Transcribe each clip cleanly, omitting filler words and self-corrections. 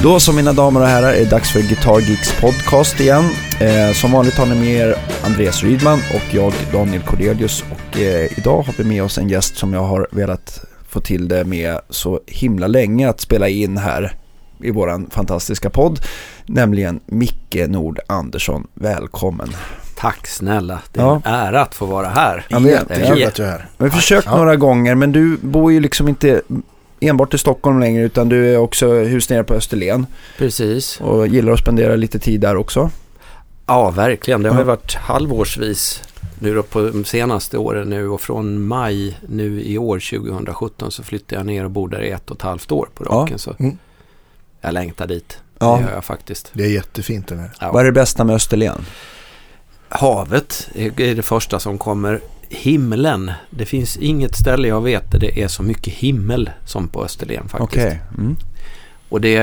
Då som mina damer och herrar är det dags för Guitar Geeks podcast igen. Som vanligt har ni med er Andreas Rydman och jag Daniel Cordelius. Och idag har vi med oss en gäst som jag har velat få till det med så himla länge att spela in här i våran fantastiska podd. Nämligen Micke Nord Andersson. Välkommen. Tack snälla, det är en ära att få vara här. Jag vet, att du är här. Vi har försökt några gånger, men du bor ju liksom inte enbart i Stockholm längre, utan du är också hus nere på Österlen. Precis. Och gillar att spendera lite tid där också. Ja, verkligen. Det har ju varit halvårsvis nu då på de senaste åren nu, och från maj nu i år 2017 så flyttade jag ner och bor där i 1,5 år på raken. Så jag längtar dit. Ja. Det gör jag faktiskt. Det är jättefint det här. Ja. Vad är det bästa med Österlen? Havet är det första som kommer. Himlen. Det finns inget ställe jag vet där det är så mycket himmel som på Österlen faktiskt. Okay. Och det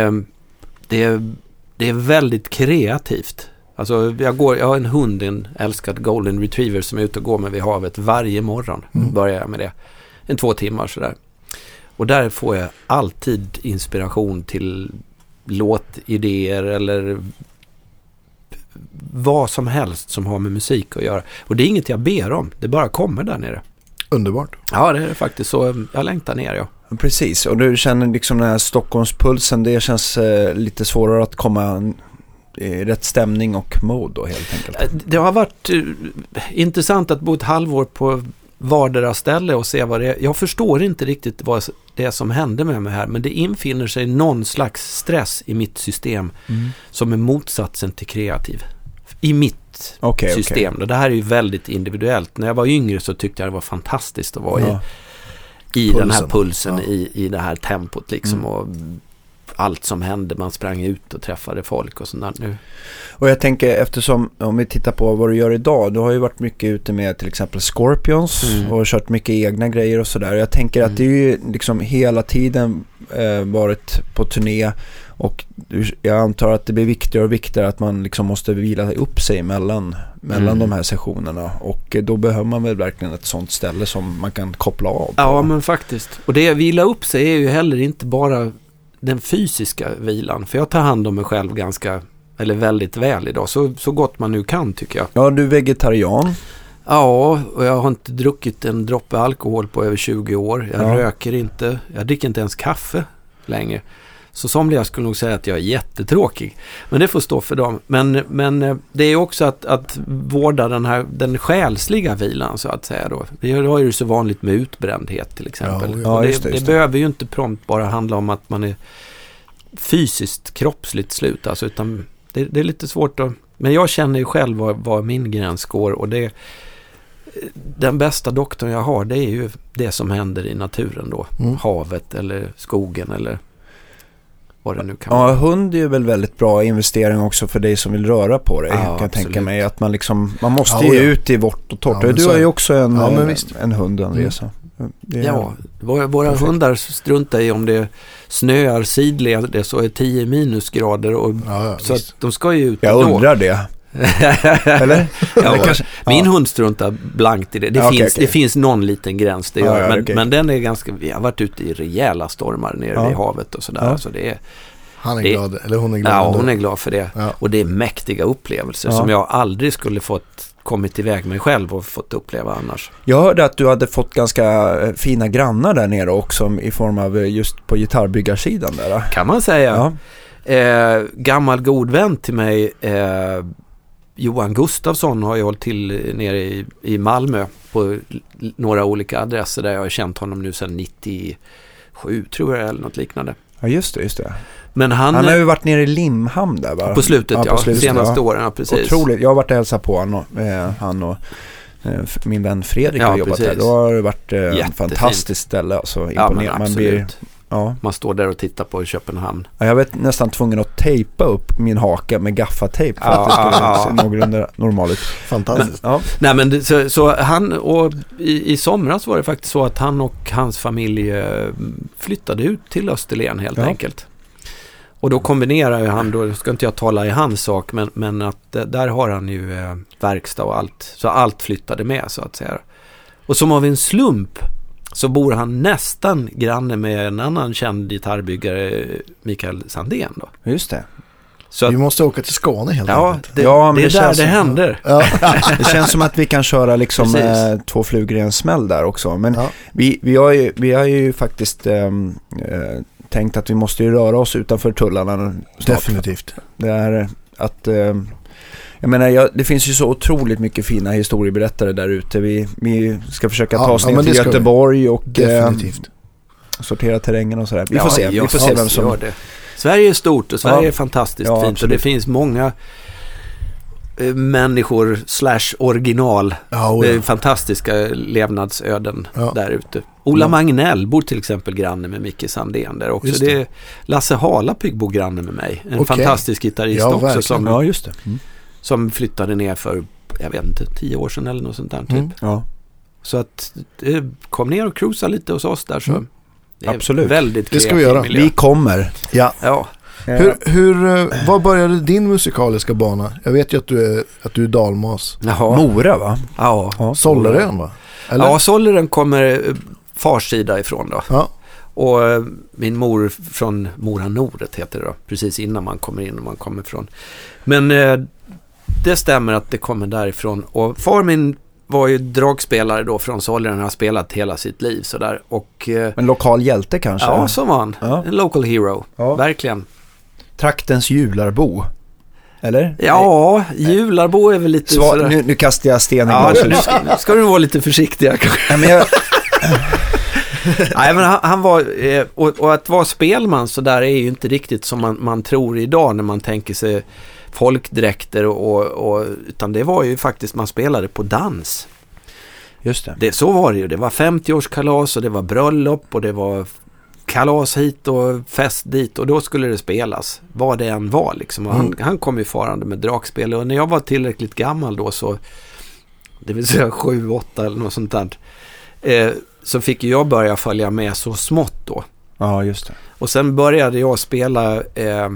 är väldigt kreativt. Alltså jag har en hund, en älskad golden retriever som är ute och går med vid havet varje morgon. Börjar jag med det. 2 timmar sådär. Och där får jag alltid inspiration till låtidéer eller vad som helst som har med musik att göra. Och det är inget jag ber om. Det bara kommer där nere. Underbart. Ja, det är faktiskt så. Jag längtar ner, ja. Precis. Och du känner liksom den här Stockholmspulsen. Det känns lite svårare att komma i rätt stämning och mode då, helt enkelt. Det har varit intressant att bo ett halvår på vardera ställe och se vad det är. Jag förstår inte riktigt vad det är som händer med mig här, men det infinner sig någon slags stress i mitt system som är motsatsen till kreativ. I mitt system. Okay. Det här är ju väldigt individuellt. När jag var yngre så tyckte jag det var fantastiskt att vara i den här pulsen, i det här tempot liksom, och allt som hände, man sprang ut och träffade folk och sånt där nu. Och jag tänker, eftersom om vi tittar på vad du gör idag, du har ju varit mycket ute med till exempel Scorpions och kört mycket egna grejer och sådär. Jag tänker att det är ju liksom hela tiden varit på turné, och jag antar att det blir viktigare och viktigare att man liksom måste vila upp sig mellan de här sessionerna, och då behöver man väl verkligen ett sånt ställe som man kan koppla av på. Ja, men faktiskt. Och det vila upp sig är ju heller inte bara den fysiska vilan, för jag tar hand om mig själv väldigt väl idag, så gott man nu kan, tycker jag. Ja, du är vegetarian. Ja, och jag har inte druckit en droppe alkohol på över 20 år. Jag röker inte, jag dricker inte ens kaffe längre. Så somliga skulle nog säga att jag är jättetråkig. Men det får stå för dem. Men det är också att vårda den själsliga vilan, så att säga då. Det har ju så vanligt med utbrändhet till exempel. Ja, det behöver ju inte prompt bara handla om att man är fysiskt, kroppsligt slut. Alltså, utan det är lite svårt att... Men jag känner ju själv var min gräns går, och den bästa doktorn jag har, det är ju det som händer i naturen då. Havet eller skogen eller vad det nu kan vara. Ja, hund är ju väl väldigt bra investering också för dig som vill röra på dig. Ja, kan jag tänka mig att man måste ju ut i vårt och torrt. Du har ju också en hund, Andreas. Våra hundar struntar i om det snöar sidled, så är 10 minusgrader och så att de ska ju ut. Jag undrar det. Eller? Min hund struntar blankt i det. Det finns någon liten gräns det gör, men den är ganska, vi har varit ute i rejäla stormar nere vid havet och sådär, så det är, han är glad, eller hon är glad. Ja, hon är glad för det. Och det är mäktiga upplevelser som jag aldrig skulle kommit iväg mig själv och fått uppleva annars. Jag hörde att du hade fått ganska fina grannar där nere också, i form av just på gitarrbyggarsidan där. Kan man säga. Gammal god vän till mig, Johan Gustafsson, har jag hållit till nere i Malmö på några olika adresser där jag har känt honom nu sedan 97 tror jag, eller något liknande. Ja, just det. Men han har ju varit nere i Limhamn där, va? På slutet, senaste åren, precis. Otroligt. Jag har varit och hälsat på han och min vän Fredrik har jobbat där. Då har det varit ett fantastiskt ställe. Alltså, imponerande. Man står där och tittar på Köpenhamn. Ja, jag vet nästan tvungen att tejpa upp min haka med gaffatejp för att det skulle se någorlunda normalt ut. Fantastiskt. Nej, men så han, och i somras var det faktiskt så att han och hans familj flyttade ut till Österlen helt enkelt. Och då kombinerar ju han, då ska inte jag tala i hans sak, men att där har han ju verkstad och allt. Så allt flyttade med, så att säga. Och som av en slump så bor han nästan granne med en annan känd gitarrbyggare, Mikael Sandén då. Just det. Så vi måste åka till Skåne helt enkelt. Det är där det händer. Ja. Det känns som att vi kan köra liksom 2 flugor i en smäll där också. Men vi har ju faktiskt tänkt att vi måste ju röra oss utanför tullarna snart. Definitivt. Det är att... jag menar, det finns ju så otroligt mycket fina historieberättare där ute. Vi ska försöka ta oss ner till Göteborg och sortera terrängen och sådär. Vi får se. Vi får se vem som... Det. Sverige är stort och Sverige är fantastiskt fint. Absolut. Och det finns många människor /original fantastiska levnadsöden där ute. Ola Magnell bor till exempel granne med Micke Sandén där också. Det är Lasse Halapyg bor granne med mig. En fantastisk gitarrist också som flyttade ner för, jag vet inte, 10 år sedan eller något sånt där typ. Ja. Så att kom ner och cruisa lite hos oss där så. Absolut. Väldigt det ska vi göra. Miljö. Vi kommer. Ja. Vad började din musikaliska bana? Jag vet ju att du är dalmas. Jaha. Mora, va? Ja. Sollerön, va? Eller? Ja, Sollerön kommer fars sida ifrån då. Ja. Och min mor från Mora Nordet heter det då. Precis innan man kommer in och man kommer från. Men det stämmer att det kommer därifrån. Och far min var ju dragspelare då från Sollerön. Han har spelat hela sitt liv sådär. Och, en lokal hjälte kanske? Ja, som han. Ja. En local hero. Ja. Verkligen. Traktens jularbo. Eller? Ja, jularbo är väl lite... Nu kastar jag sten i glaset. Ska du vara lite försiktig kanske? Nej, men han var... Och att vara spelman så där är ju inte riktigt som man tror idag när man tänker sig folkdräkter utan det var ju faktiskt man spelade på dans. Just det. Så var det ju. Det var 50-årskalas och det var bröllop och det var kalas hit och fest dit och då skulle det spelas. Vad det än var liksom. Han kom ju farande med dragspel och när jag var tillräckligt gammal då så det vill säga 7-8 eller något sånt där så fick jag börja följa med så smått då. Ja, just det. Och sen började jag spela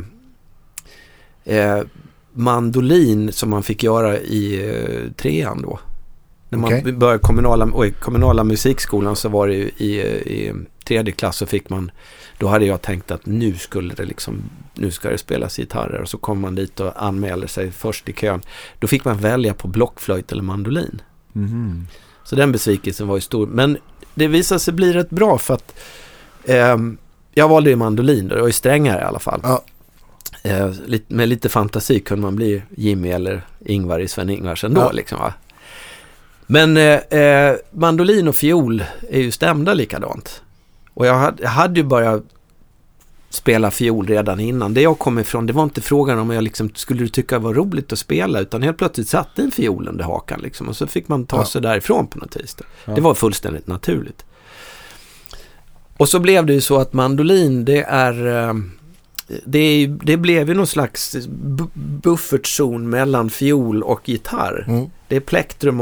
mandolin som man fick göra i 3:an då. När man började kommunala musikskolan så var det ju i 3:e klass så fick man, då hade jag tänkt att nu ska det spelas gitarrer och så kom man dit och anmälde sig först i kön. Då fick man välja på blockflöjt eller mandolin. Mm. Så den besvikelsen var ju stor. Men det visade sig bli rätt bra för att jag valde ju mandolin då. Det var ju strängare i alla fall. Ja. Med lite fantasi kunde man bli Jimmy eller Ingvar i Sven-Ingvars ändå liksom va. Men mandolin och fiol är ju stämda likadant. Och jag hade ju börjat spela fiol redan innan. Det jag kom ifrån, det var inte frågan om jag skulle du tycka det var roligt att spela utan helt plötsligt satte en fiol under hakan liksom, och så fick man ta sig därifrån på något vis. Ja. Det var fullständigt naturligt. Och så blev det ju så att mandolin det blev ju någon slags buffertzon mellan fiol och gitarr. Mm. Det är plektrum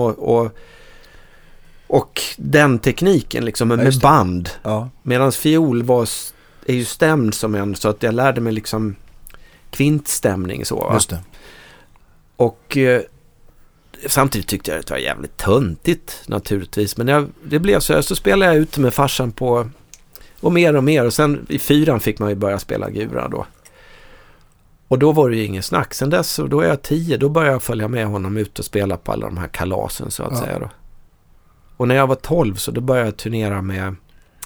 och den tekniken liksom med band. Ja. Medan fiol är ju stämd som en, så att jag lärde mig liksom kvintstämning så. Just det. Och samtidigt tyckte jag att det var jävligt töntigt naturligtvis. Men det blev så spelade jag ute med farsan på och mer och sen i 4:an fick man ju börja spela gura då. Och då var det ju ingen snack. Sen dess, och då är jag 10, då började jag följa med honom ut och spela på alla de här kalasen så att säga då. Och när jag var 12 så då började jag turnera med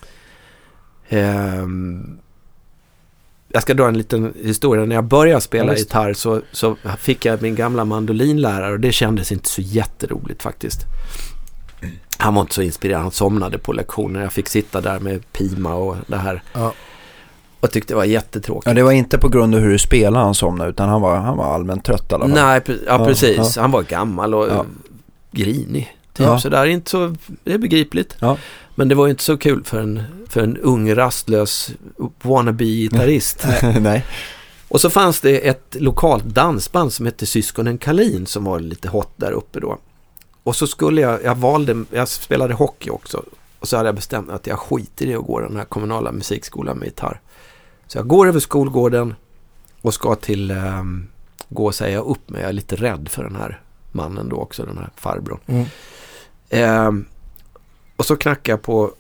jag ska dra en liten historia. När jag började spela gitarr så fick jag min gamla mandolinlärare och det kändes inte så jätteroligt faktiskt. Han var inte så inspirerad. Han somnade på lektioner. Jag fick sitta där med Pima och det här. Ja. Och tyckte det var jättetråkigt. Ja, det var inte på grund av hur du spelade han somnade utan han var allmänt trött i alla fall. Nej, precis. Ja. Han var gammal och grinig. Typ så där. Inte så, det är begripligt. Ja. Men det var ju inte så kul för en ung rastlös wannabe-gitarrist. Nej. Och så fanns det ett lokalt dansband som hette Syskonen Kalin som var lite hot där uppe då. Och så skulle jag spelade hockey också. Och så hade jag bestämt att jag skiter i att gå den här kommunala musikskolan med gitarr. Så jag går över skolgården och ska till gå och säga upp mig. Jag är lite rädd för den här mannen då också, den här farbrorn. Och så knackar jag på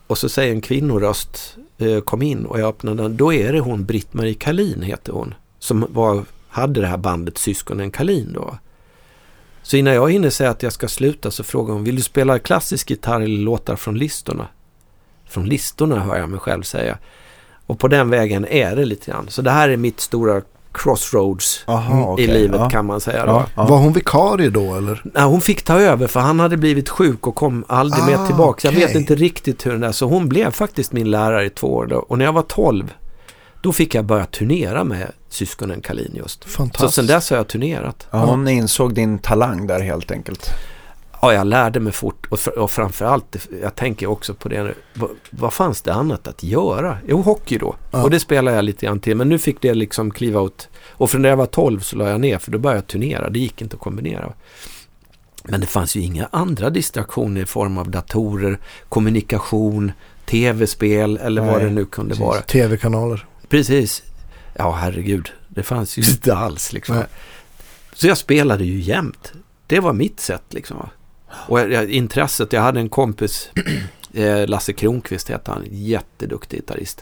och så säger en kvinnoröst kom in och jag öppnade den. Då är det hon, Britt-Marie Kalin heter hon, som hade det här bandet Syskonen Kalin då. Så innan jag hinner säga att jag ska sluta så frågar hon, vill du spela klassisk gitarr eller låtar från listorna? Från listorna hör jag mig själv säga. Och på den vägen är det lite grann. Så det här är mitt stora crossroads i livet kan man säga. Då. Var hon vikarie då eller? Nej, hon fick ta över för han hade blivit sjuk och kom aldrig med tillbaka. Jag vet inte riktigt hur den är. Så hon blev faktiskt min lärare i 2 år då. Och när jag var 12 då fick jag börja turnera med Syskonen Kalin just. Fantastiskt. Så sen dess har jag turnerat. Ja, hon insåg din talang där helt enkelt. Ja, jag lärde mig fort och framförallt, jag tänker också på det, vad fanns det annat att göra? Jo, hockey då. Ja. Och det spelade jag lite grann till, men nu fick det liksom kliva ut. Och från när jag var 12 så la jag ner, för då började jag turnera. Det gick inte att kombinera. Men det fanns ju inga andra distraktioner i form av datorer, kommunikation, tv-spel eller vad det nu kunde vara. Tv-kanaler. Precis. Ja, herregud. Det fanns ju inte alls liksom. Nej. Så jag spelade ju jämt. Det var mitt sätt liksom. Och intresset, jag hade en kompis Lasse Kronqvist heter han, jätteduktig gitarrist.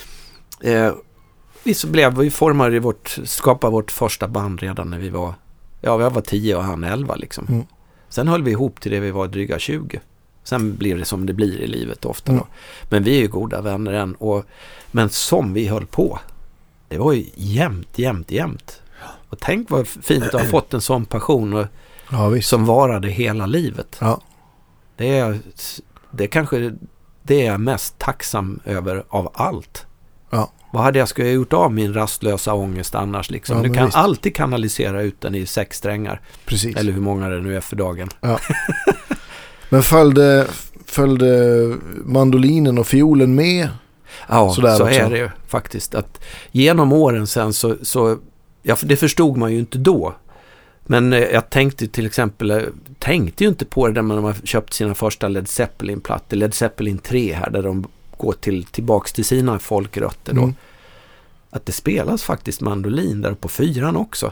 Vi formade skapade vårt första band redan när vi var 10 och han 11 liksom. Sen höll vi ihop till det vi var dryga 20. Sen blir det som det blir i livet ofta då. Men vi är ju goda vänner än men som vi höll på. Det var ju jämt. Och tänk vad fint att ha fått en sån passion och som varade hela livet. Ja. Det kanske det är jag mest tacksam över av allt. Ja. Vad hade jag skulle gjort av min rastlösa ångest annars liksom? Ja, du kan visst. alltid kanalisera ut den i 6 strängar. Precis. Eller hur många det nu är för dagen. Ja. Men följde mandolinen och fiolen med? Ja, så också. är det ju faktiskt. Att genom åren sen så det förstod man ju inte då. Men jag tänkte till exempel ju inte på det där man har köpt sina första Led Zeppelin-plattor, Led Zeppelin 3 här där de går tillbaks till sina folkrötter då. Att det spelas faktiskt mandolin där på 4:an också.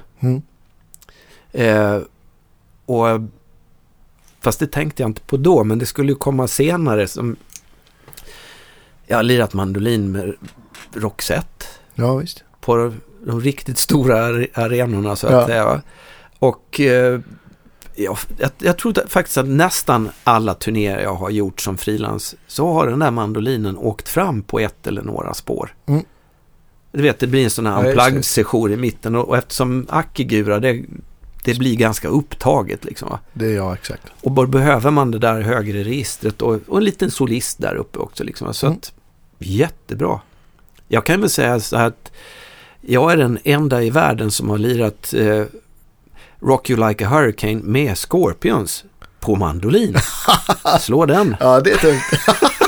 Fast det tänkte jag inte på då, men det skulle ju komma senare som jag har lirat mandolin med Roxette. Ja, visst. På de riktigt stora arenorna så att säga. Och jag tror faktiskt att nästan alla turnéer jag har gjort som frilans så har den där mandolinen åkt fram på ett eller några spår. Du vet, det blir en sån här unplugged-session i mitten och eftersom Akigura det blir ganska upptaget liksom, va? Det är jag exakt. Och bara behöver man det där högre registret och en liten solist där uppe också liksom, så att jättebra. Jag kan väl säga så här att jag är den enda i världen som har lirat Rock You Like a Hurricane med Scorpions på mandolin. Slå den. Ja, det är tungt.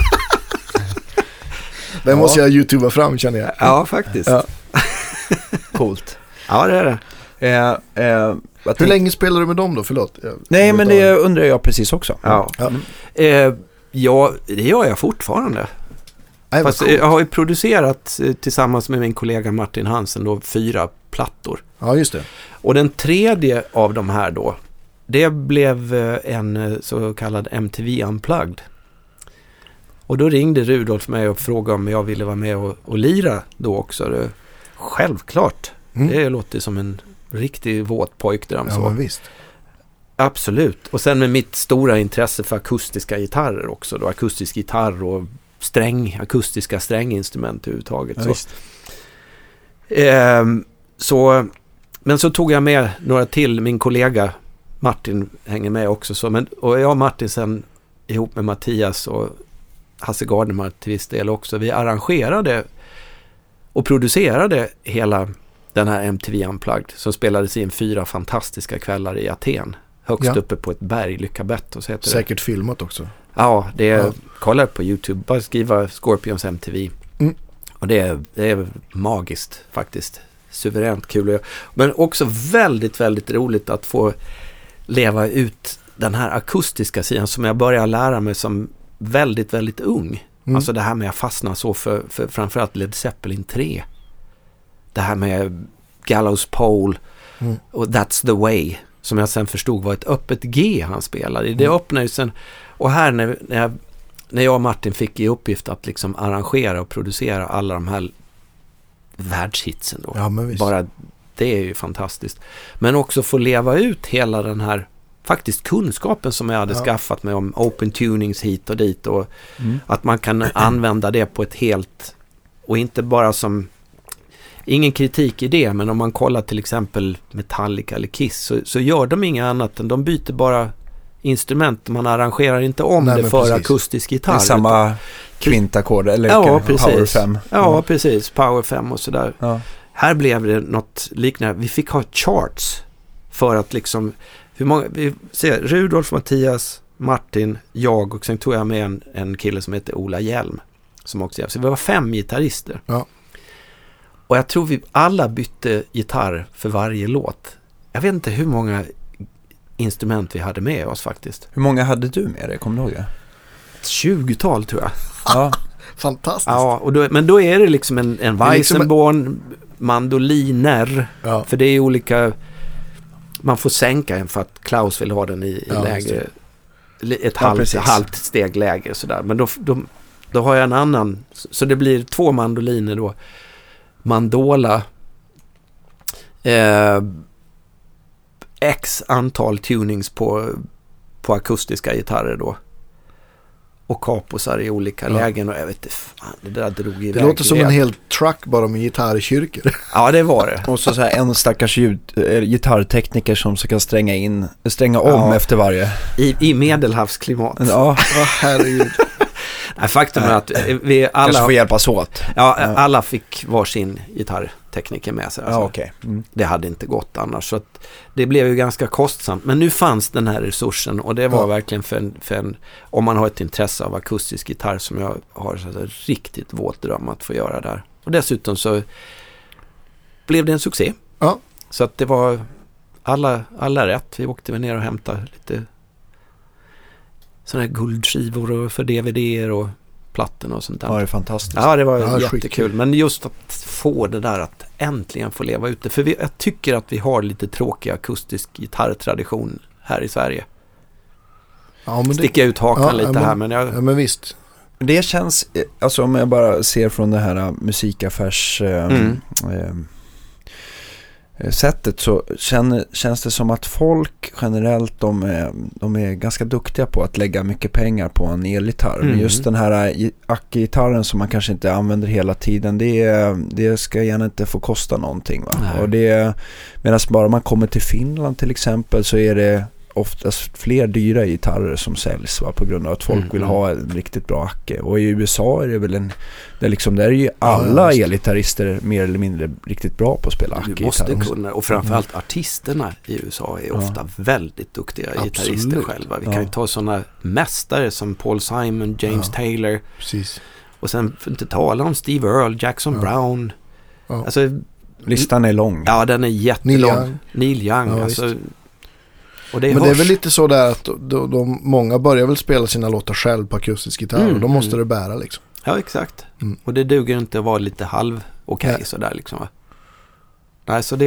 Den måste jag YouTubea fram, känner jag. Ja, faktiskt. Ja. Coolt. Ja, det är det. Hur länge spelar du med dem då? Förlåt. Nej, men det undrar jag precis också. Ja. Ja, det gör jag fortfarande. Fast jag har ju producerat tillsammans med min kollega Martin Hansen då 4 plattor. Ja, just det. Och den 3:e av de här då, det blev en så kallad MTV Unplugged. Och då ringde Rudolf mig och frågade om jag ville vara med och lira då också. Självklart. Det låter som en riktig våt pojkdröm. Ja, så. men visst. Absolut. Och sen med mitt stora intresse för akustiska gitarrer också då. Akustisk gitarr och akustiska stränginstrument överhuvudtaget. Ja, Men så tog jag med några till. Min kollega Martin hänger med också. Och jag och Martin sen ihop med Mattias och Hasse Gardemar till viss del också. Vi arrangerade och producerade hela den här MTV Unplugged som spelades in 4 fantastiska kvällar i Aten. Högst uppe på ett berg, Lycabettos heter det. Säkert filmat också. Ja, kolla på YouTube. Bara skriva Scorpions MTV. Och det är magiskt faktiskt. Suveränt kul. Men också väldigt, väldigt roligt att få leva ut den här akustiska sidan som jag började lära mig som väldigt, väldigt ung. Alltså det här med att fastna så för framförallt Led Zeppelin 3. Det här med Gallows Pole och That's the Way som jag sen förstod var ett öppet G han spelade. Det öppnade ju sen, och här när jag när jag och Martin fick i uppgift att liksom arrangera och producera alla de här världshitsen då. Ja, men visst. Bara det är ju fantastiskt. Men också få leva ut hela den här faktiskt kunskapen som jag hade skaffat mig om open tunings hit och dit och att man kan använda det på ett helt och inte bara som ingen kritik i det, men om man kollar till exempel Metallica eller Kiss så gör de inget annat än de byter bara instrument. Man arrangerar inte om det för precis. Akustisk gitarr. Det är samma kvintackord eller Power 5. Ja, precis. Power 5 och sådär. Ja. Här blev det något liknande. Vi fick ha charts för att liksom hur många, vi ser Rudolf, Mattias, Martin, jag och sen tog jag med en kille som heter Ola Hjelm som också så vi var 5 gitarrister. Ja. Och jag tror vi alla bytte gitarr för varje låt. Jag vet inte hur många instrument vi hade med oss faktiskt. Hur många hade du med dig? Kommer du ihåg det? 20-tal tror jag. Ja. Fantastiskt. Ja, men då är det liksom en Weissenborn, mandoliner. Ja. För det är olika... Man får sänka en för att Klaus vill ha den i lägre... Ett halvt steg lägre sådär. Men då har jag en annan... Så det blir 2 mandoliner då. Mandola... X antal tunings på akustiska gitarrer då. Och kaposar i olika lägen och jag vet inte, fan, det där drog iväg. Det låter som en hel truck bara med gitarrkyrkor. Ja, det var det. Och så här en stackars gitarrtekniker som ska stränga om efter varje. I medelhavsklimat. Ja, herregud. Nej, faktum är att vi alla... Kanske får hjälpas åt. Ja, alla fick varsin gitarrtekniker med sig. Alltså. Ja, okej. Det hade inte gått annars. Så att det blev ju ganska kostsamt. Men nu fanns den här resursen och det var verkligen för en... Om man har ett intresse av akustisk gitarr som jag har så riktigt våt dröm att få göra där. Och dessutom så blev det en succé. Ja. Så att det var alla rätt. Vi åkte ner och hämtade lite... sådana här guldskivor för DVD:er och plattor och sånt där. Ja, det är fantastiskt. Ja, det var jättekul. Men just att få det där att äntligen få leva ute. För jag tycker att vi har lite tråkig akustisk gitarrtradition här i Sverige. Ja, men sticker ut hakan lite här. Men ja, men visst. Det känns, alltså om jag bara ser från det här musikaffärs... sättet så känns det som att folk generellt de är ganska duktiga på att lägga mycket pengar på en elgitarr. Men just den här Acke-gitarren som man kanske inte använder hela tiden, det ska gärna inte få kosta någonting, va? Och medan bara man kommer till Finland till exempel så är det oftast fler dyra gitarrer som säljs, va, på grund av att folk vill ha en riktigt bra Acke. Och i USA är det väl där är ju alla elgitarrister mer eller mindre riktigt bra på att spela Acke-gitarr. Du måste kunna, och framförallt artisterna i USA är ofta väldigt duktiga gitarrister själva. Vi kan ju ta sådana mästare som Paul Simon, James Taylor. Precis. Och sen för inte tala om Steve Earle, Jackson Brown. Ja. Alltså, listan är lång. Ja, den är jättelång. Neil Young. Ja, alltså, men det är väl lite så där att många börjar väl spela sina låtar själv på akustisk gitarr och då måste det bära liksom. Ja, exakt. Och det duger inte att vara lite okej sådär liksom, va? Nej, så det...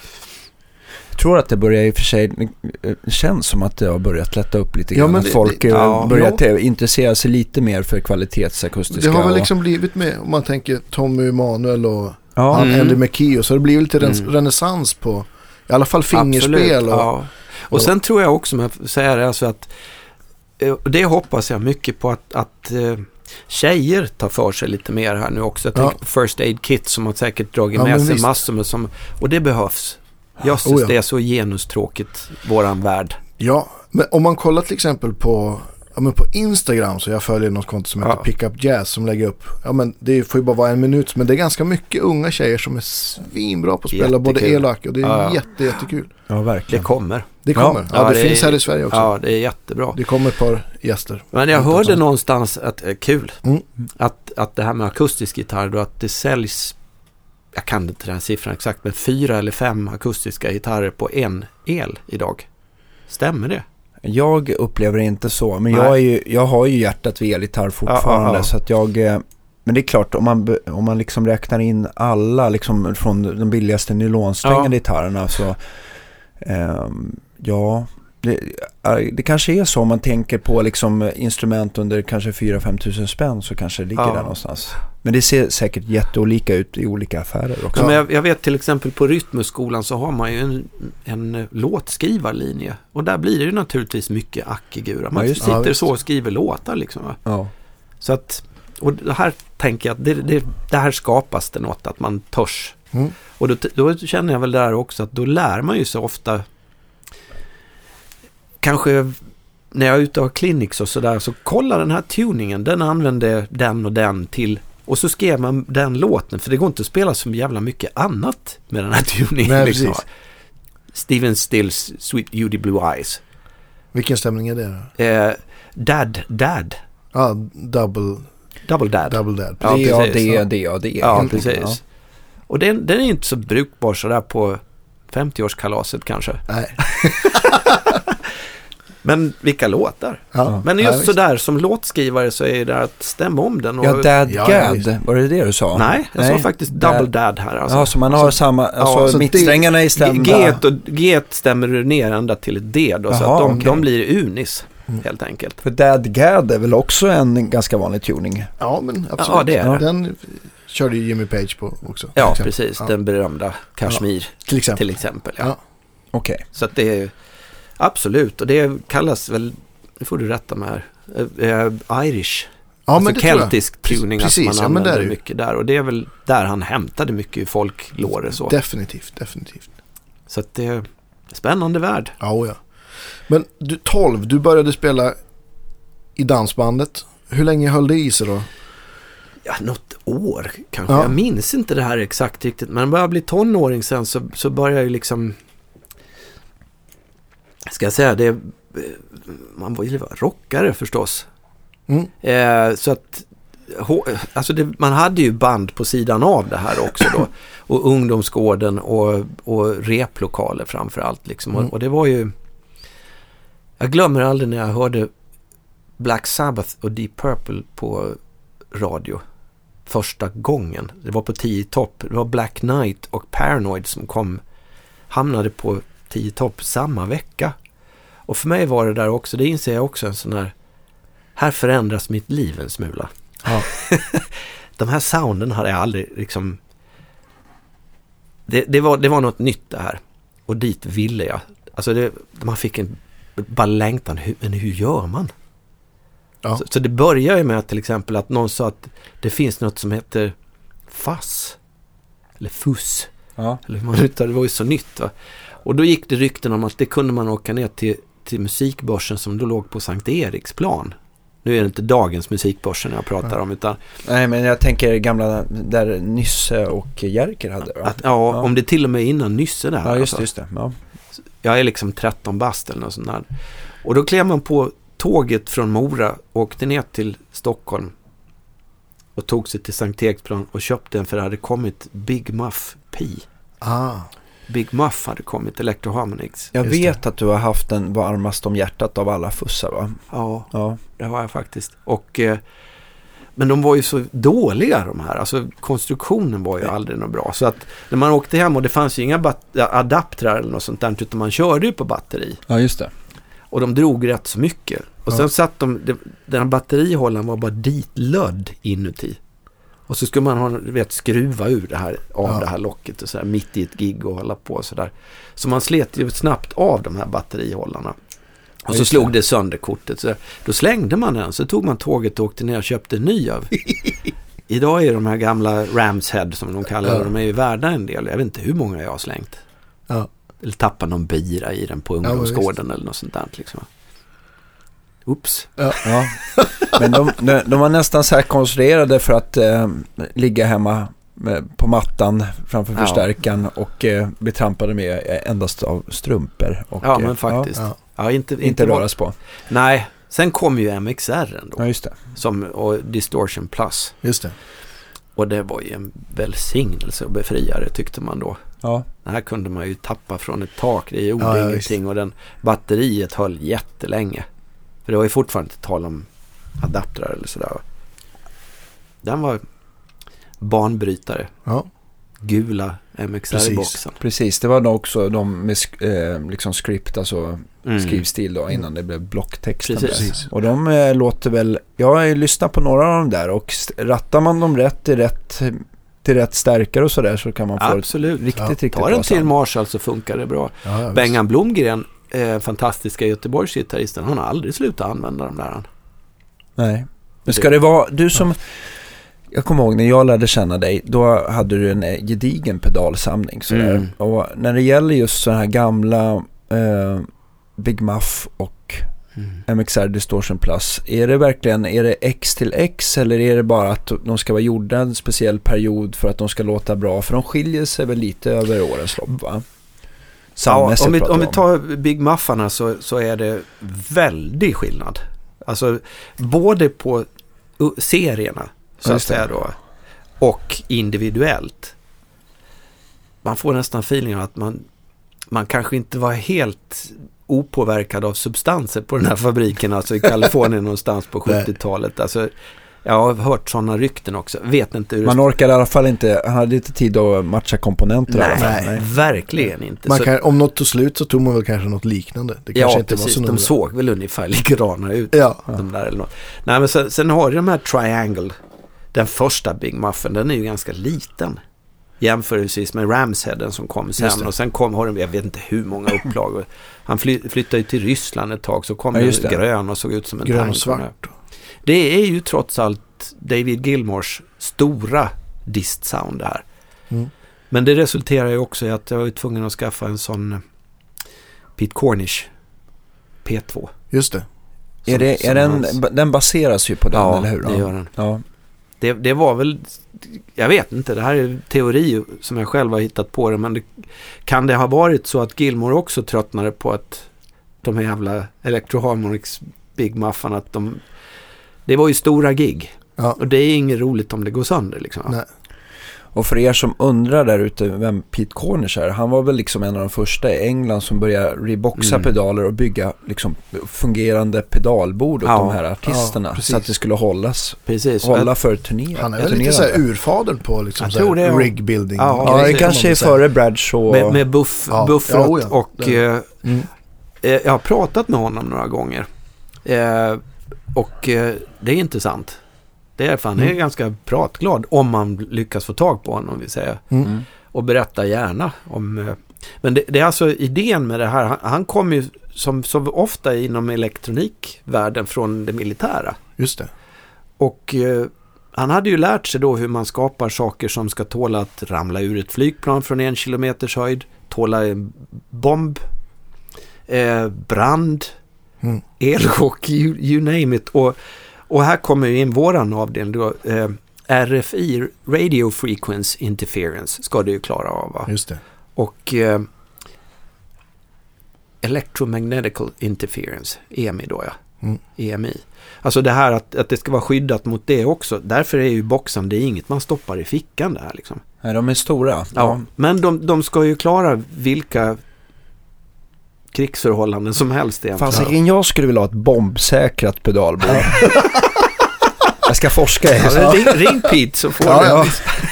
Jag tror att det börjar i och för sig känns som att det har börjat lätta upp lite grann. Men att folk börjat intressera sig lite mer för kvalitetsakustiska. Det har väl liksom blivit med, om man tänker Tommy Emanuel och Andy McKee, så det blir lite renässans på i alla fall fingerspel. Och sen tror jag också, med att säga det, alltså att det hoppas jag mycket på att tjejer tar för sig lite mer här nu också. Jag tänker på First Aid Kit som har säkert dragit med sig massor med och det behövs. Det är så genustråkigt våran värld. Ja, men om man kollar till exempel på Instagram, så jag följer något konto som heter Pick Up Jazz som lägger upp, det får ju bara vara 1 minut, men det är ganska mycket unga tjejer som är svinbra på att spela både el och Acke, och det är jättekul. Ja, verkligen. Det kommer. Det finns här i Sverige också. Ja, det är jättebra. Det kommer ett par gäster. Men jag hörde någonstans att kul att det här med akustisk gitarr då, att det säljs, jag kan inte den här siffran exakt, men 4 eller 5 akustiska gitarrer på en el idag. Stämmer det? Jag upplever det inte så, men jag har ju hjärtat vid elgitarr fortfarande, så att men det är klart, om man liksom räknar in alla liksom från de billigaste nylonsträngade gitarrerna, så det kanske är så om man tänker på liksom instrument under kanske 4-5 tusen spänn så kanske det ligger där någonstans. Men det ser säkert jätteolika ut i olika affärer också. Ja, men jag vet till exempel på Rytmusskolan så har man ju en låtskrivarlinje. Och där blir det ju naturligtvis mycket ackigura. Man sitter så och skriver låtar liksom. Ja. Så att, och det här tänker jag att det här skapas det något, att man törs. Och då känner jag väl där också att då lär man ju så ofta, kanske när jag är ute och har clinics och sådär, så kolla den här tuningen, den använder den och den till, och så skrev man den låten, för det går inte att spela så jävla mycket annat med den här tuningen. Nej, liksom. Steven Stills Sweet Beauty Blue Eyes. Vilken stämning är det då? Dad. Ja, Double Dad. Ja, D. Ja, precis. Ja. Och den är inte så brukbar sådär på 50-årskalaset kanske. Nej. Men vilka låtar. Ja. Men just sådär som låtskrivare så är det att stämma om den. Och... Ja, Dad. Var det du sa? Nej, jag sa faktiskt Double Dad här. Alltså. Ja, så man har samma, alltså mittsträngarna i stämma. G stämmer ner ända till ett D då, så att de blir unis helt enkelt. För Dad är väl också en ganska vanlig tuning? Ja, men absolut. Ja, det är det. Den körde ju Jimmy Page på också. Ja, precis. Ja. Den berömda Kashmir till exempel. Ja. Okej. Så att det är absolut, och det kallas väl, det får du rätta med här, Irish. Ja, alltså men det keltisk tuning, precis, att man använder mycket där. Och det är väl där han hämtade mycket folklore. Så. Definitivt. Så att det är spännande värld. Ja. Men du började spela i dansbandet. Hur länge höll det i sig då? Ja, något år kanske. Ja. Jag minns inte det här exakt riktigt. Men när jag bli tonåring sen så började jag ju liksom... Ska jag säga, man var ju rockare förstås. Så att alltså man hade ju band på sidan av det här också då. Och ungdomsgården och replokaler framförallt liksom. Och det var ju... Jag glömmer aldrig när jag hörde Black Sabbath och Deep Purple på radio första gången. Det var på 10 topp. Det var Black Knight och Paranoid som hamnade på 10 topp samma vecka. Och för mig var det där också, det inser jag också, en sån här förändras mitt liv en smula. Ja. De här sounden hade jag aldrig liksom... Det var något nytt det här. Och dit ville jag. Alltså man fick bara längtan. Hur gör man? Ja. Så det börjar ju med att till exempel att någon sa att det finns något som heter fass. Eller fuss. Ja. Eller hur man uttalar, det var ju så nytt va? Och då gick det rykten om att det kunde man åka ner till musikbörsen som då låg på Sankt Eriksplan. Nu är det inte dagens musikbörsen jag pratar om utan... Nej, men jag tänker gamla där Nysse och Jerker hade. Ja, om det till och med innan Nysse där. Ja, just det. Ja. Jag är liksom 13 bast eller något sånt där. Och då klev man på tåget från Mora och åkte ner till Stockholm och tog sig till Sankt Eriksplan och köpte en, för det hade kommit Big Muff P. Big Muff hade kommit, Electro Harmonix. Jag vet att du har haft den varmast om hjärtat av alla fussar, va? Ja, det har jag faktiskt. Och, men de var ju så dåliga de här. Alltså konstruktionen var ju aldrig något bra. Så att när man åkte hem och det fanns ju inga adaptrar eller något sånt där, utan man körde ju på batteri. Ja, just det. Och de drog rätt så mycket. Och sen satt den här batterihållaren var bara ditlödd inuti. Och så skulle man skruva ur det här av det här locket och så här, mitt i ett gig och hålla på och så där. Så man slet ju snabbt av de här batterihållarna. Och så slog det sönder kortet. Så då slängde man den, så tog man tåget och åkte ner och köpte en ny av. Idag är de här gamla Ramshead som de kallar det, de är ju värda en del. Jag vet inte hur många jag har slängt. Ja. Eller tappat någon bira i den på ungdomsgården eller något sånt där liksom. Oops. Ja. Men de var nästan så här konstruerade för att ligga hemma på mattan framför förstärkaren och bli trampade med endast av strumpor. Och, men faktiskt. Ja, inte röras på. Nej, sen kom ju MXR då. Ja, just det. Och Distortion Plus. Just det. Och det var ju en välsignelse och befriare tyckte man då. Ja. Det här kunde man ju tappa från ett tak. Det gjorde ingenting och batteriet höll jättelänge. För det var ju fortfarande inte tal om adaptrar eller sådär. Den var banbrytare. Ja. gula MXR-boxen. Precis, det var nog också de med liksom script, alltså skrivstil då, innan det blev blocktexten. Precis. Och de låter väl, jag har ju lyssnat på några av dem där, och rattar man dem rätt till rätt stärkare och sådär, så kan man få absolut. riktigt tar en till Marshall så funkar det bra. Bengan Blomgren, fantastiska Göteborgsgitarristen, han har aldrig slutat använda dem där. Nej. Men ska det vara, du som, jag kommer ihåg när jag lärde känna dig, då hade du en gedigen pedalsamling sådär. Och när det gäller just så här gamla Big Muff och MXR Distortion Plus, är det X till X, eller är det bara att de ska vara gjorda en speciell period för att de ska låta bra? För de skiljer sig väl lite över årens lopp, va? Ja, om vi tar Big Muffarna så är det väldigt skillnad. Alltså både på serierna så att säga då, och individuellt. Man får nästan feelingen att man kanske inte var helt opåverkad av substanser på den här fabriken, alltså i Kalifornien någonstans på 70-talet. Alltså, jag har hört sådana rykten också. Vet inte hur man orkar i alla fall inte, han hade inte tid att matcha komponenter. Nej, verkligen inte. Man kan, om något tog slut så tog man väl kanske något liknande. Det kanske inte precis. Var så de såg väl ungefär likadana ut. De där eller något. Nej, men sen har du de här Triangle. Den första Big Muffen, den är ju ganska liten. Jämförelsevis med Ramsheaden som kom sen. Och sen har de, jag vet inte hur många upplagor. Han flyttade ju till Ryssland ett tag, så kom det grön och såg ut som en grön och svart. Det är ju trots allt David Gilmours stora dist-sound det här. Men det resulterar ju också i att jag var tvungen att skaffa en sån Pete Cornish P2. Just det. Den baseras ju på den, eller hur? Ja, det gör den. Ja. Det var väl, jag vet inte, det här är teori som jag själv har hittat på det, men kan det ha varit så att Gilmour också tröttnade på att de här jävla Electro Harmonix Big Muffan, att det var ju stora gig. Och det är inget roligt om det går sönder liksom. Nej. Och för er som undrar där ute vem Pete Cornish är, han var väl liksom en av de första i England som började reboxa pedaler och bygga liksom fungerande pedalbord åt de här artisterna, så att det skulle hålla för turnéer. Han är väl lite så här urfadern på liksom så här rig building. Ja, det kanske är före Bradshaw. Med Buffrott och jag har pratat med honom några gånger. Och det är intressant. Det är fan, är ganska pratglad om man lyckas få tag på honom, vill säga. Och berätta gärna om. Men det är alltså idén med det här. Han kom ju som så ofta inom elektronikvärlden från det militära. Just det. Och han hade ju lärt sig då hur man skapar saker som ska tåla att ramla ur ett flygplan från 1 kilometers höjd, tåla en bomb, brand, elchock, you name it. Och här kommer ju in våran avdelning då, RFI, Radio Frequency Interference, ska det ju klara av, va? Just det. Och Electromagnetical Interference, EMI då, EMI. Alltså det här att det ska vara skyddat mot det också. Därför är ju boxen, det är inget man stoppar i fickan det här liksom. Nej, de är stora. Ja. Men de ska ju klara vilka krigsförhållanden som helst egentligen. Fasiken, jag skulle vilja ha ett bombsäkrat pedalbord. Jag ska forska i det. Ring Pete så får du.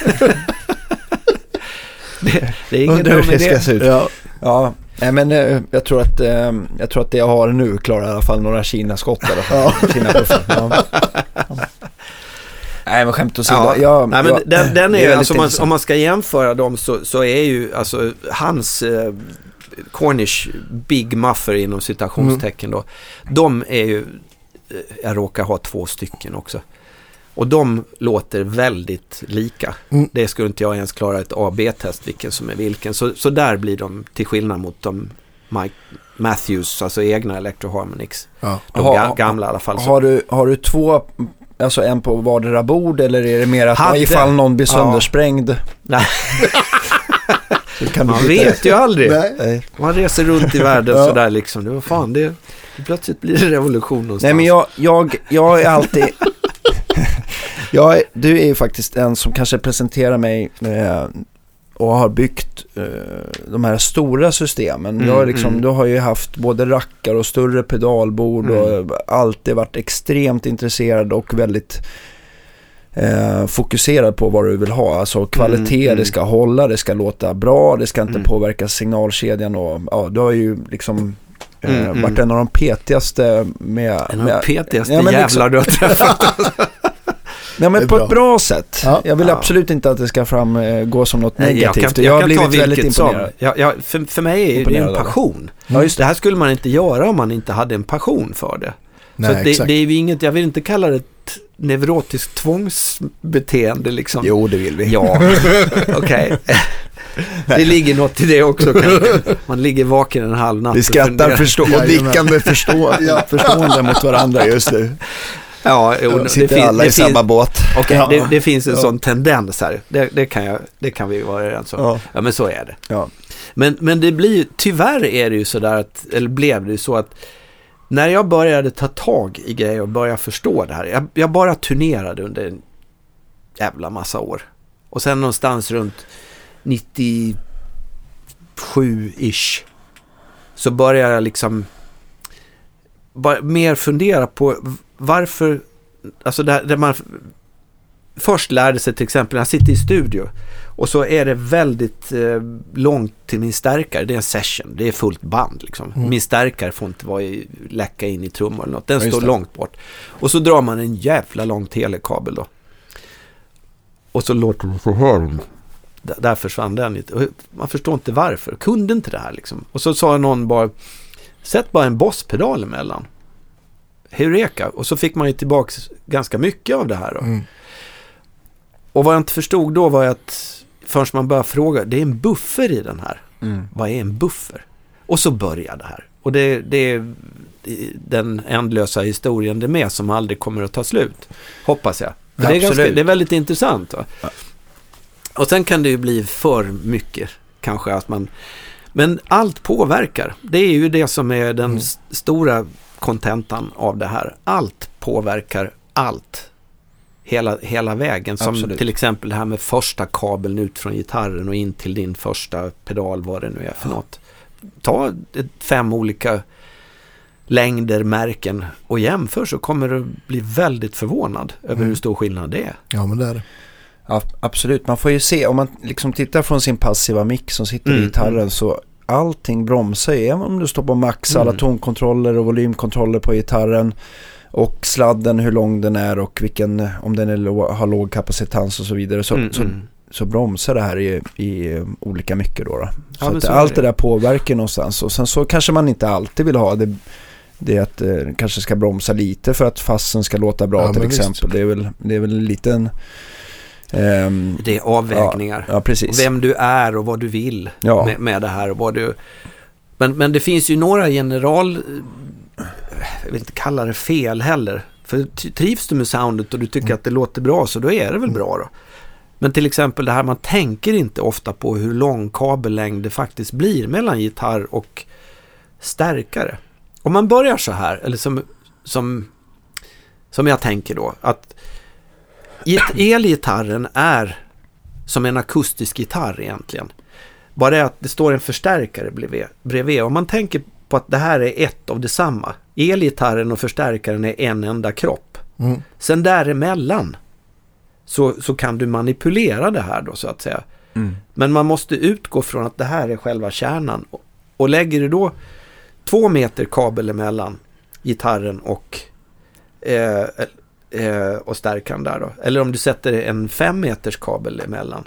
Det är ingen dum idé. Ja. Nej, men jag tror att det jag har nu klarar i alla fall några Kina-skott Nej, men skämt åsido. Den är alltså, om man ska jämföra dem så är ju alltså hans Cornish Big Muffer inom citationstecken då. De är ju, jag råkar ha 2 stycken också. Och de låter väldigt lika. Det skulle inte jag ens klara ett A-B-test vilken som är vilken. Så där blir de, till skillnad mot de Mike Matthews, alltså egna Electro Harmonix. De gamla i alla fall. Har du 2, alltså en på vardera bord, eller är det mer att ifall någon blir söndersprängd? Nej. Man vet ju aldrig. Nej. Man reser runt i världen sådär liksom. Det var fan, plötsligt blir det revolution någonstans. Nej, men jag är alltid du är ju faktiskt en som kanske presenterar mig och har byggt de här stora systemen. Du har ju haft både rackar och större pedalbord och alltid varit extremt intresserad och väldigt fokuserad på vad du vill ha. Alltså kvalitet, det ska hålla, det ska låta bra, det ska inte påverka signalkedjan och du har ju liksom varit en av de petigaste med... En av de petigaste jävlar liksom, du har träffat. Nej, men på ett bra sätt. Ja. Jag vill absolut inte att det ska gå som något negativt. Jag har blivit väldigt imponerad. För mig är det en passion. Ja, just det här skulle man inte göra om man inte hade en passion för det. Nej, så det är ju inget, jag vill inte kalla det ett neurotiskt tvångsbeteende liksom. Jo, det vill vi. Ja, okej. Det ligger något i det också kanske. Man ligger vaken en halv natt. Vi skrattar och nickar med förstående mot varandra just nu. Ja, alla i samma båt. Okay, det finns en sån tendens här. Det kan vi vara överens om. Ja, men så är det. Ja. Men det blir, tyvärr är det ju så där att, eller blev det så att när jag började ta tag i grejer och började förstå det här. Jag bara turnerade under en jävla massa år. Och sen någonstans runt 97-ish så började jag liksom bara mer fundera på varför, alltså där man först lärde sig till exempel när jag sitter i studio och så är det väldigt långt till min stärkare, det är en session, det är fullt band liksom. Min stärkare får inte läcka in i trummor eller något, den står långt bort och så drar man en jävla lång telekabel då och så låter det så här. Där försvann den. Man förstår inte varför. Kunde inte det här liksom. Och så sa någon bara, sätt bara en bosspedal emellan. Heureka. Och så fick man ju tillbaka ganska mycket av det här då. Och vad jag inte förstod då var att förrän man började fråga, det är en buffer i den här. Vad är en buffer? Och så började det här. Och det är den ändlösa historien det med som aldrig kommer att ta slut. Hoppas jag. Ja, det är väldigt intressant va? Ja. Och sen kan det ju bli för mycket kanske att men allt påverkar. Det är ju det som är den stora kontentan av det här. Allt påverkar allt. Hela vägen. Som till exempel det här med första kabeln ut från gitarren och in till din första pedal, vad det nu är för något. Ta 5 olika längder, märken och jämför så kommer du bli väldigt förvånad över hur stor skillnad det är. Ja, men det är det. Ja, absolut. Man får ju se, om man liksom tittar från sin passiva mick som sitter i gitarren så allting bromsar ju, även om du står på max alla tonkontroller och volymkontroller på gitarren och sladden, hur lång den är och vilken, om den har låg kapacitans och så vidare så bromsar det här i olika mycket då. Så att allt det där påverkar någonstans och sen så kanske man inte alltid vill ha det är att kanske ska bromsa lite för att fassen ska låta bra till exempel. Det är väl en liten det är avvägningar. Ja, precis. Och vem du är och vad du vill med det här och vad du. Men det finns ju några jag vill inte kalla det fel heller. För trivs du med soundet och du tycker att det låter bra så då är det väl bra då. Men till exempel det här, man tänker inte ofta på hur lång kabellängd det faktiskt blir mellan gitarr och stärkare. Om man börjar så här, eller som jag tänker då, att elgitarren är som en akustisk gitarr egentligen. Bara att det står en förstärkare bredvid. Om man tänker på att det här är ett av detsamma. Elgitarren och förstärkaren är en enda kropp. Sen däremellan så kan du manipulera det här då så att säga. Men man måste utgå från att det här är själva kärnan. Och lägger du då 2 meter kabel emellan gitarren och stärkaren där då. Eller om du sätter en 5 meters kabel emellan.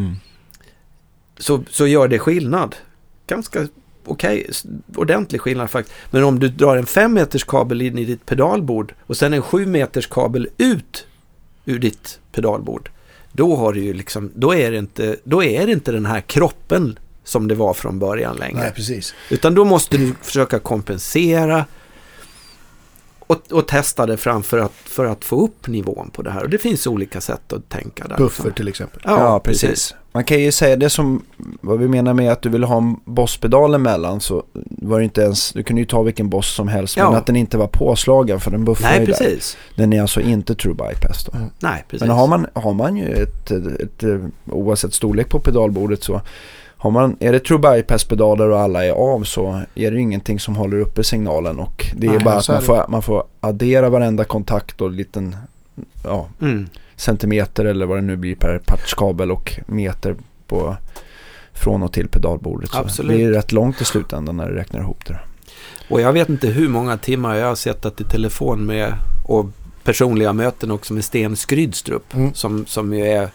Så gör det skillnad. Ganska ordentlig skillnad faktiskt. Men om du drar en 5 meters kabel in i ditt pedalbord och sen en 7 meters kabel ut ur ditt pedalbord, då har du ju liksom, då är det inte den här kroppen som det var från början längre. Nej, precis. Utan då måste du försöka kompensera och testa det för att få upp nivån på det här. Och det finns olika sätt att tänka där. Buffer till exempel. Ja, precis. Man kan ju säga det som vad vi menar med att du vill ha en bosspedal emellan, så var det inte ens, du kunde ju ta vilken boss som helst, men att den inte var påslagen för den buffrar. Nej, precis. Där. Den är alltså inte true bypass då. Nej, precis. Men har man ju ett oavsett storlek på pedalbordet så är det true bypass-pedaler och alla är av, så är det ingenting som håller uppe signalen, och det är bara att man får addera varenda kontakt och liten centimeter eller vad det nu blir per patchkabel och meter på från och till pedalbordet. Så absolut. det är rätt långt i slutändan när du räknar ihop det. Och jag vet inte hur många timmar jag har sett att i telefon med och personliga möten också med Sten Skrydstrup som ju är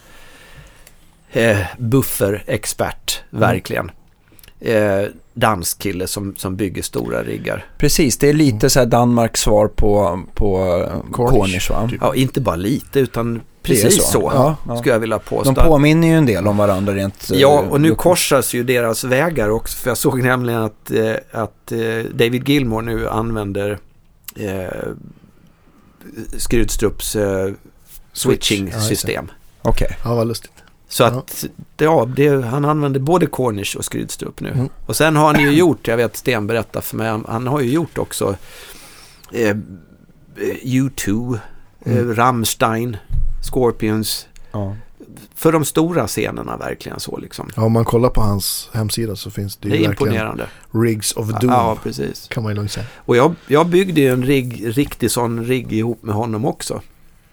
bufferexpert verkligen. Dansk kille som bygger stora riggar. Precis, det är lite så här Danmarks svar på Cornish, va? Ja, inte bara lite utan precis så skulle jag vilja påstå. De påminner ju en del om varandra rent... Ja, och nu korsas ju deras vägar också, för jag såg nämligen att David Gilmour nu använder Skrydstrups switching-system. Okej. Ja, vad lustigt. Så att han använder både Cornish och Skrydstrup nu. Och sen har han ju gjort, jag vet Sten berättar för mig, han har ju gjort också U2, Rammstein, Scorpions, för de stora scenerna verkligen så liksom. Ja, om man kollar på hans hemsida så finns det ju verkligen imponerande. Rigs of Doom. Ja, precis. Kan man ju lugnt säga. Och jag byggde ju en riktig sån rigg ihop med honom också.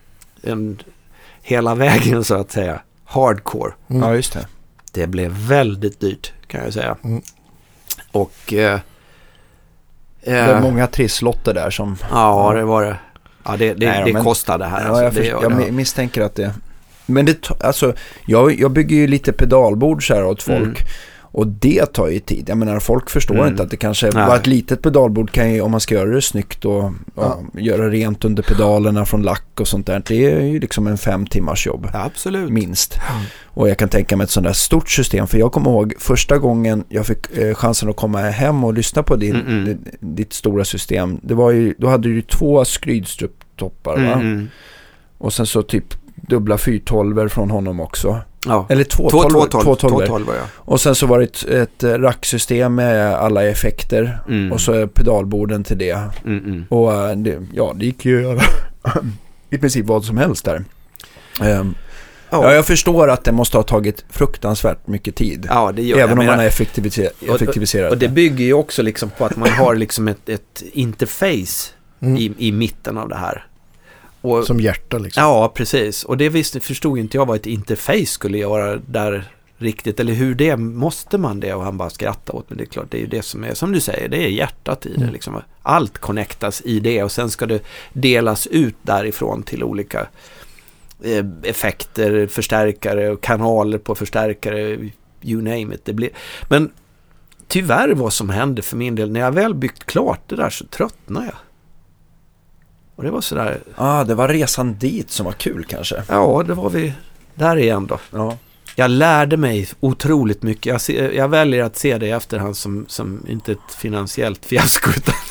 Hela vägen så att säga. Hardcore. Ja, just det. Det blev väldigt dyrt kan jag säga. Och det är många trisslotter där som... Ja, det var det. Ja, det kostade här. Ja, alltså, jag misstänker att det... Men alltså, jag bygger ju lite pedalbord så här åt folk. Och det tar ju tid. Jag menar, folk förstår inte att det kanske var ett litet pedalbord kan ju, om man ska göra det snyggt och göra rent under pedalerna från lack och sånt där. Det är ju liksom en 5 timmars jobb. Ja, absolut. Minst. Och jag kan tänka mig ett sånt där stort system. För jag kommer ihåg första gången jag fick chansen att komma hem och lyssna på ditt stora system. Det var ju, då hade du 2 Skrydstrup-toppar, va? Och sen så typ dubbla 412 från honom också. Ja. Eller 212. Ja. Och sen så var det ett racksystem med alla effekter och så pedalborden till det. Och det gick ju att göra i princip vad som helst där. Ja, jag förstår att det måste ha tagit fruktansvärt mycket tid. Ja, det gör även om man har effektiviserat. Och det bygger ju också liksom på att man har liksom ett interface i mitten av det här. Och, som hjärta liksom. Ja, precis. Och det förstod inte jag vad ett interface skulle göra där riktigt. Eller hur det måste man det. Och han bara skrattade åt mig. Det är klart, det är ju det som är, som du säger, det är hjärtat i det. Liksom. Allt connectas i det. Och sen ska det delas ut därifrån till olika effekter, förstärkare och kanaler på förstärkare. You name it. Men tyvärr vad som hände för min del. När jag väl byggt klart det där så tröttnade jag. Och det var sådär... det var resan dit som var kul kanske. Ja, det var vi där igen då. Ja. Jag lärde mig otroligt mycket. Jag väljer att se det i efterhand som inte ett finansiellt fiasko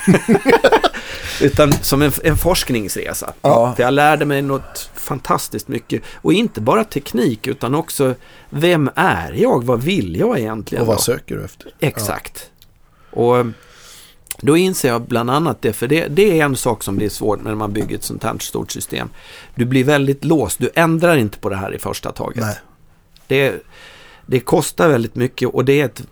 utan som en forskningsresa. Ja. För jag lärde mig något fantastiskt mycket. Och inte bara teknik utan också vem är jag? Vad vill jag egentligen? Och vad söker du efter? Exakt. Ja. Och... Då inser jag bland annat det, för det är en sak som blir svårt när man bygger ett sånt här stort system. Du blir väldigt låst, du ändrar inte på det här i första taget. Nej. Det kostar väldigt mycket och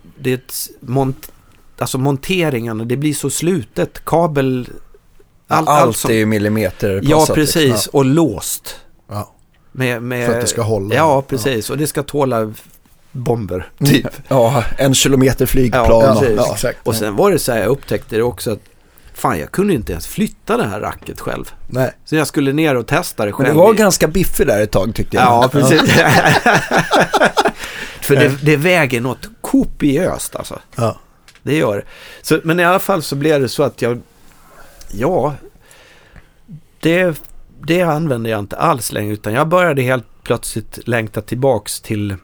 alltså monteringarna, det blir så slutet, kabel... Allt som, är millimeter passat. Ja, precis, och låst. Ja. Med, för att det ska hålla. Ja, precis, och det ska tåla... bomber, typ. Ja, 1 kilometer flygplan. Ja, exakt. Och sen var det så här, jag upptäckte det också att fan, jag kunde inte ens flytta det här racket själv. Nej. Så jag skulle ner och testa det själv. Men det var ganska biffig där ett tag tyckte jag. Ja, precis. För det väger något kopiöst alltså. Ja. Det gör det. Så, men i alla fall så blev det så att det använde jag inte alls längre, utan jag började helt plötsligt längta tillbaks till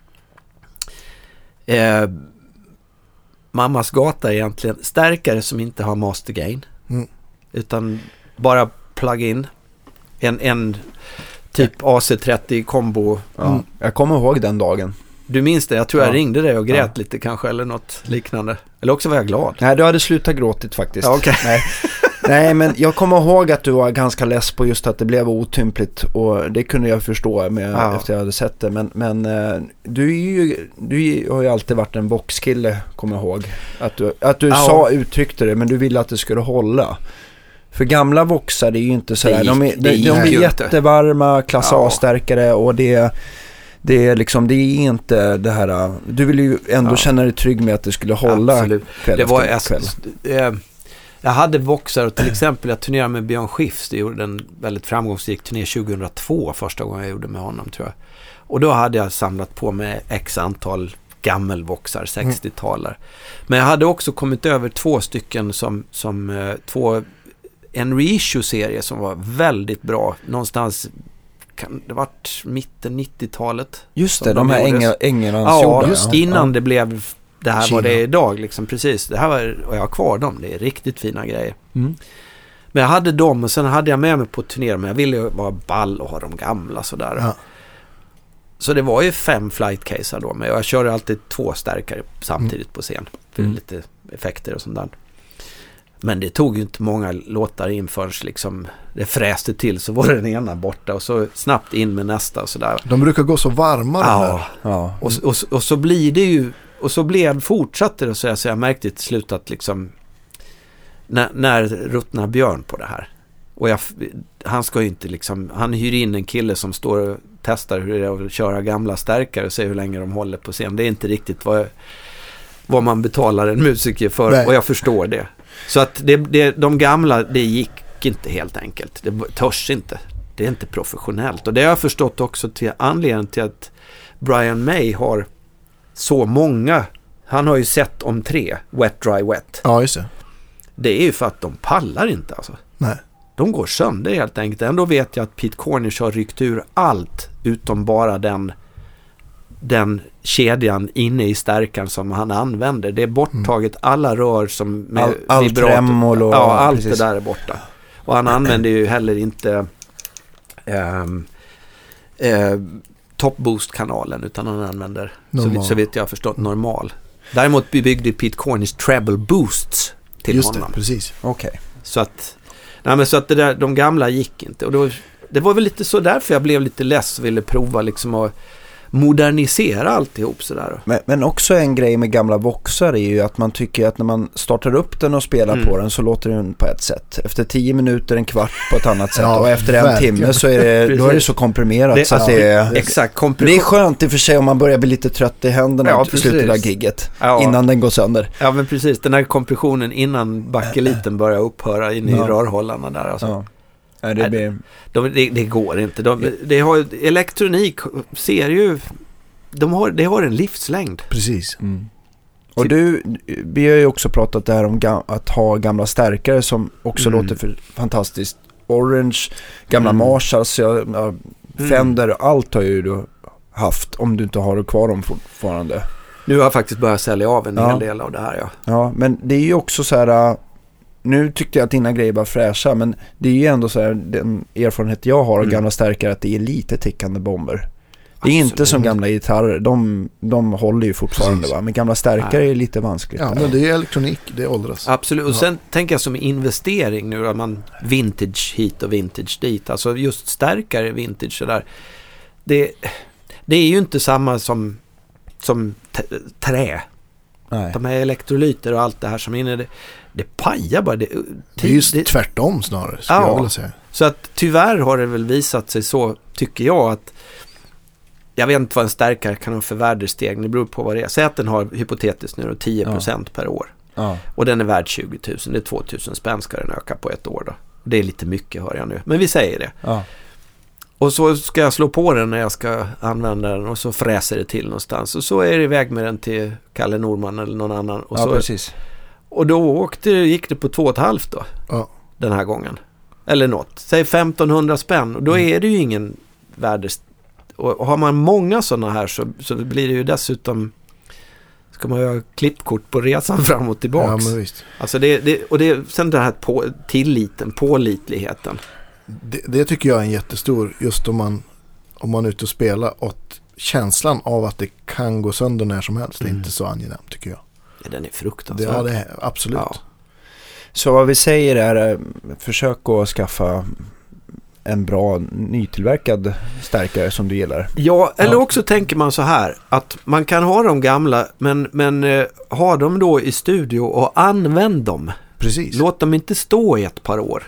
mammas gata egentligen, stärkare som inte har master gain utan bara plug-in en typ AC30 combo. Jag kommer ihåg den dagen. Du minns det? Jag tror jag ringde dig och grät lite kanske eller något liknande. Eller också var jag glad. Nej, du hade slutat gråtit faktiskt. Ja, okay. Nej, men jag kommer ihåg att du var ganska less på just att det blev otympligt och det kunde jag förstå efter jag hade sett det. Men du har ju alltid varit en boxkille, kommer jag ihåg. Att du uttryckte det, men du ville att det skulle hålla. För gamla voxar, det är ju inte sådär. De blir jättevarma, klass A-stärkare och det är liksom, det är inte det här. Du vill ju ändå känna dig trygg med att det skulle hålla. Absolut. Kväll efter kväll. Jag hade voxar och till exempel jag turnerade med Björn Skifs. Det gjorde en väldigt framgångsrik turné 2002, första gången jag gjorde med honom, tror jag. Och då hade jag samlat på mig x antal gammelvoxar, 60-talar. Men jag hade också kommit över 2 stycken en reissue-serie som var väldigt bra. Någonstans kan det varit mitten 90-talet. Just det, de här Englandsgjorda. Just innan det blev det här Kina. Var det idag liksom, precis. Det här var, och jag har kvar dem, det är riktigt fina grejer. Men jag hade dem och sen hade jag med mig på turnéer, men jag ville ju vara ball och ha de gamla sådär. Ja. Så det var ju 5 flightcaser då, men jag körde alltid 2 stärkare samtidigt på scen för lite effekter och sånt där. Men det tog ju inte många låtar in förrän liksom det fräste till, så var den ena borta och så snabbt in med nästa och sådär. De brukar gå så varma. Ja. Och så blir det ju, och så fortsatte det så jag märkte till slut att liksom när ruttnar Björn på det här. Och han ska ju inte liksom, han hyr in en kille som står och testar hur det är att köra gamla stärkare och se hur länge de håller på scen. Det är inte riktigt vad man betalar en musiker för. Nej. Och jag förstår det. Så att de gamla, det gick inte helt enkelt. Det törs inte. Det är inte professionellt. Och det har jag förstått också till anledningen till att Brian May har så många. Han har ju sett om 3 Wet, Dry, Wet. Ja, just det. Det är ju för att de pallar inte alltså. Nej. De går sönder helt enkelt. Ändå vet jag att Pete Cornish har ryckt ur allt utom bara den kedjan inne i stärkan som han använder. Det är borttaget alla rör som med allt tremolo. Ja, allt precis. Det där är borta. Och han använder ju heller inte top boost-kanalen, utan han använder så vitt jag har förstått normal. Däremot byggde Pete Cornish treble boosts till just honom. Det, precis. Okej. Så att det där, de gamla gick inte. Och det var väl lite så därför jag blev lite less och ville prova liksom att modernisera alltihop sådär. Men också en grej med gamla voxar är ju att man tycker att när man startar upp den och spelar på den så låter den på ett sätt. Efter 10 minuter, en kvart på ett annat sätt. Och efter en timme så är det, då är det så komprimerat så att det är... Exakt, det är skönt i och för sig om man börjar bli lite trött i händerna i slutet av gigget. Innan den går sönder. Ja, men precis. Den här kompressionen innan bakeliten börjar upphöra in i rörhållarna där. Alltså. Ja. Nej, det går inte. Elektronik ser ju det har en livslängd. Precis. Och vi har ju också pratat där om att ha gamla stärkare som också låter fantastiskt. Orange, gamla Marshalls, Fender, allt har ju du haft om du inte har kvar dem fortfarande. Nu har jag faktiskt börjat sälja av en hel del av det här. Ja, men det är ju också så här. Nu tyckte jag att dina grejer var fräscha, men det är ju ändå så här, den erfarenhet jag har av gamla stärkare, att det är lite tickande bomber. Det är inte som gamla gitarrer, de håller ju fortfarande, va? Men gamla stärkare är lite vanskligt. Ja, men det är elektronik, det åldras. Absolut, och sen tänker jag som investering nu, att man vintage hit och vintage dit, alltså just stärkare vintage sådär. Det är ju inte samma som trä. Nej. De här elektrolyter och allt det här som inne, det pajar bara. Det är just tvärtom snarare, skulle jag vilja säga. Så att tyvärr har det väl visat sig så, tycker jag, att jag vet inte vad en stärkare kan ha för värdesteg. Det beror på vad det är. Säg att den har hypotetiskt nu 10% per år. Ja. Och den är värd 20 000. Det är 2 000 spänn ska den öka på ett år då. Det är lite mycket, hör jag nu. Men vi säger det. Ja. Och så ska jag slå på den när jag ska använda den, och så fräser det till någonstans. Och så är det iväg med den till Kalle Norman eller någon annan. Och så, precis. Och då gick det på 2,5 då. Ja. Den här gången. Eller något. Säg 1500 spänn. Och då är det ju ingen värdesteg. Och har man många sådana här så blir det ju dessutom, ska man ju ha klippkort på resan fram och tillbaks. Ja, men visst. Alltså sen det här pålitligheten. Det tycker jag är en jättestor, just om man är ute och spelar, och känslan av att det kan gå sönder när som helst. Det är inte så angenämt, tycker jag. Ja, den är fruktansvärd. Ja, det är absolut. Ja. Så vad vi säger är, försök att skaffa en bra nytillverkad stärkare som du gillar. Ja, eller också tänker man så här, att man kan ha de gamla, men ha dem då i studio och använd dem. Precis. Låt dem inte stå i ett par år.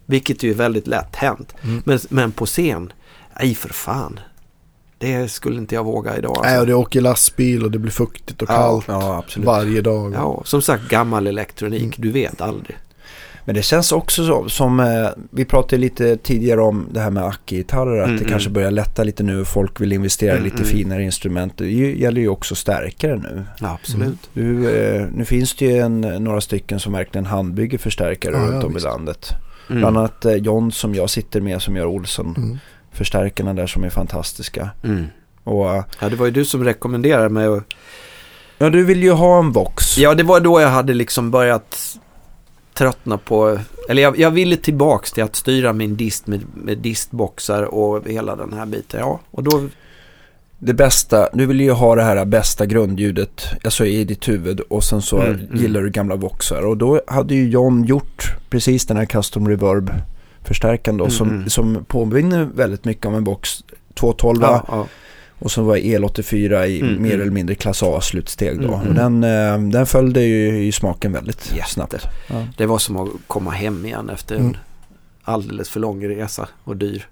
Vilket ju är väldigt lätt hänt. Men på scen, nej för fan. Det skulle inte jag våga idag. Alltså. Nej, och det åker lastbil och det blir fuktigt och kallt varje dag. Ja, som sagt, gammal elektronik. Du vet aldrig. Men det känns också som vi pratade lite tidigare om det här med Acke-gitarrer, att det kanske börjar lätta lite nu. Folk vill investera i lite finare instrument. Det gäller ju också stärkare nu. Ja, absolut. Nu finns det ju några stycken som verkligen handbygger förstärkare runt om i landet. Bland annat John som jag sitter med som gör Olsson. Förstärkarna där som är fantastiska. Och, ja, det var ju du som rekommenderade mig att... Ja, du vill ju ha en Vox. Ja, det var då jag hade liksom börjat tröttna på... Eller jag ville tillbaks till att styra min dist med distboxar och hela den här biten. Ja, och då... Det bästa, du vill ju ha det här bästa grundljudet alltså i ditt huvud, och sen så gillar du gamla Voxar. Och då hade ju John gjort precis den här custom reverb förstärkaren då, som påminner väldigt mycket om en Vox 212 och så var El84 i mer eller mindre klass A-slutsteg då. Och den följde ju i smaken väldigt snabbt. Ja. Det var som att komma hem igen efter en alldeles för lång resa och dyr.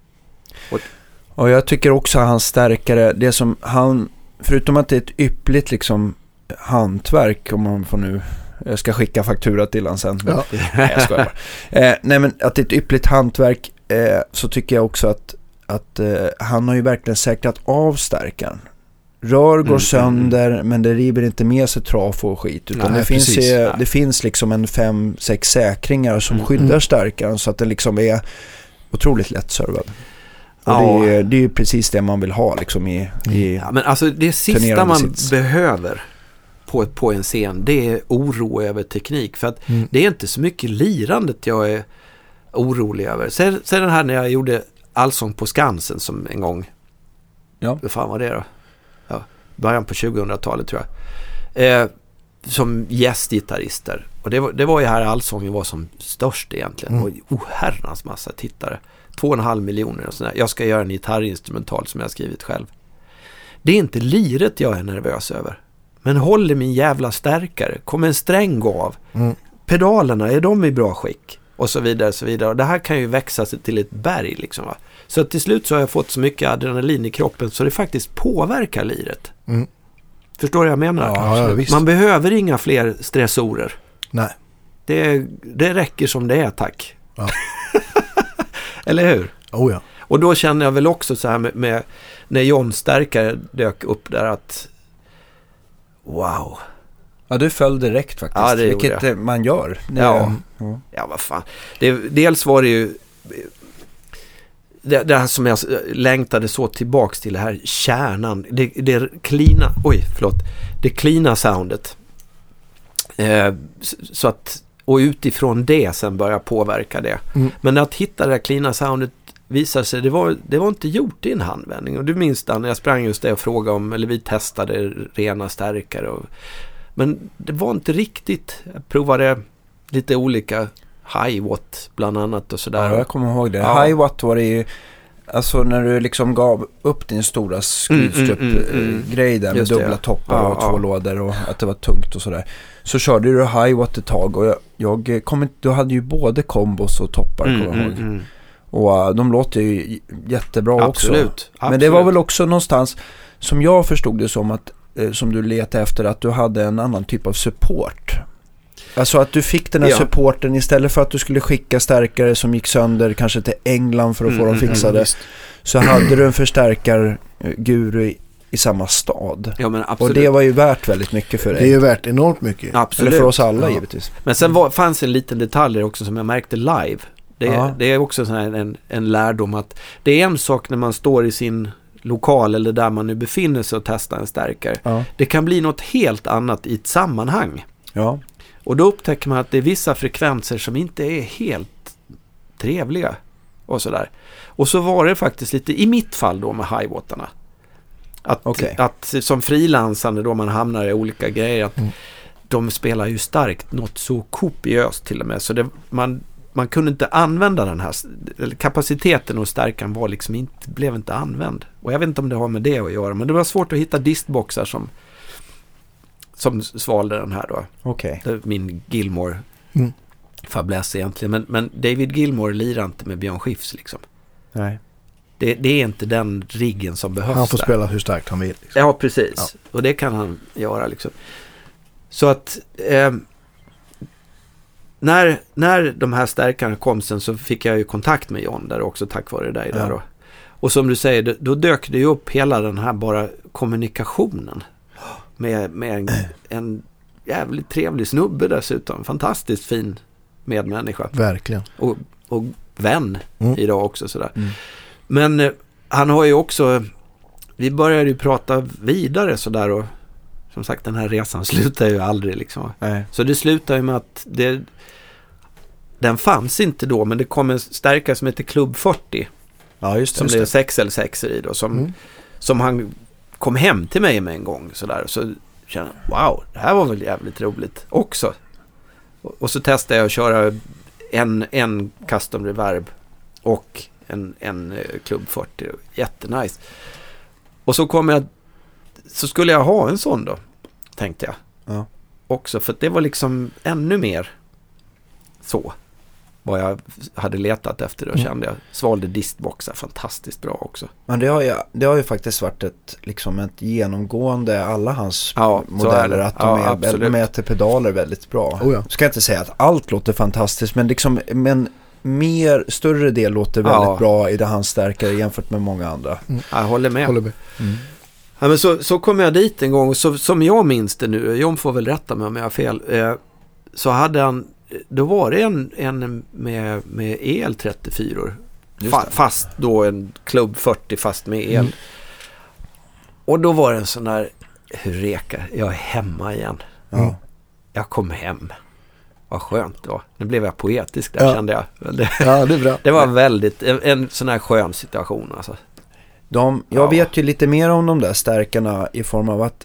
Och jag tycker också att hans stärkare, det som han, förutom att det är ett yppligt liksom hantverk, om man får nu, jag ska skicka faktura till han sen. Ja. Nej, jag skojar bara. Nej, men att det är ett yppligt hantverk, så tycker jag också att han har ju verkligen säkrat av stärkaren. Rör går sönder, men det river inte med sig traf och skit, utan det finns liksom en 5-6 säkringar som skyddar stärkaren, så att den liksom är otroligt lätt servad. Och det är ju precis det man vill ha liksom i men alltså det sista man behöver på en scen, det är oro över teknik, för att det är inte så mycket lirandet jag är orolig över. Sen den här när jag gjorde Allsång på Skansen som en gång, hur fan var det då? Ja, början på 2000-talet tror jag. Som gästgitarrister. Och det var ju här Allsången var som störst egentligen. Och herrans massa tittare. 2,5 miljoner och sådär. Jag ska göra en gitarrinstrumental som jag har skrivit själv. Det är inte liret jag är nervös över. Men håller min jävla stärkare. Kommer en sträng gå av? Pedalerna, är de i bra skick? Och så vidare, så vidare. Och det här kan ju växa sig till ett berg liksom, va? Så att till slut så har jag fått så mycket adrenalin i kroppen så det faktiskt påverkar liret. Förstår du vad jag menar? Ja, man behöver inga fler stressorer. Nej. Det räcker som det är, tack. Ja. Eller hur? Oh ja. Och då känner jag väl också så här med när John stärkare dök upp där att wow. Ja, du föll direkt faktiskt. Ja, det vilket man gör. Ja, vad fan. Dels var det ju det här som jag längtade så tillbaks till, det här kärnan. Det cleana soundet. Så att, och utifrån det sen börja påverka det. Men att hitta det här cleana soundet visar sig, det var inte gjort i en handvändning. Och du minns när jag sprang just det och frågade om, eller vi testade rena stärkare. Men det var inte riktigt. Jag provade lite olika Hi-Watt bland annat och sådär. Ja, jag kommer ihåg det. Ja. Hi-Watt var det ju, alltså när du liksom gav upp din stora skyddsgrej där med dubbla toppar och 2 lådor och att det var tungt och sådär. Så körde du Hi-Watt ett tag och du hade ju både kombos och toppar, kommer jag ihåg. Och de låter ju jättebra också. Men det var väl också någonstans som jag förstod det som att som du letade efter, att du hade en annan typ av support. Alltså att du fick den här supporten istället för att du skulle skicka stärkare som gick sönder kanske till England för att få dem fixade. Så hade du en förstärkarguru i samma stad. Ja, men absolut. Och det var ju värt väldigt mycket för dig. Det är ju värt enormt mycket. Absolut. Eller för oss alla givetvis. Men sen fanns en liten detalj också som jag märkte live. Det är också så här en lärdom att det är en sak när man står i sin lokal eller där man nu befinner sig och testar en stärkare. Ja. Det kan bli något helt annat i ett sammanhang. Ja. Och då upptäcker man att det är vissa frekvenser som inte är helt trevliga och sådär. Och så var det faktiskt lite i mitt fall då med Hi-Wattarna. Att som frilansande då man hamnar i olika grejer att de spelar ju starkt, något så kopiöst till och med. Så man kunde inte använda den här kapaciteten och stärkan var liksom blev inte använd. Och jag vet inte om det har med det att göra, men det var svårt att hitta distboxar som svalde den här då. Okej. Min Gilmore fäbless egentligen. Men David Gilmour lirar inte med Björn Skifs liksom. Nej. Det är inte den riggen som behövs. Han får där. spela hur starkt han vill. Liksom. Ja, precis. Ja. Och det kan han göra liksom. Så att när de här stärkarna kom sen så fick jag ju kontakt med John där också tack vare dig där då. Och som du säger, då dök det ju upp hela den här bara kommunikationen med en jävligt trevlig snubbe dessutom. Fantastiskt fin medmänniska. Verkligen. Och vän idag också sådär. Men han har ju också, vi började ju prata vidare sådär och som sagt den här resan slutar ju aldrig liksom. Nej. Så det slutar ju med att den fanns inte då, men det kom en stärkare som heter Club 40. Ja, just det. Som det är 6L6 i då, som han kom hem till mig med en gång sådär. Så kände jag, wow, det här var väl jävligt roligt också. Och så testade jag att köra en custom reverb och en Club 40. Jättenice. Och så skulle jag ha en sån då, tänkte jag. Ja. Också, för att det var liksom ännu mer så vad jag hade letat efter och kände jag. Svalde distboxar fantastiskt bra också. Men det har ju faktiskt varit ett genomgående alla hans modeller att de mäter pedaler väldigt bra. Ska jag inte säga att allt låter fantastiskt, men större del låter väldigt bra i det hans stärkare jämfört med många andra. Jag håller med. Ja, men så kom jag dit en gång och som jag minns det nu, John får väl rätta mig om jag har fel, så hade han, då var det en med EL34 fast då en Club 40 fast med el. Och då var det en sån där hureka, jag är hemma igen. Jag kom hem. Vad skönt då. Nu blev jag poetisk där kände jag. Det är bra. Det var väldigt en sån här skön situation alltså. Jag vet ju lite mer om de där stärkarna i form av att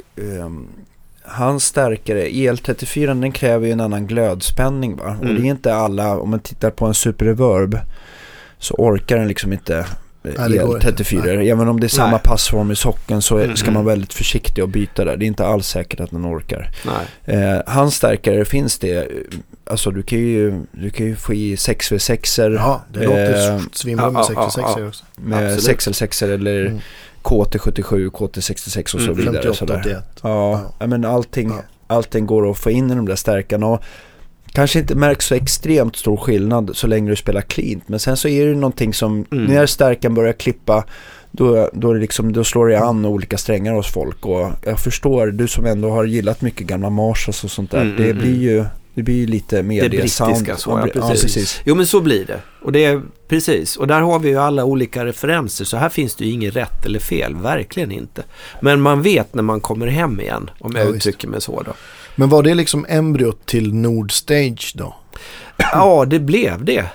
hans stärkare, EL34, den kräver ju en annan glödspänning va? Och det är inte alla, om man tittar på en Super Reverb så orkar den liksom inte EL34. Även om det är samma passform i socken så ska man väldigt försiktig att byta där. Det är inte alls säkert att den orkar. Hans stärkare finns det, alltså du kan ju få i 6V6-er. Ja, det låter svimmar med 6V6-er också. Med 6L6-er eller KT77, KT66 och så vidare. 58, men allting går att få in i de där stärkarna och kanske inte märks så extremt stor skillnad så länge du spelar cleant, men sen så är det någonting som när stärkan börjar klippa då slår det an olika strängar hos folk och jag förstår, du som ändå har gillat mycket gamla Marshalls och sånt där, det blir ju lite mer det sound. Precis. Jo, men så blir det. Och det är precis. Och där har vi ju alla olika referenser. Så här finns det ju inget rätt eller fel. Verkligen inte. Men man vet när man kommer hem igen. Om jag uttrycker mig så då. Men var det liksom embryot till Nordstage då? Ja, det blev det.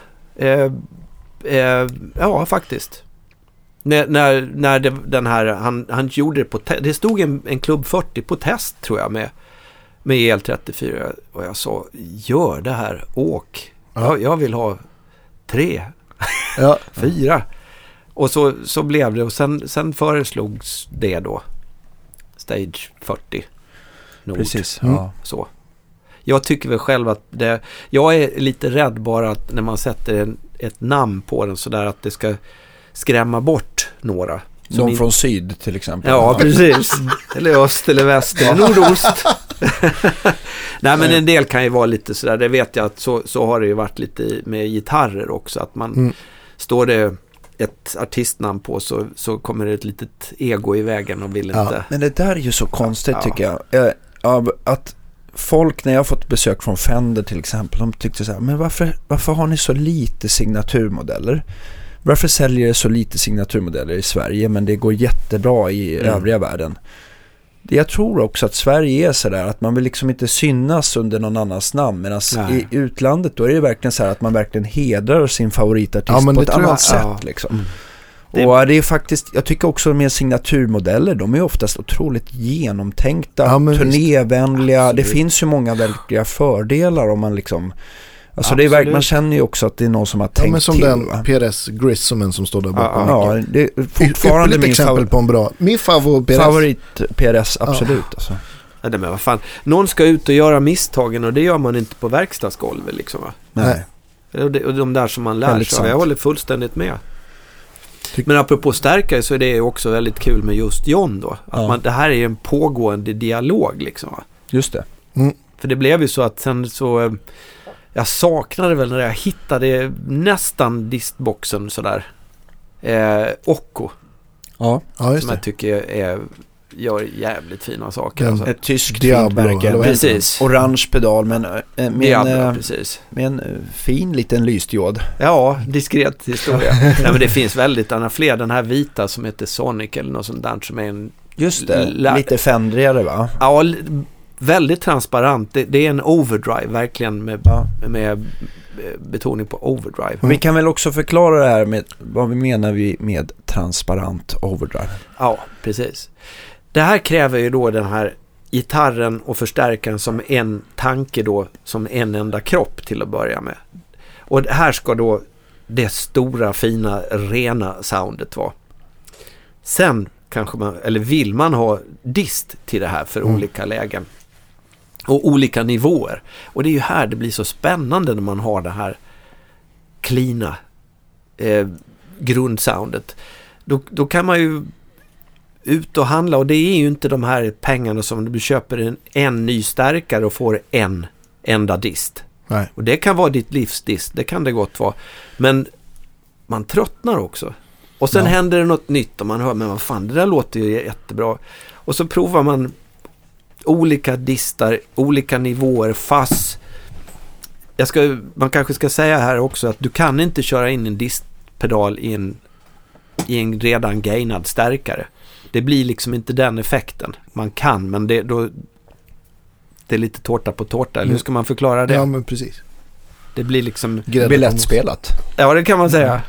Ja, faktiskt. När den här han gjorde det på det stod en Club 40 på test tror jag med EL34 och jag sa, gör det här, åk. Jag vill ha 3 4 och så blev det och sen föreslogs det då Stage 40 Nord. Precis. Så. Jag tycker väl själv att jag är lite rädd bara att när man sätter ett namn på den så där att det ska skrämma bort några. Som från syd till exempel. Ja, precis. Eller öst eller väst eller nordost. Nej, men en del kan ju vara lite sådär. Det vet jag att så har det ju varit lite med gitarrer också. Att man står det ett artistnamn på så kommer det ett litet ego i vägen och vill inte. Men det där är ju så konstigt tycker jag. Att folk, när jag har fått besök från Fender till exempel, de tyckte så här, men varför har ni så lite signaturmodeller? Varför säljer det så lite signaturmodeller i Sverige men det går jättebra i övriga världen? Jag tror också att Sverige är sådär att man vill liksom inte synas under någon annans namn, medan i utlandet då är det verkligen så här att man verkligen hedrar sin favoritartist på ett annat sätt liksom. Och det är faktiskt, jag tycker också med signaturmodeller, de är oftast otroligt genomtänkta, turnévänliga. Det finns ju många verkliga fördelar om man liksom, alltså det är man känner ju också att det är någon som har tänkt men som till. Den PRS Grissomen som står där bakom. Ja, det är fortfarande min exempel på en bra. Min favorit PRS, absolut alltså. Men vad fan, någon ska ut och göra misstagen och det gör man inte på verkstadsgolvet liksom, va? Nej. Och de där som man lär sig. Jag håller fullständigt med. Men apropå stärkare så är det också väldigt kul med just John då. Att det här är en pågående dialog liksom, va? Just det. För det blev ju så att sen så jag saknade väl när jag hittade nästan distboxen sådär. Occo. Ja, just som jag tycker gör jävligt fina saker. Alltså. Ett tyskt Diablo. Precis. Orange pedal med en fin liten lysdiod. Ja, diskret historia. Nej, men det finns väldigt fler. Den här vita som heter Sonic eller något sånt där som är en... Just det, lite fändrigare va? Ja, väldigt transparent. Det är en overdrive verkligen med betoning på overdrive. Vi kan väl också förklara det här med vad vi menar med transparent overdrive. Ja, precis. Det här kräver ju då den här gitarren och förstärkaren som en tanke då, som en enda kropp till att börja med. Och här ska då det stora, fina, rena soundet vara. Sen kanske vill man ha dist till det här för olika lägen. Och olika nivåer. Och det är ju här det blir så spännande när man har det här cleana grundsoundet. Då kan man ju ut och handla, och det är ju inte de här pengarna som du köper en ny stärkare och får en enda dist. Nej. Och det kan vara ditt livsdist, det kan det gott vara. Men man tröttnar också. Och sen händer det något nytt och man hör, men vad fan, det där låter ju jättebra. Och så provar man olika distar, olika nivåer, fass. Man kanske ska säga här också att du kan inte köra in en distpedal i en redan gainad stärkare. Det blir liksom inte den effekten. Man kan, men det är lite tårta på tårta. Eller hur ska man förklara det? Ja, men precis. Det blir liksom... Biljettspelat. Ja, det kan man säga.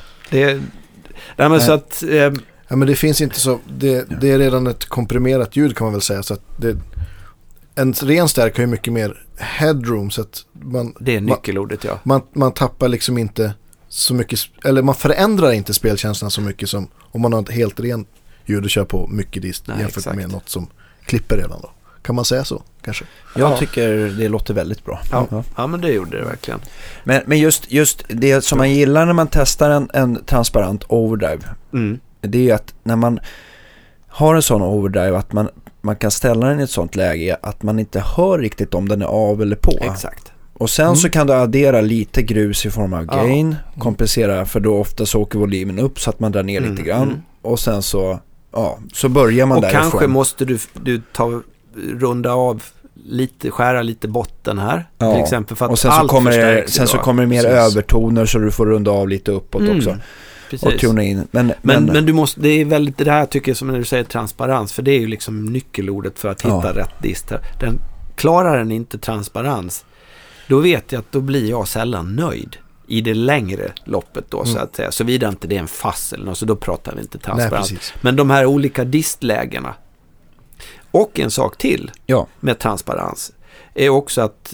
Så att... Ja, men det finns inte så... Det är redan ett komprimerat ljud kan man väl säga. Så att en ren stärk har ju mycket mer headroom. Så att det är nyckelordet, man tappar liksom inte så mycket... Eller man förändrar inte spelkänslan så mycket som om man har ett helt rent ljud och kör på mycket dist jämfört med något som klipper redan då. Kan man säga så, kanske? Jag tycker det låter väldigt bra. Ja, men det gjorde det verkligen. Men just det som man gillar när man testar en transparent overdrive, det är att när man har en sån overdrive att man kan ställa den i ett sånt läge att man inte hör riktigt om den är av eller på. Exakt. Och sen så kan du addera lite grus i form av gain, kompensera, för då ofta så åker volymen upp så att man drar ner lite grann. Och sen så börjar man därifrån. Och kanske måste du runda av lite, skära lite botten här till exempel, för att och sen så kommer det mer övertoner så du får runda av lite uppåt också. Precis. Och tuna in. Men du måste, det är väldigt det här tycker jag, som när du säger transparens, för det är ju liksom nyckelordet för att hitta rätt dist här. Klarar den inte transparens, då vet jag att då blir jag sällan nöjd i det längre loppet då, så att säga. Såvida inte det är en fass eller något, så då pratar vi inte transparens. Nej, men de här olika distlägena. Och en sak till med transparens är också att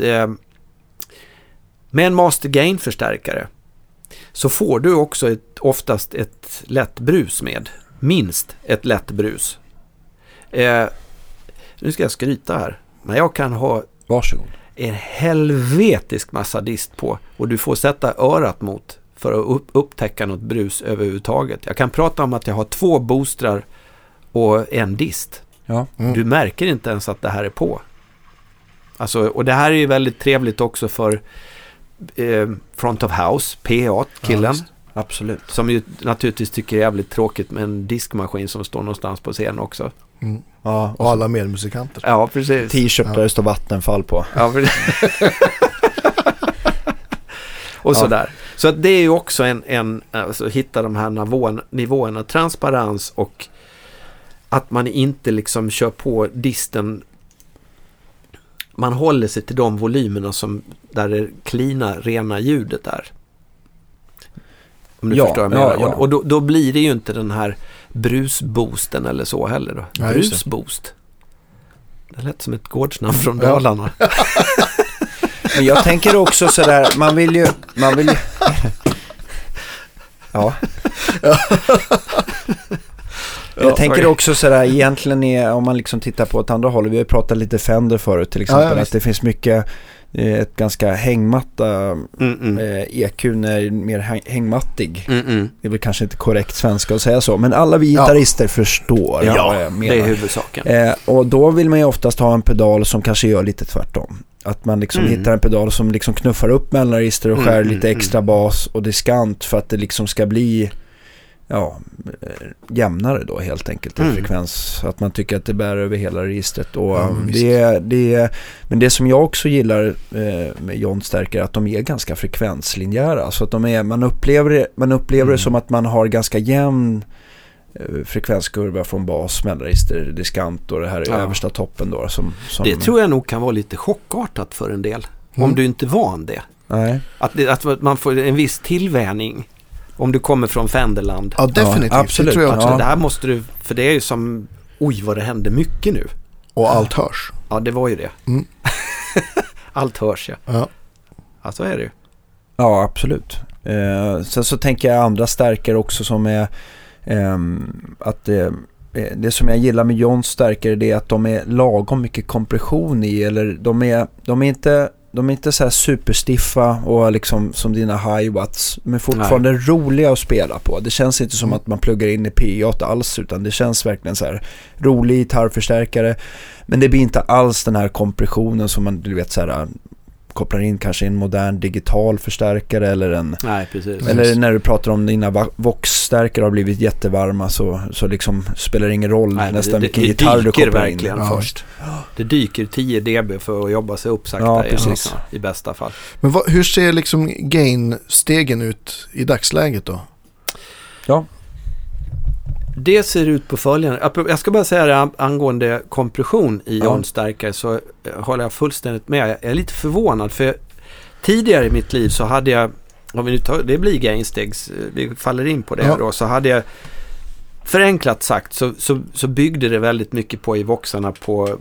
med en master gain förstärkare så får du också oftast ett lätt brus med. Minst ett lätt brus. Nu ska jag skryta här. Men jag kan ha en helvetisk massa dist på, och du får sätta örat mot för att upptäcka något brus överhuvudtaget. Jag kan prata om att jag har 2 boostrar och en dist. Ja. Du märker inte ens att det här är på. Alltså, och det här är ju väldigt trevligt också för front of house, PA-killen. Absolut. Som ju naturligtvis tycker det är jävligt tråkigt med en diskmaskin som står någonstans på scenen också. Ja, och alla medmusikanter. Ja, precis. T-shirt där det står Vattenfall på. Ja, och sådär. Så att det är ju också alltså, hitta de här nivåerna, transparens och att man inte liksom kör på disten. Man håller sig till de volymerna som där det cleana, rena ljudet är. Om du förstår vad jag menar. Och då blir det ju inte den här brusboosten eller så heller då. Ja, brusboost. Det lät som ett gårdsnamn från Dalarna. Men jag tänker också sådär, man vill ju Jag tänker också sådär, egentligen om man liksom tittar på ett andra håll, vi har ju pratat lite Fender förut till exempel, att det finns mycket ett ganska hängmatta EQn är mer hängmattig. Det är väl kanske inte korrekt svenska att säga så, men alla vi gitarrister förstår vad jag menar. Det är huvudsaken. Och då vill man ju oftast ha en pedal som kanske gör lite tvärtom. Att man liksom hittar en pedal som liksom knuffar upp mellanregister och skär lite extra bas och diskant för att det liksom ska bli jämnare då helt enkelt i frekvens, att man tycker att det bär över hela registret och men det som jag också gillar med John stärkare är att de är ganska frekvenslinjära, så att man upplever det som att man har ganska jämn frekvenskurva från bas, mellanregister, diskant och det här översta toppen då som det tror jag nog kan vara lite chockartat för en del om du inte är van det. Nej. Att man får en viss tillvänjning om du kommer från Fenderland. Ja, definitivt. Absolut. Det tror jag också. Det här måste du, för det är ju som, vad det händer mycket nu. Och allt hörs. Ja, det var ju det. Allt hörs, ja. Ja, så är det ju. Ja, absolut. Sen så tänker jag andra stärkare också som är att det som jag gillar med Johns stärkare, det är att de är lagom mycket kompression i, eller de är inte så här superstiffa och liksom som dina hi-watts, men fortfarande roliga att spela på. Det känns inte som att man pluggar in i P8 alls, utan det känns verkligen så här rolig gitarrförstärkare, men det blir inte alls den här kompressionen som man, du vet, så här kopplar in kanske en modern digital förstärkare eller en... Nej, precis. Eller när du pratar om dina Vox-stärkare har blivit jättevarma så liksom spelar det ingen roll nästan vilken gitarr du kopplar in först. Det dyker 10 dB för att jobba sig upp sakta precis. I bästa fall. Men hur ser liksom gain-stegen ut i dagsläget då? Ja. Det ser ut på följande. Jag ska bara säga det angående kompression i John-stärkare, så håller jag fullständigt med. Jag är lite förvånad, för tidigare i mitt liv så hade jag, om vi nu tar, det blir gainstegs, vi faller in på det då, så hade jag förenklat sagt så byggde det väldigt mycket på i voxarna på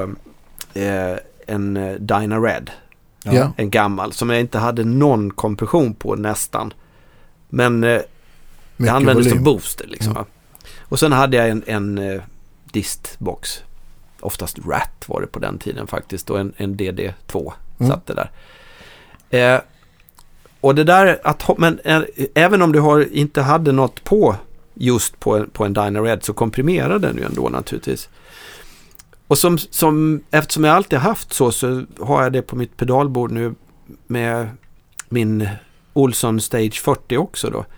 en Dyna-Red. En gammal som jag inte hade någon kompression på nästan. Men jag använde som booster liksom. Och sen hade jag en distbox. Oftast Rat var det på den tiden faktiskt. Och en DD2 satt det där. Och det där, men även om du inte hade något på just på en Dyna-Red, så komprimerade den ju ändå naturligtvis. Och eftersom jag alltid haft så har jag det på mitt pedalbord nu med min Olsson Stage 40 också då.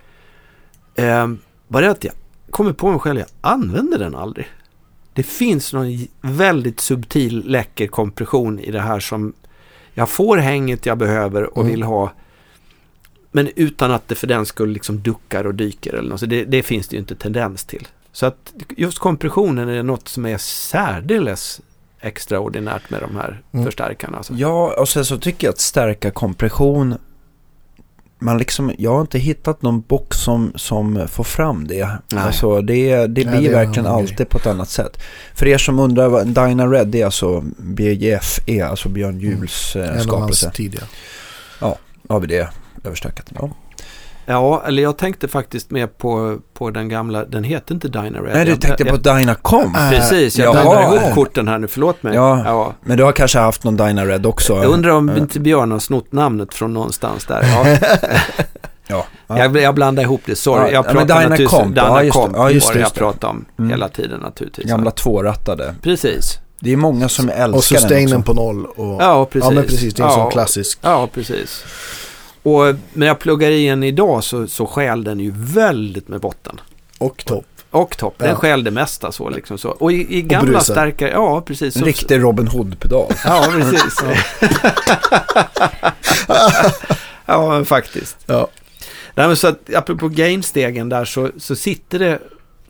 Bara att jag kommer på mig själv, jag använder den aldrig. Det finns någon väldigt subtil läcker kompression i det här som jag får hänget jag behöver och vill ha, men utan att det för den skull liksom duckar och dyker eller något. Så det finns det ju inte tendens till. Så att just kompressionen är något som är särdeles extraordinärt med de här förstärkarna. Alltså. Ja, och sen så tycker jag att stärka kompression, jag har inte hittat någon box som får fram det. Alltså det blir verkligen alltid på ett annat sätt. För er som undrar vad Dyna-Red, det är alltså BJF, alltså Björn Juhls skapelse. Ja, har vi det överstökat. Ja, eller jag tänkte faktiskt mer på den gamla, den heter inte Dyna-Red. Nej, du tänkte på Dynacom. Precis, jag blandar ihop korten här nu, förlåt mig. Ja, men du har kanske haft någon Dyna-Red också. Jag undrar om inte Björn har snott namnet från någonstans där. Ja. Jag blandar ihop det, sorry. Jag pratar naturligtvis om Dynacom, jag pratar om hela tiden naturligtvis. Gamla tvårattade. Precis. Det är många som älskar den. Och sustainen på 0. Och... Ja, precis. Ja, men precis, det är en sån klassisk. Ja, precis. Och när jag pluggar i en idag så skäl den ju väldigt med botten. Och topp. Den skäl det mesta så liksom så. Och i gamla starkare, ja precis. En riktig Robin Hood-pedal. Ja, precis. Ja, faktiskt. Ja. Nej, men så att apropå gainstegen där så sitter det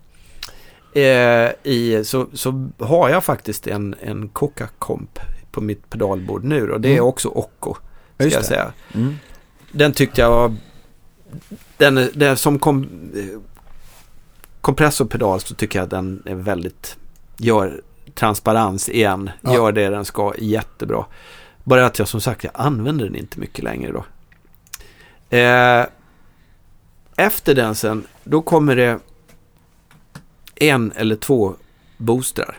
så har jag faktiskt en Coca-komp på mitt pedalbord nu, och det är också Occo, ska jag säga. Den tyckte jag var den som kompressorpedal, så tycker jag att den är väldigt, gör transparens igen, gör det den ska jättebra. Bara att jag som sagt, jag använder den inte mycket längre då. Efter den sen, då kommer det 1 eller 2 boostrar.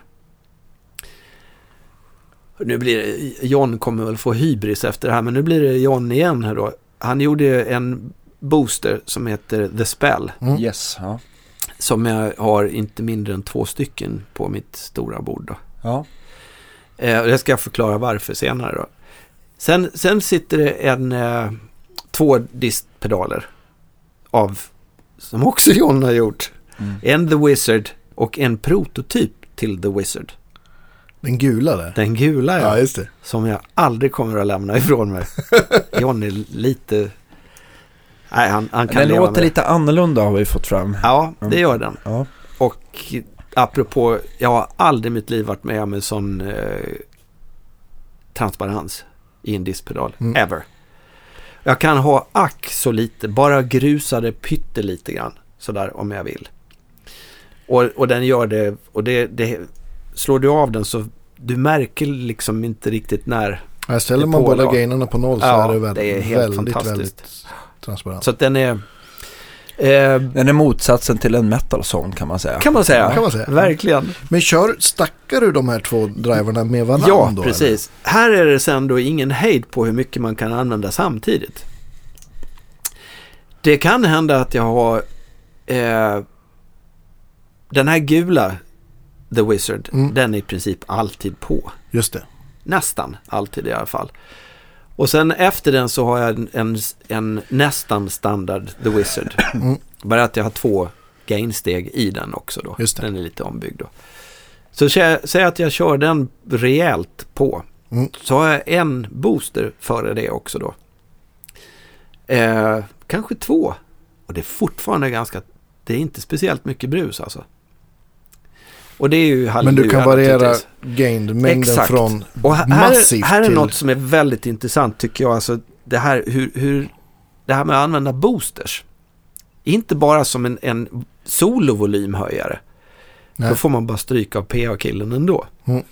Nu blir det, John kommer väl få hybris efter det här, men nu blir det John igen här då. Han gjorde en booster som heter The Spell. Yes, ja. Som jag har inte mindre än 2 stycken på mitt stora bord då. Ja. Det ska jag förklara varför senare då. Sen sitter det 2 distpedaler som också John har gjort. En The Wizard och en prototyp till The Wizard. Den gula där? Den gula, ja. Just det. Som jag aldrig kommer att lämna ifrån mig. John är lite... Nej, han kan den leva låter med lite annorlunda har vi fått fram. Ja, det gör den. Ja. Och apropå, jag har aldrig i mitt liv varit med om sån transparens i en distpedal. Ever. Jag kan ha så lite, bara grusade pyttelite grann sådär om jag vill. Och den gör det, och det slår du av den så du märker liksom inte riktigt när. Här ställer man båda gainarna på 0 så är det väldigt, väldigt transparent. Så att den är den är motsatsen till en metal zone kan man säga. Kan man säga. Verkligen. Men stackar du de här 2 driverna med varandra? Ja, då, precis. Eller? Här är det sen då ingen hejd på hur mycket man kan använda samtidigt. Det kan hända att jag har den här gula The Wizard, den är i princip alltid på. Just det. Nästan alltid i alla fall. Och sen efter den så har jag en nästan standard The Wizard. Bara att jag har 2 gainsteg i den också då. Just det. Den är lite ombyggd då. Så säg att jag kör den rejält på. Så har jag en booster före det också då. Kanske 2. Och det är fortfarande det är inte speciellt mycket brus alltså. Och det är ju halleluja. Men du kan variera gain-mängden från och massivt här är till... något som är väldigt intressant tycker jag. Alltså det här, hur det här med att använda boosters. Inte bara som en solovolymhöjare. Då får man bara stryka av PA-killen ändå.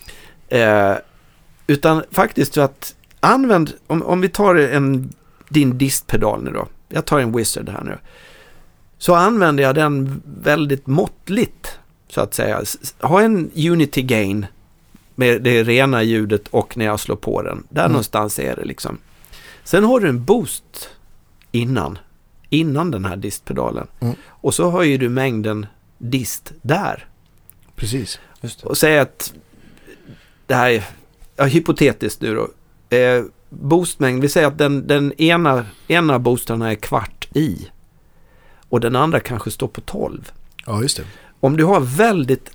Utan faktiskt så att använd, om vi tar din distpedal nu då. Jag tar en Wizard här nu. Så använder jag den väldigt måttligt så att säga. Ha en unity gain med det rena ljudet och när jag slår på den. Där någonstans är det liksom. Sen har du en boost innan den här distpedalen. Och så höjer du mängden dist där. Precis. Just det. Och säg att det här är hypotetiskt nu då. Boostmängd, vi säger att den ena boostrarna är kvart i och den andra kanske står på 12. Ja, just det. Om du har väldigt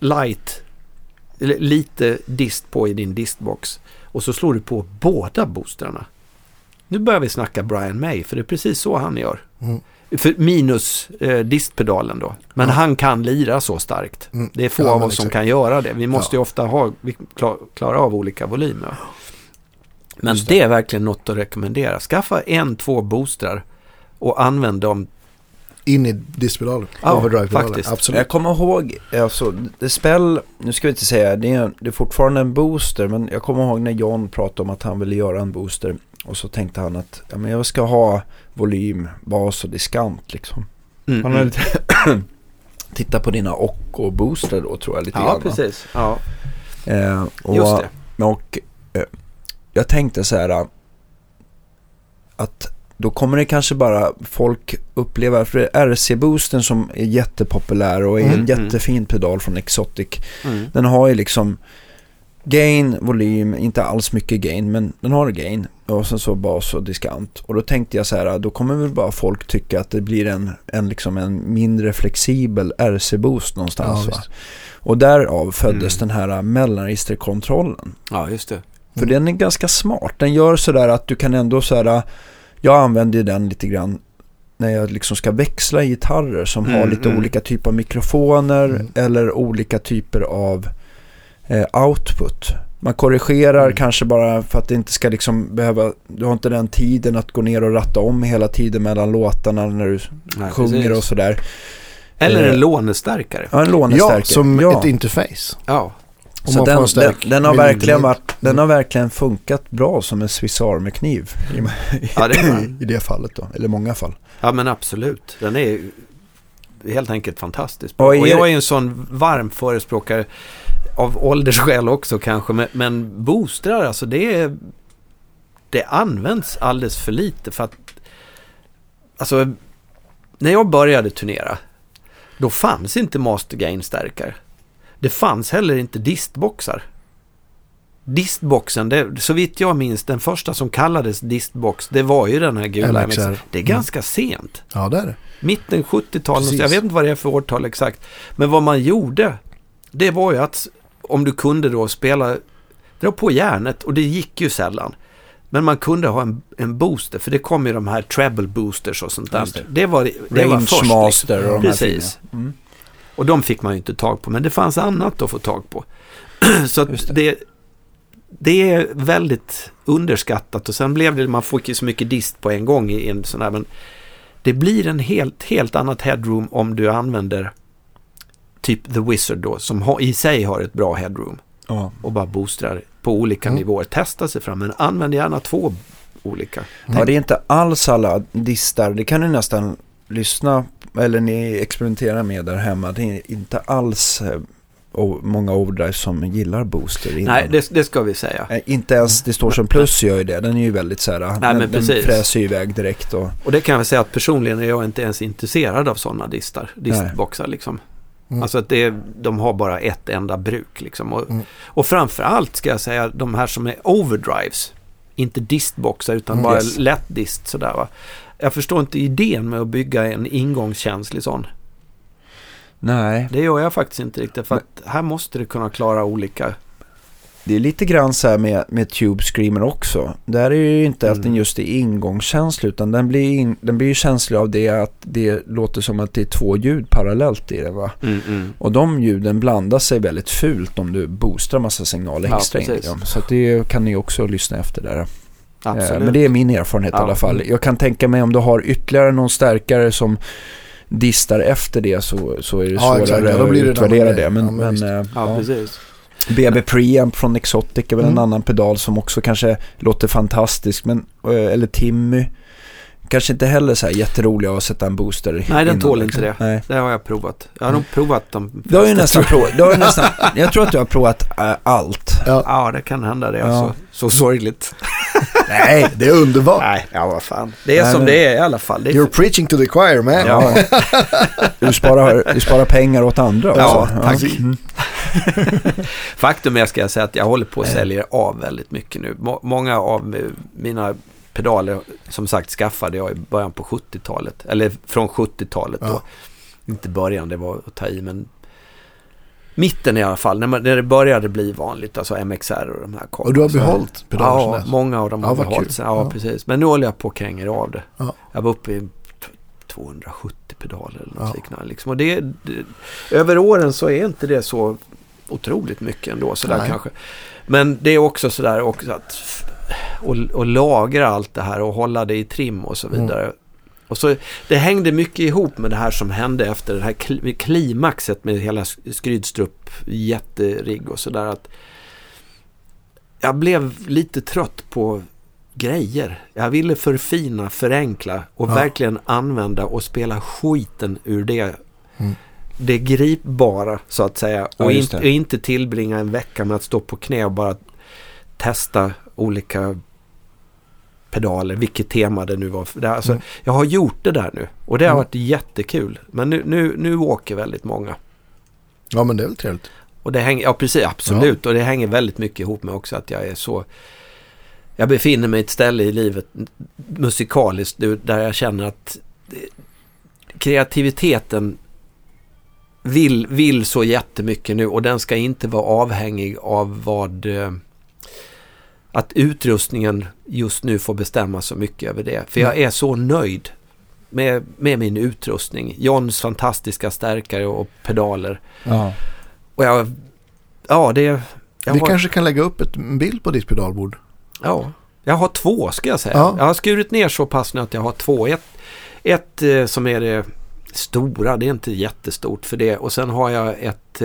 lite dist på i din distbox och så slår du på båda boostrarna. Nu börjar vi snacka Brian May, för det är precis så han gör. För minus distpedalen då. Men han kan lira så starkt. Det är få av oss som kan göra det. Vi måste ju ofta klara av olika volymer. Men det är verkligen något att rekommendera. Skaffa 1-2 boostrar och använd dem in i distpedalen. Ja, faktiskt. Absolut. Jag kommer ihåg, alltså, det spel, nu ska vi inte säga, det är fortfarande en booster, men jag kommer ihåg när John pratade om att han ville göra en booster och så tänkte han att men jag ska ha volym, bas och diskant liksom. Han hade titta på dina och booster då tror jag lite grann. Ja, precis. Ja. Just det. Och jag tänkte så här att då kommer det kanske bara folk uppleva, för RC-boosten som är jättepopulär och är en jättefin pedal från Exotic. Den har ju liksom gain, volym, inte alls mycket gain, men den har gain och sen så bas och diskant. Och då tänkte jag så här, då kommer väl bara folk tycka att det blir en mindre flexibel RC-boost någonstans. Va? Och därav föddes den här mellanregisterkontrollen. Ja, just det. För den är ganska smart. Den gör så där att du kan ändå så här, jag använder den lite grann när jag liksom ska växla gitarrer som har lite olika typer av mikrofoner eller olika typer av output. Man korrigerar kanske bara för att det inte ska liksom behöva, du har inte den tiden att gå ner och ratta om hela tiden mellan låtarna när du sjunger precis. Och sådär. Eller en lånestärkare. Ja, en lånestärkare. Ja, som ett interface. Ja. Så den har verkligen funkat bra som en Swiss Army-kniv i det fallet då, eller många fall. Ja, men absolut. Den är helt enkelt fantastiskt bra. Och jag är en sån varm förespråkare av åldersskäl också kanske, men boostrar, alltså det används alldeles för lite för att, alltså när jag började turnera då fanns inte Master Gain-stärkare. Det fanns heller inte distboxar. Distboxen, så vitt jag minns, den första som kallades distbox, det var ju den här gula MXR. Det är ganska sent. Ja, det är det. Mitten 70-talet, jag vet inte vad det är för årtal exakt. Men vad man gjorde, det var ju att om du kunde då dra på järnet, och det gick ju sällan. Men man kunde ha en booster, för det kom ju de här treble boosters och sånt där. Det var först. Master liksom. Och de precis. Och de fick man ju inte tag på, men det fanns annat att få tag på. Så att det är väldigt underskattat, och sen blev det, man får ju så mycket dist på en gång i en sån här, men det blir en helt annat headroom om du använder typ The Wizard då, som i sig har ett bra headroom och bara boostrar på olika nivåer, testa sig fram, men använd gärna 2 olika. Ja, det är inte alls alla distar, det kan du nästan lyssna eller ni experimenterar med där hemma, det är inte alls många overdrive som gillar booster innan. Nej, det ska vi säga. Inte ens Distortion Plus gör ju det. Den är ju väldigt så här, den fräser ju iväg direkt. Och det kan jag säga att personligen är jag inte ens intresserad av sådana distboxar liksom. Alltså att de har bara ett enda bruk liksom. Och framförallt ska jag säga de här som är overdrives, inte distboxar utan bara lätt dist sådär va. Jag förstår inte idén med att bygga en ingångskänslig sån. Nej. Det gör jag faktiskt inte riktigt, för att här måste det kunna klara olika. Det är lite grann så här med Tube Screamer också. Där är ju inte att den just är ingångskänslig, utan den blir ju känslig av det att det låter som att det är 2 ljud parallellt i det va. Och de ljuden blandar sig väldigt fult om du boostar massa signaler extra in i dem. Så att det kan ni också lyssna efter där. Men det är min erfarenhet i alla fall. Jag kan tänka mig om du har ytterligare någon stärkare som distar efter det så är det svårare att utvärdera det. Men precis. BB Preamp från Exotic är väl en annan pedal som också kanske låter fantastisk, men eller Timmy kanske inte heller så här jätteroliga att sätta en booster. Nej, den tål inte det. Nej. Det har jag provat. Jag har nog provat dem. Du har ju nästan provat. Jag tror att du har provat allt. Ja, det kan hända det. Alltså. Så sorgligt. Nej, det är underbart. Nej, vad fan. Det är som det är i alla fall. You're preaching to the choir, man. Ja. Du sparar pengar åt andra också. Ja, tack. Faktum är, ska jag säga, att jag håller på att sälja av väldigt mycket nu. Många av mina pedaler, som sagt, skaffade jag i början på 70-talet. Eller från 70-talet då. Inte början, det var att ta i, men mitten i alla fall, när det började bli vanligt, alltså MXR och de här kom. Och du har behållit pedaler? Ja, många av dem har behållit. Ja, precis. Men nu håller jag på att kränga av det. Jag var uppe i 270 pedaler eller något liknande. Liksom. Och över åren så är inte det så otroligt mycket ändå, sådär kanske. Men det är också sådär också att och lagra allt det här och hålla det i trim och så vidare. Och så, det hängde mycket ihop med det här som hände efter det här klimaxet med hela Skrydstrup jätterigg och sådär, att jag blev lite trött på grejer. Jag ville förfina, förenkla och verkligen använda och spela skiten ur det. Det gripbara, så att säga. Och inte tillbringa en vecka med att stå på knä och bara testa olika pedaler, vilket tema det nu var. Alltså, jag har gjort det där nu och det har varit jättekul. Men nu åker väldigt många. Ja, men det är väl trevligt. Och det hänger, precis, absolut. Ja. Och det hänger väldigt mycket ihop med också att jag befinner mig i ett ställe i livet musikaliskt där jag känner att kreativiteten vill så jättemycket nu, och den ska inte vara avhängig av att utrustningen just nu får bestämma så mycket över det. För jag är så nöjd med min utrustning. Johns fantastiska stärkare och pedaler. Ja. Och vi kanske kan lägga upp en bild på ditt pedalbord. Ja, jag har 2, ska jag säga. Jag har skurit ner så pass nu att jag har 2. Ett som är det stora, det är inte jättestort för det. Och sen har jag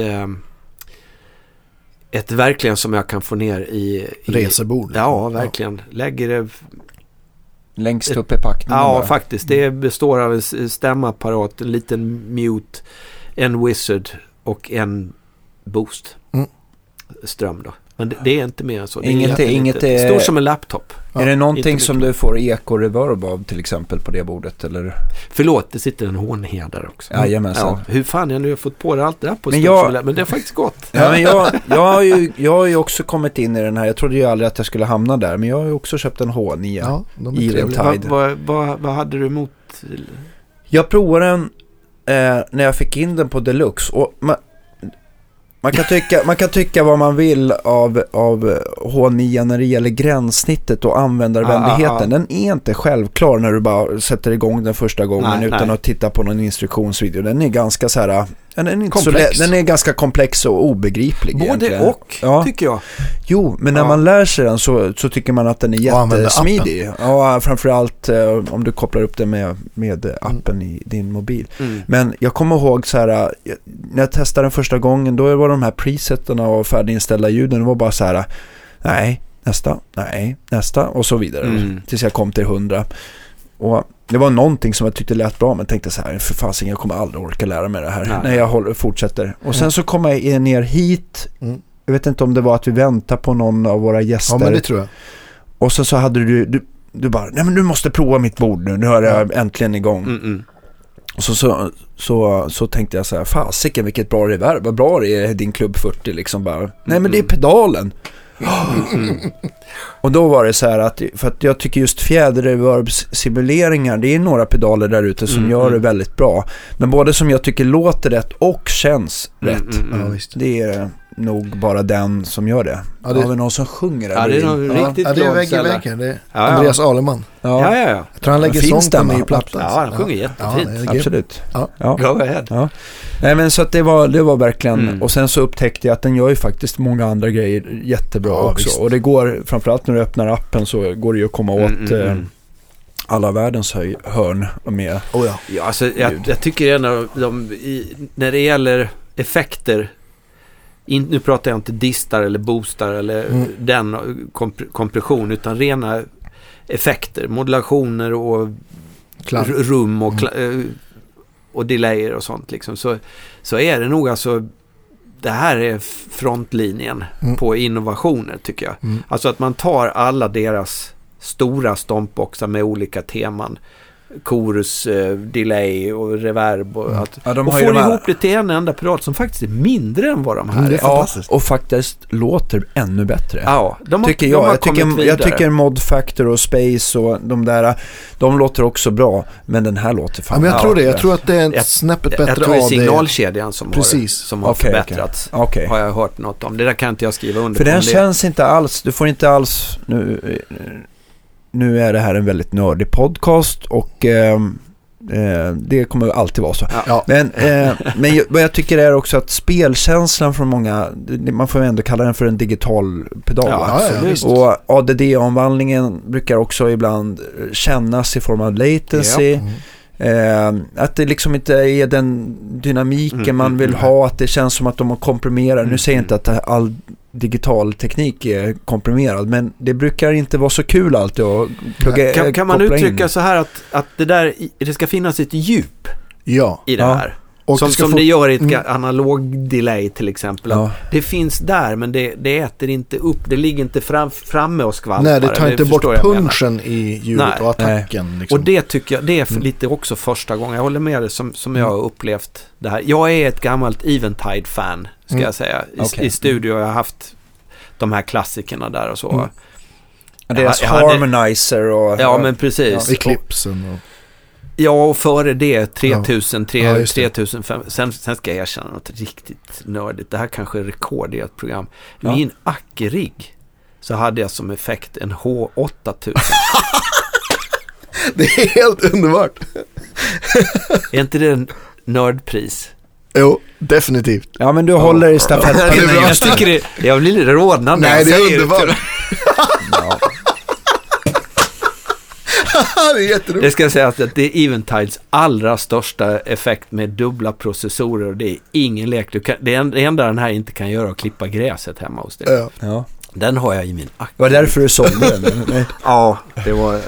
ett verkligen som jag kan få ner i resebord. Ja, verkligen. Lägger det längst upp i packningen. Ja, bara. faktiskt. Det består av en stämapparat, en liten mute, en wizard och en boost. Ström då. Men det är inte mer än så. Inget är stor som en laptop. Är det någonting som du får eko-reverb av till exempel på det bordet? Eller? Förlåt, det sitter en hånhedare också. Jajamensan. Hur fan jag nu har fått på det allt det där på men det är faktiskt gott. Ja, men jag har ju också kommit in i den här. Jag trodde ju aldrig att jag skulle hamna där. Men jag har ju också köpt en H9 i Eventide. Vad hade du emot? Jag provade den när jag fick in den på Deluxe. Och man kan tycka vad man vill av H9 när det gäller gränssnittet och användarvänligheten. Den är inte självklar när du bara sätter igång den första gången utan att titta på någon instruktionsvideo. Den är ganska så här... Den är ganska komplex och obegriplig. Både egentligen. och, tycker jag. Jo, men när man lär sig den så tycker man att den är jättesmidig. Ja, framförallt om du kopplar upp den med appen i din mobil. Men jag kommer ihåg så här, när jag testade den första gången, då var de här presetterna och färdiginställda ljuden, det var bara så här, nej, nästa och så vidare. Tills jag kom till 100. Och det var någonting som jag tyckte lät bra, men tänkte så här, för fasen, jag kommer aldrig orka lära mig det här när jag fortsätter. Och sen så kom jag ner hit. Jag vet inte om det var att vi väntar på någon av våra gäster. Ja, men det tror jag. Och så hade du bara, nej men du måste prova mitt bord nu är jag äntligen igång. Och så tänkte jag så här, fasiken vilket bra reverb, vad bra det är din Club 40 liksom bara. Nej men det är pedalen. Och då var det så här för att jag tycker just fjäderreverb-simuleringar, det är några pedaler där ute som gör det väldigt bra, men både som jag tycker låter rätt och känns rätt. Det är nog bara den som gör det. Har vi någon som sjunger? Ja, det är nog riktigt det är väggen. Det är Andreas Aleman. Ja. Jag tror han lägger sånt på ny platta. Ja, han sjunger jättefint. Absolut. Go ahead. Ja. Nej, men så att det var verkligen, och sen så upptäckte jag att den gör ju faktiskt många andra grejer jättebra också. Visst. Och det går, framförallt när du öppnar appen så går det ju att komma åt alla världens hörn med. Ja, alltså, jag tycker ändå när det gäller effekter, nu pratar jag inte distar eller boostar eller den kompression, utan rena effekter, modulationer och rum och delayer och sånt liksom, så är det nog alltså, det här är frontlinjen på innovationer tycker jag. Alltså att man tar alla deras stora stompboxar med olika teman, chorus, delay och reverb och får ihop det till en enda pedal som faktiskt är mindre än vad de här är. Ja, och faktiskt låter ännu bättre. Ja, jag tycker Mod Factor och Space och de låter också bra, men den här låter fan. Ja, men jag tror det. Jag tror att det är snäppet bättre. Jag tror det är signalkedjan som har förbättrats. Okay. Har jag hört något om. Det där kan inte jag skriva under. För den känns inte alls, du får inte alls nu är det här en väldigt nördig podcast och det kommer alltid vara så. Ja. Men vad jag tycker är också att spelkänslan från många, man får ändå kalla den för en digital pedal. Och ADD-omvandlingen brukar också ibland kännas i form av latency. Att det liksom inte är den dynamiken man vill ha, att det känns som att de har komprimerat. Nu säger jag inte att all digital teknik är komprimerad, men det brukar inte vara så kul alltid att plugga. Kan man uttrycka så här att det ska finnas ett djup i det här? Och som det gör i ett analog delay till exempel. Det finns där, men det äter inte upp. Det ligger inte framme och skvalpar. Nej, det tar inte bort punchen i ljudet och attacken. Liksom. Och det tycker jag, det är lite också första gången. Jag håller med dig som jag har upplevt det här. Jag är ett gammalt Eventide-fan, ska jag säga. I studio har jag haft de här klassikerna där och så. Deras harmonizer och... Ja, men precis. Eclipsen och... Ja, och före det 3005. Sen ska jag erkänna något riktigt nördigt. Det här kanske är rekord i ett program. Min Acke-rigg så hade jag som effekt en H8000. Det är helt underbart. Är inte det en nördpris? Jo, definitivt. Ja, men du håller i stafettpinnen. Jag blir lite rodnande. Nej, det är underbart. Det är jätteroligt. Det ska säga att det är Eventides allra största effekt med dubbla processorer, och det är ingen lek. Det enda den här inte kan göra är att klippa gräset hemma hos dig. Ja. Den har jag i min acka. Var det därför du sålde den? Nej. Ja, det var...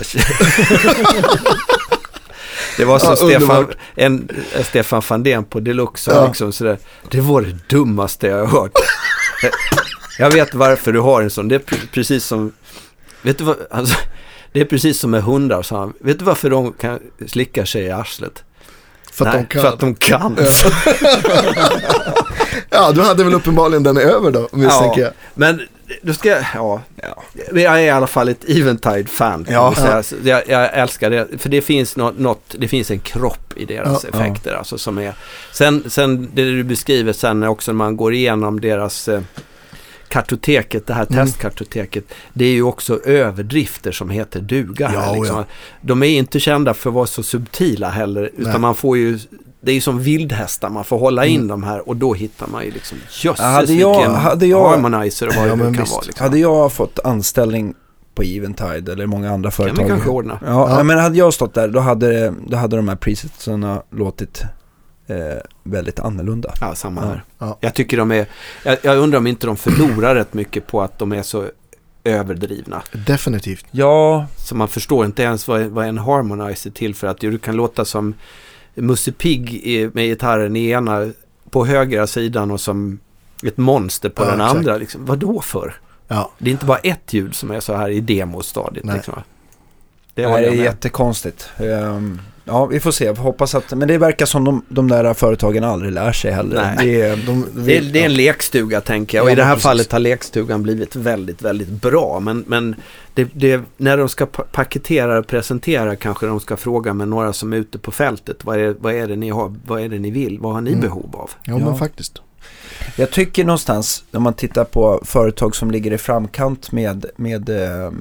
Det var som Stefan Fandén på Deluxe liksom sådär. Det var det dummaste jag har hört. Jag vet varför du har en sån. Det är precis som... Vet du vad... Alltså, det är precis som med hundar. Så han, vet du varför de kan slicka sig i arslet? För att de kan. Ja, du hade väl uppenbarligen den över då, misstänker jag. Men du ska... Ja. Jag är i alla fall ett Eventide-fan. Jag älskar det. För det finns det finns en kropp i deras effekter. Alltså, som är... Sen det du beskriver sen också när man går igenom deras... kartoteket, det här testkartoteket, det är ju också överdrifter som heter duga här, liksom. De är inte kända för att vara så subtila heller, utan man får ju, det är ju som vildhästar, man får hålla in de här och då hittar man ju liksom hade jag harmonizer och vad det kan vara. Liksom. Hade jag fått anställning på Eventide eller många andra företag. Kan vi kanske ordna. Ja, men hade jag stått där, då hade de här presetsarna låtit väldigt annorlunda. Ja, samma här. Ja. Jag tycker de är... Jag undrar om inte de förlorar rätt mycket på att de är så överdrivna. Definitivt. Ja. Så man förstår inte ens vad en harmonizer är till för att du kan låta som Musse Pigg med gitarren i ena på högra sidan och som ett monster på den andra. Liksom. Vad då för? Ja. Det är inte bara ett ljud som är så här i demostadiet. Liksom. Det är jättekonstigt. Ja, vi får se. Jag hoppas att... Men det verkar som de där företagen aldrig lär sig heller. Det är en lekstuga, tänker jag. Och i det här fallet har lekstugan blivit väldigt, väldigt bra. Men när de ska paketera och presentera kanske de ska fråga med några som är ute på fältet. Vad är det ni har? Vad är det ni vill? Vad har ni behov av? Ja, men faktiskt. Jag tycker någonstans, när man tittar på företag som ligger i framkant med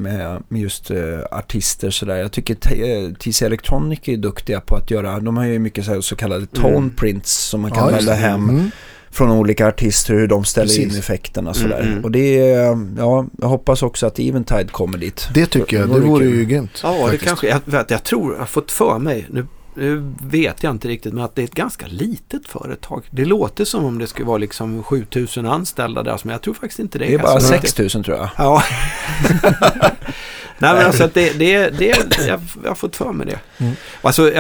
just artister sådär, jag tycker TC Electronic är duktiga på att göra, de har ju mycket så kallade tone prints som man kan välja hem från olika artister, hur de ställer in effekterna sådär. Och det är, jag hoppas också att Eventide kommer dit. Det tycker jag, det vore ju grymt. Ja, faktiskt. Det kanske, jag tror jag har fått för mig, nu vet jag inte riktigt, men att det är ett ganska litet företag. Det låter som om det skulle vara liksom 7000 anställda där, men jag tror faktiskt inte det. Det är bara 6000 tror jag. Ja. Nej, men alltså att jag har fått för mig det. Alltså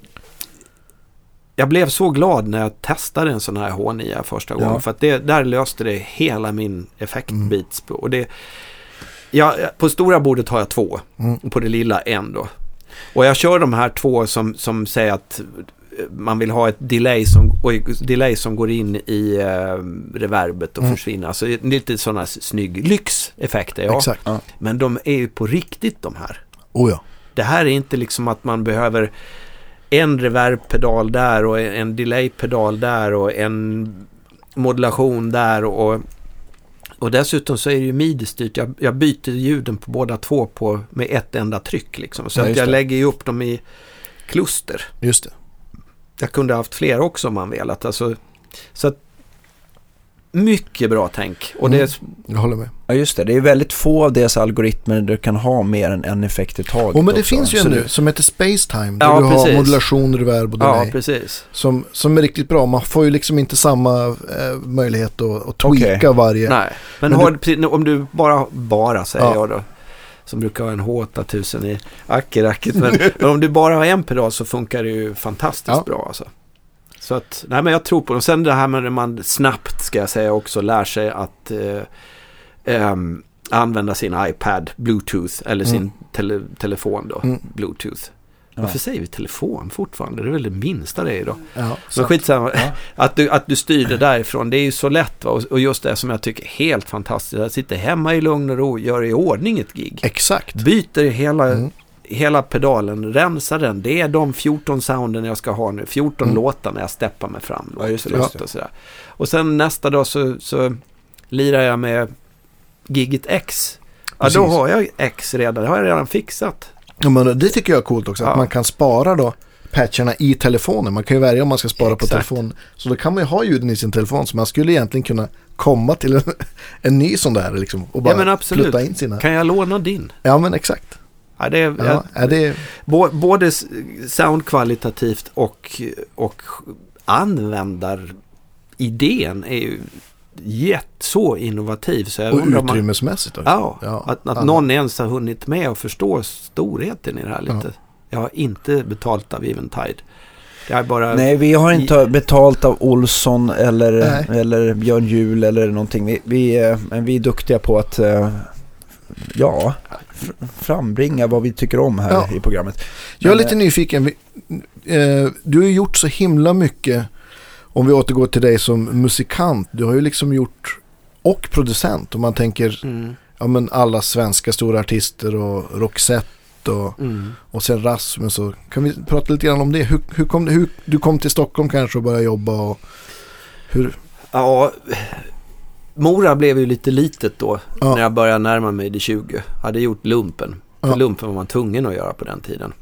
jag blev så glad när jag testade en sån här H9 första gången, för att där löste det hela min effektbits på. Och på stora bordet har jag 2, och på det lilla 1 då. Och jag kör de här 2 som säger att man vill ha ett delay som går in i reverbet och försvinner. Alltså lite sådana snygg lyxeffekter. Exakt. Ja. Men de är ju på riktigt de här. Ja. Det här är inte liksom att man behöver en reverbpedal där och en delaypedal där och en modulation där och dessutom så är det ju midi-styrt. Jag byter ljuden på båda 2 med ett enda tryck liksom. Så att jag lägger ju upp dem i kluster. Just det. Jag kunde ha haft fler också om man velat. Alltså, så att mycket bra tänk. Och jag håller med. Ja, just det. Det är väldigt få av deras algoritmer där du kan ha mer än en effekt i taget. Men det finns ju en nu som heter Spacetime. Där du har modulation, reverb och delay. Ja, precis. Som är riktigt bra. Man får ju liksom inte samma möjlighet att tweaka varje. Nej, men om du bara säger jag då, som brukar ha en H8000 i ackeracket. Men om du bara har en pedal så funkar det ju fantastiskt bra alltså. Så att, nej men jag tror på det. Och sen det här med när man snabbt, ska jag säga också, lär sig att använda sin iPad Bluetooth eller sin telefon då, Bluetooth. Varför säger vi telefon fortfarande? Det är väl det minsta det är då. Ja, men skitsamma. Att du styr det därifrån, det är ju så lätt. Va? Och just det som jag tycker är helt fantastiskt, att sitta hemma i lugn och ro, gör i ordning ett gig. Exakt. Byter hela pedalen, rensar den. Det är de 14 sounden jag ska ha nu. 14 låtar när jag steppar mig fram. Då, och sådär. Och sen nästa dag så lirar jag med Gigit X. Ja, då har jag X redan. Det har jag redan fixat. Ja, men det tycker jag är coolt också. Att man kan spara då patcherna i telefonen. Man kan ju välja om man ska spara på telefon. Så då kan man ju ha ljuden i sin telefon. Så man skulle egentligen kunna komma till en ny sån där liksom, och bara plutta in sina. Kan jag låna din? Ja, men exakt. Ja, både soundkvalitativt och användaridén är ju så innovativ. Så jag undrar utrymmesmässigt också. Ja, att någon ens har hunnit med och förstår storheten i det här lite. Jag har inte betalt av Eventide. Nej, vi har inte betalt av Olsson eller Björn Juhl eller någonting. Men vi är duktiga på att frambringa vad vi tycker om här i programmet. Jag är lite nyfiken. Du har ju gjort så himla mycket, om vi återgår till dig som musikant. Du har ju liksom gjort och producent, om man tänker men alla svenska stora artister och Roxette och sen Rasmus. Så kan vi prata lite grann om det? Hur du kom till Stockholm kanske och började jobba och hur? Ja, Mora blev ju lite litet då när jag började närma mig det 20. Jag hade gjort lumpen. För lumpen var man tvungen att göra på den tiden.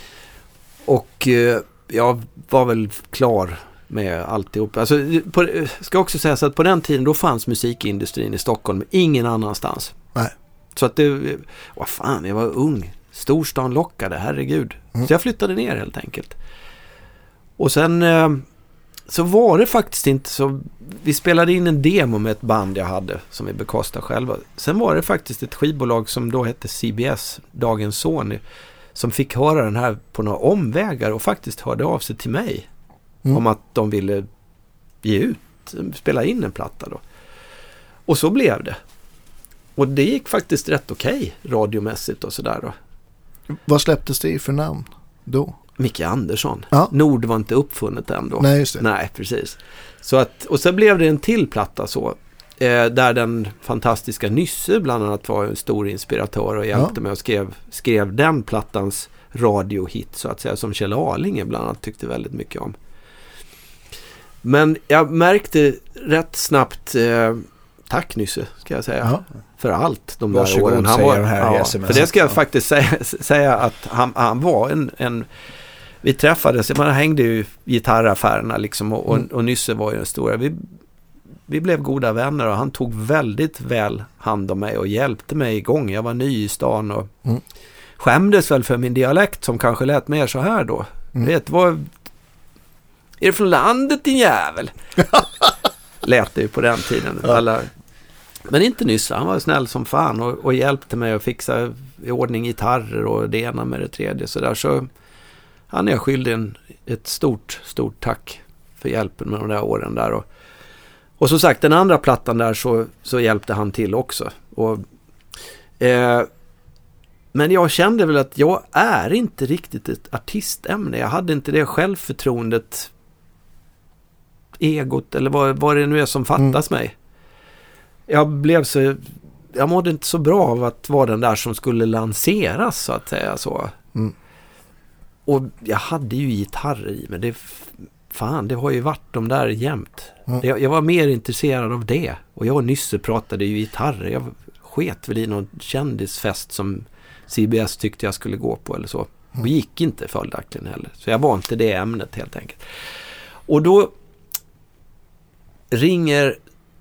Och jag var väl klar med alltihop. Alltså, ska också säga så att på den tiden då fanns musikindustrin i Stockholm ingen annanstans. Nej. Så att vad fan, jag var ung. Storstan lockade, herregud. Så jag flyttade ner helt enkelt. Och sen så var det faktiskt inte så. Vi spelade in en demo med ett band jag hade som vi bekostade själva. Sen var det faktiskt ett skivbolag som då hette CBS, Dagens Sony, som fick höra den här på några omvägar och faktiskt hörde av sig till mig om att de ville spela in en platta då. Och så blev det. Och det gick faktiskt rätt okej radiomässigt och sådär då. Vad släpptes det i för namn då? Micke Andersson. Nord var inte uppfunnet än då. Nej, just det. Nej, precis. Så att, och så blev det en till platta så. Där den fantastiska Nysse bland annat var en stor inspiratör och hjälpte mig och skrev den plattans radiohit så att säga, som Kjell Arlinge bland annat tyckte väldigt mycket om. Men jag märkte rätt snabbt tack Nysse, ska jag säga. För allt de där åren. Han var, för det ska jag faktiskt säga att han var en vi träffades, man hängde ju i gitarraffärerna liksom och Nysse var ju den stora. Vi blev goda vänner och han tog väldigt väl hand om mig och hjälpte mig igång. Jag var ny i stan och skämdes väl för min dialekt som kanske lät mer så här då. Vet vad är det från landet din jävel? Lät det ju på den tiden. Men inte Nysse, han var snäll som fan och hjälpte mig att fixa i ordning gitarrer och det ena med det tredje. Så han är jag skyldig ett stort tack för hjälpen med de där åren där. Och som sagt, den andra plattan där så hjälpte han till också. Men jag kände väl att jag är inte riktigt ett artistämne. Jag hade inte det självförtroendet, egot eller vad det nu är som fattas mig. Jag mådde inte så bra av att vara den där som skulle lanseras så att säga så. Och jag hade ju gitarrer i men det har ju varit de där jämt. Jag var mer intresserad av det. Och jag och Nysse pratade ju gitarrer. Jag sket väl i någon kändisfest som CBS tyckte jag skulle gå på eller så. Och gick inte följaktligen heller. Så jag var inte det ämnet helt enkelt. Och då ringer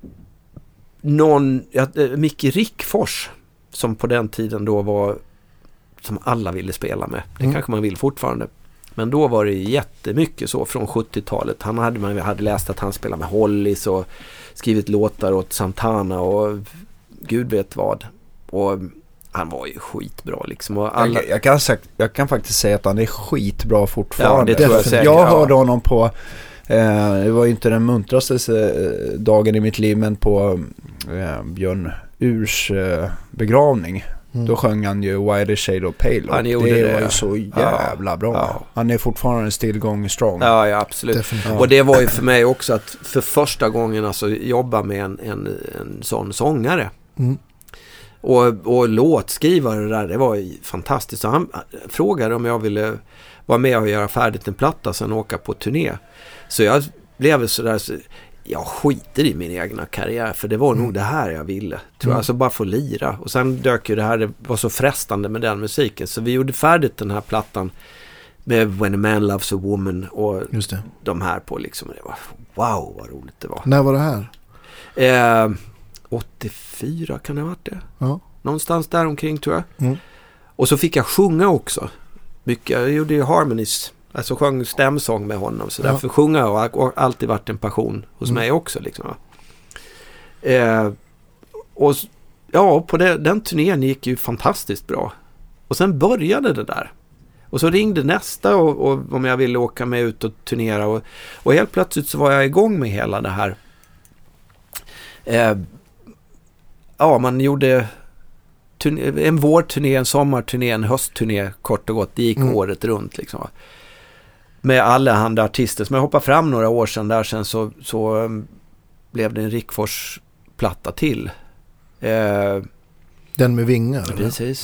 Micke Rickfors som på den tiden då var som alla ville spela med. Det kanske man vill fortfarande. Men då var det jättemycket så från 70-talet. Man hade läst att han spelade med Hollies och skrivit låtar åt Santana och gud vet vad. Och han var ju skitbra liksom. Och alla... jag kan faktiskt säga att han är skitbra fortfarande. Ja, det tror jag säkert. Jag hörde honom på det var ju inte den muntraste dagen i mitt liv, men på Björn Urs begravning. Då sjöng han ju Wider Shade of Pale. Det var ju så jävla bra. Ja. Han är fortfarande still going strong. Ja, absolut. Och det var ju för mig också att för första gången alltså jobba med en sån sångare. Och låtskrivare där, det var ju fantastiskt. Så han frågade om jag ville vara med och göra färdigt en platta sen åka på turné. Så jag blev sådär jag skiter i min egna karriär för det var nog det här jag ville. Tror jag, alltså bara få lira. Och sen dök ju det var så frestande med den musiken. Så vi gjorde färdigt den här plattan med When a Man Loves a Woman och de här på liksom. Det var wow, vad roligt det var. När var det här? 84 kan det ha varit det. Ja. Någonstans där omkring tror jag. Och så fick jag sjunga också. Mycket. Jag gjorde ju harmonies. Alltså sjöng stämsång med honom. Så därför sjunga har alltid varit en passion hos mig också. Liksom. Och ja, på den turnén gick ju fantastiskt bra. Och sen började det där. Och så ringde nästa och om jag ville åka med ut och turnera. Och helt plötsligt så var jag igång med hela det här. Man gjorde en vårturné, en sommarturné, en höstturné kort och gott. Det gick året runt liksom. Med alla andra artister. Så jag hoppade fram några år sedan där sen så blev det en Rickfors-platta till. Den med vingar? Precis.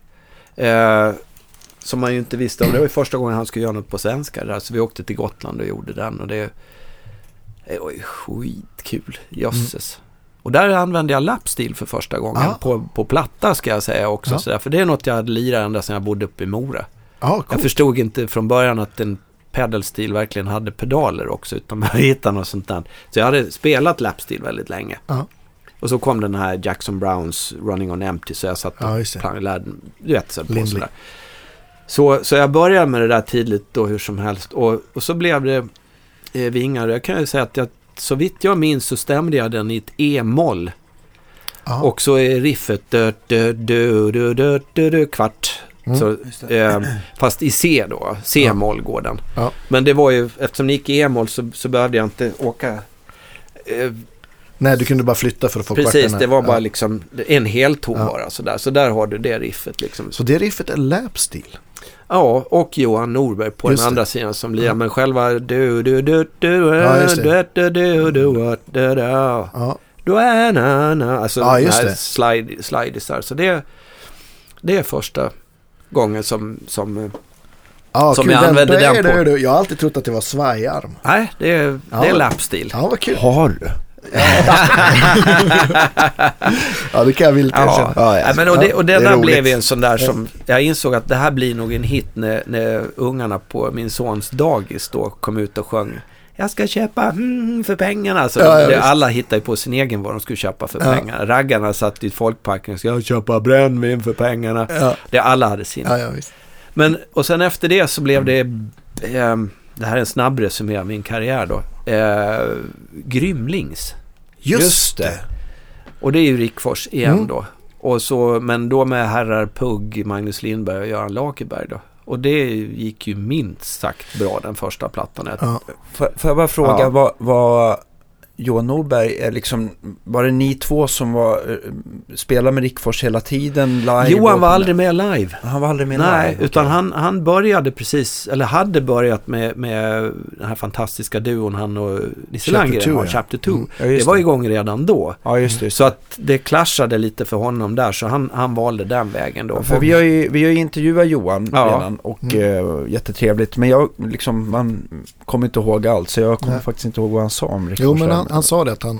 Som man ju inte visste om. Det var ju första gången han skulle göra något på svenska där. Så vi åkte till Gotland och gjorde den. Och det var ju skitkul. Jösses. Och där använde jag lapstil för första gången på platta ska jag säga också. Så där, för det är något jag hade lirat ända sedan jag bodde uppe i Mora. Jag förstod inte från början att en pedalstil verkligen hade pedaler också utan jag hittade något sånt där. Så jag hade spelat lapstil väldigt länge. Och så kom den här Jackson Browns Running on Empty så jag satt och lärde, du vet så på sådär. Så jag började med det där tidigt då hur som helst och så blev det vingar. Jag kan ju säga att så vitt jag minns så stämde jag den i ett E-moll. Och så är riffet kvart. Så, fast i C då. C-moll går den. Men det var ju, eftersom det gick i E-moll så behövde jag inte åka. Nej, du kunde bara flytta för att få precis, kvarterna. Precis, det var bara liksom en hel ton bara sådär. Så där har du det riffet liksom. Så det riffet är lapstil? Ja, och Johan Norberg på den andra sidan som lirar. Men själva alltså slidisar. Så det är första gången som jag använde den på. Jag har alltid trott att det var svajarm. Nej, det är lapstil. Ja, vad kul. Har du? Ja, det kan jag vilja erkänna. Och det där blev en sån där som jag insåg att det här blir nog en hit när ungarna på min sons dagis då kom ut och sjöng jag ska köpa för pengarna. Alltså, alla hittar ju på sin egen vad de skulle köpa för pengar. Raggarna satt i folkparken och ska köpa brännvin för pengarna. Det alla hade sin. Men och sen efter det så blev det det här är en snabb resumé av min karriär då. Grymlings. Just det. Och det är ju Rickfors igen då. Och så, men då med herrar Pugg, Magnus Lindberg och Göran Lagerberg då. Och det gick ju minst sagt bra den första plattan. Får jag bara fråga vad Johan Norberg är liksom, var det ni två som spelade med Rickfors hela tiden live? Johan var aldrig med live. Han var aldrig med live. Okay. Utan han började precis, eller hade börjat med den här fantastiska duon han och Nisse Landgren, Chapter 2. Det var igång redan då. Ja, just det. Så att det clashade lite för honom där, så han valde den vägen då. För vi har ju intervjuat Johan redan och jättetrevligt, men man kommer inte ihåg allt, så jag kommer faktiskt inte ihåg vad han sa om Rickfors. Jo, men han sa det att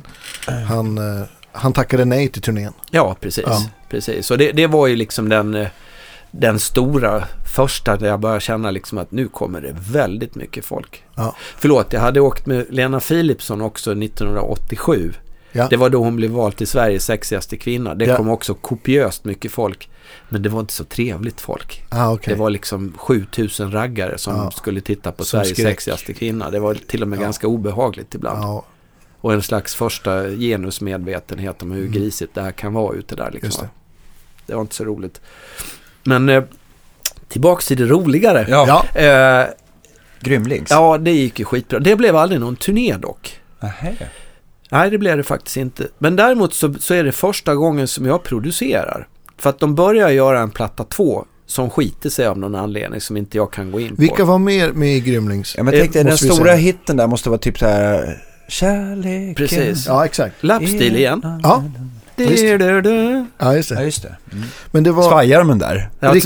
han tackade nej till turnén. Ja, precis. Så det var ju liksom den stora första där jag började känna liksom att nu kommer det väldigt mycket folk. Förlåt, jag hade åkt med Lena Philipsson också 1987. Det var då hon blev vald till Sveriges sexigaste kvinna. Det kom också kopiöst mycket folk. Men det var inte så trevligt folk. Det var liksom 7000 raggare som skulle titta på Sveriges sexigaste kvinna. Det var till och med ganska obehagligt ibland. Och en slags första genusmedvetenhet om hur grisigt det här kan vara ute där. Liksom. Det var inte så roligt. Men tillbaks till det roligare. Grymlings. Ja, det gick ju skitbra. Det blev aldrig någon turné dock. Nej, det blev det faktiskt inte. Men däremot så är det första gången som jag producerar. För att de börjar göra en platta 2 som skiter sig av någon anledning som inte jag kan gå in på. Vilka var med i Grymlings? Ja, men tänkte den stora hitten där måste vara typ så här kärleken. Precis. Ja, exakt. Lapstil igen. Ja. Ja, just det. Men det var svajarmen där. Jag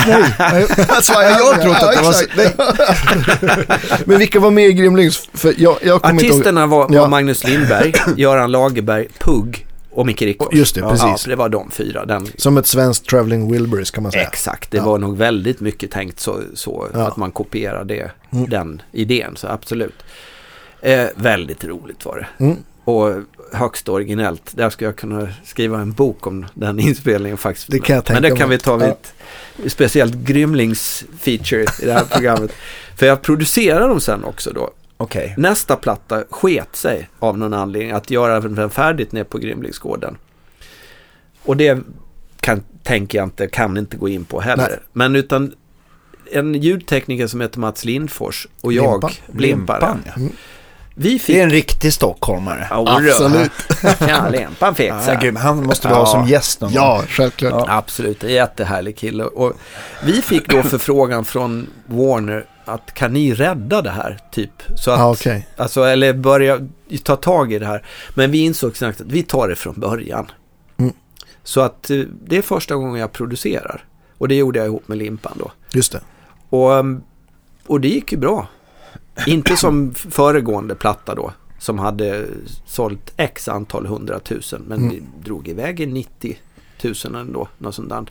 tror att det var men vilka var med i Grymlings? För jag artisterna var Magnus Lindberg, Göran Lagerberg, Pugg och Micke Rickfors. Just det, precis. Det var de fyra. Som ett svenskt Traveling Wilburys kan man säga. Exakt, det var nog väldigt mycket tänkt så att man kopierade den idén, så absolut. Väldigt roligt var det. Och högst originellt. Där ska jag kunna skriva en bok om den inspelningen faktiskt. Det kan jag tänka Men det kan vi ta vid ett speciellt Grymlings-feature i det här programmet. För jag producerar dem sen också då. Okej. Nästa platta sket sig av någon anledning att göra den färdigt ner på Grimlingsgården. Och det kan inte gå in på heller. Nej. Men utan en ljudtekniker som heter Mats Lindfors och jag, Blimpan. Ja. Vi fick... Det är en riktig stockholmare. Absolut. Ja, Limpan fick han måste du ha som gäst någon. Ja, självklart. Ja. Absolut, en jättehärlig kille. Och vi fick då förfrågan från Warner att kan ni rädda det här typ så att alltså, eller börja ta tag i det här. Men vi insåg snabbt att vi tar det från början. Så att det är första gången jag producerar. Och det gjorde jag ihop med Limpan då. Just det. Och det gick ju bra. Inte som föregående platta då som hade sålt x antal 100 000 men vi drog iväg i 90 000 ändå, något sånt där.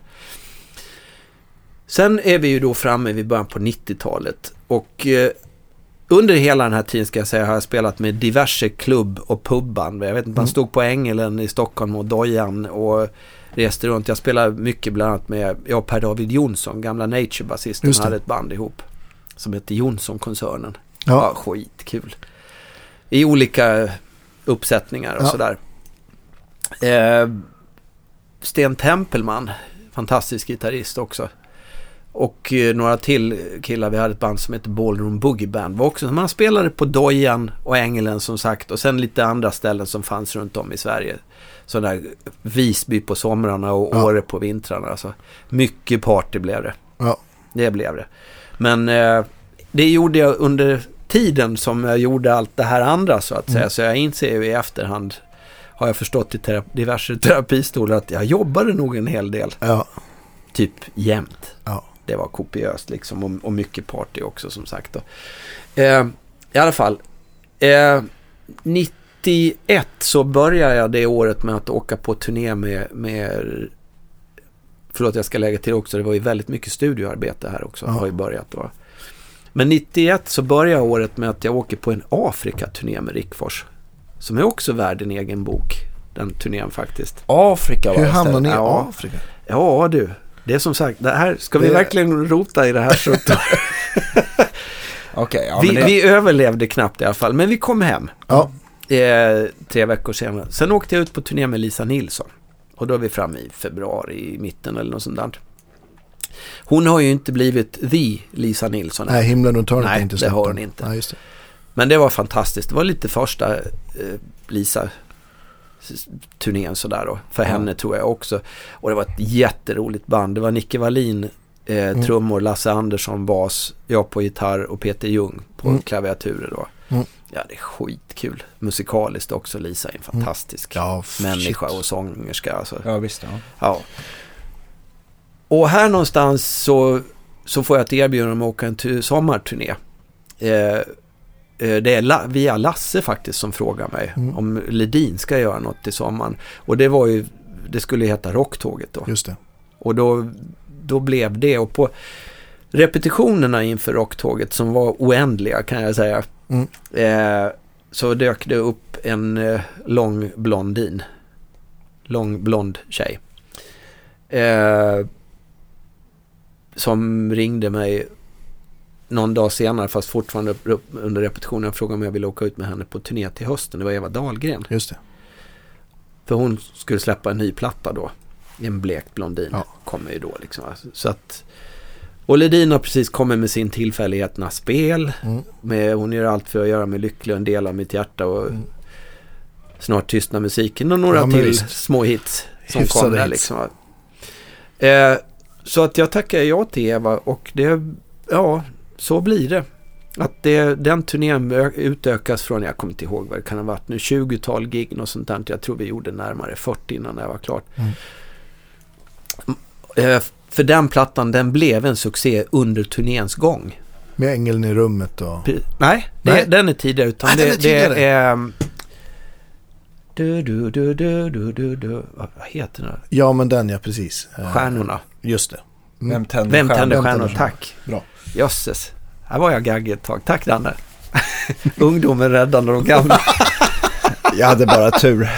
Sen är vi ju då framme vid början på 90-talet och under hela den här tiden ska jag säga har jag spelat med diverse klubb- och pubband. Jag vet inte, man stod på Ängelen i Stockholm och Dojan och reste runt. Jag spelade mycket bland annat med Per David Jonsson, gamla Nature-basisten, hade ett band ihop som hette Jonsson-koncernen. Ja, skitkul. I olika uppsättningar och sådär. Sten Tempelman, fantastisk gitarrist också. Och några till killar, vi hade ett band som heter Ballroom Boogie Band. Var också, man spelade på Dojan och Ängelen som sagt. Och sen lite andra ställen som fanns runt om i Sverige. Så där Visby på somrarna och Åre på vintrarna. Alltså, mycket party blev det. Ja. Det blev det. Men det gjorde jag under tiden som jag gjorde allt det här andra så att säga. Så jag inser ju i efterhand, har jag förstått i diverse terapistolar att jag jobbade nog en hel del. Ja. Typ jämt. Ja. Det var kopiöst liksom och mycket party också som sagt då. I alla fall 91 så började jag det året med att åka på turné med förlåt jag ska lägga till också, det var ju väldigt mycket studioarbete här också, har ju börjat då. Men 91 så började året med att jag åker på en Afrika-turné med Rickfors som är också värd en egen bok, den turnén faktiskt. Afrika var det. Hur hamnar ni i Afrika? Ja du, det är som sagt, det här ska vi verkligen rota i det här så vi överlevde knappt i alla fall, men vi kom hem 3 veckor senare. Sen åkte jag ut på turné med Lisa Nilsson och då är vi framme i februari i mitten eller något sånt där. Hon har ju inte blivit the Lisa Nilsson. Nej, himlen och törnet är inte det har hon inte. Ja, just det. Men det var fantastiskt. Det var lite första Lisa turnén sådär då. För henne tror jag också. Och det var ett jätteroligt band. Det var Nicke Wallin, trummor, Lasse Andersson, bas, jag på gitarr och Peter Ljung på klaviaturer då. Ja, det är skitkul. Musikaliskt också. Lisa är en fantastisk människa och sångerska. Alltså. Ja, visst. Ja. Och här någonstans så får jag ett erbjudande om att åka en sommarturné. Det är via Lasse faktiskt som frågar mig om Ledin ska göra något i sommaren. Och det skulle heta Rocktåget då. Just det. Och då blev det. Och på repetitionerna inför Rocktåget som var oändliga kan jag säga. Så dök det upp en lång blond tjej. Som ringde mig någon dag senare, fast fortfarande under repetitionen, frågade om jag ville åka ut med henne på turné till hösten. Det var Eva Dahlgren. Just det. För hon skulle släppa en ny platta då. En blekt blondin kommer ju då liksom. Så att, och Ledin har precis kommit med sin tillfälligheternas spel. Hon gör allt för att göra mig lycklig och en del av mitt hjärta och snart tystnar musiken och några till små hits som kommer där liksom. Så att jag tackar ja till Eva och så blir det. Att den turnén utökas från, jag kommer inte ihåg vad det kan ha varit nu, 20-tal gig och sånt där. Jag tror vi gjorde närmare 40 innan jag var klart. För den plattan, den blev en succé under turnéns gång. Med Ängeln i rummet och... Nej. Den är tidigare utan det är vad heter den? Ja, men den, precis. Stjärnorna. Just det. Vem tänder stjärnor? Tack. Bra. Jösses. Här var jag gaggig ett tag. Tack, Danne. Ungdomen räddande de gamla. Jag hade bara tur.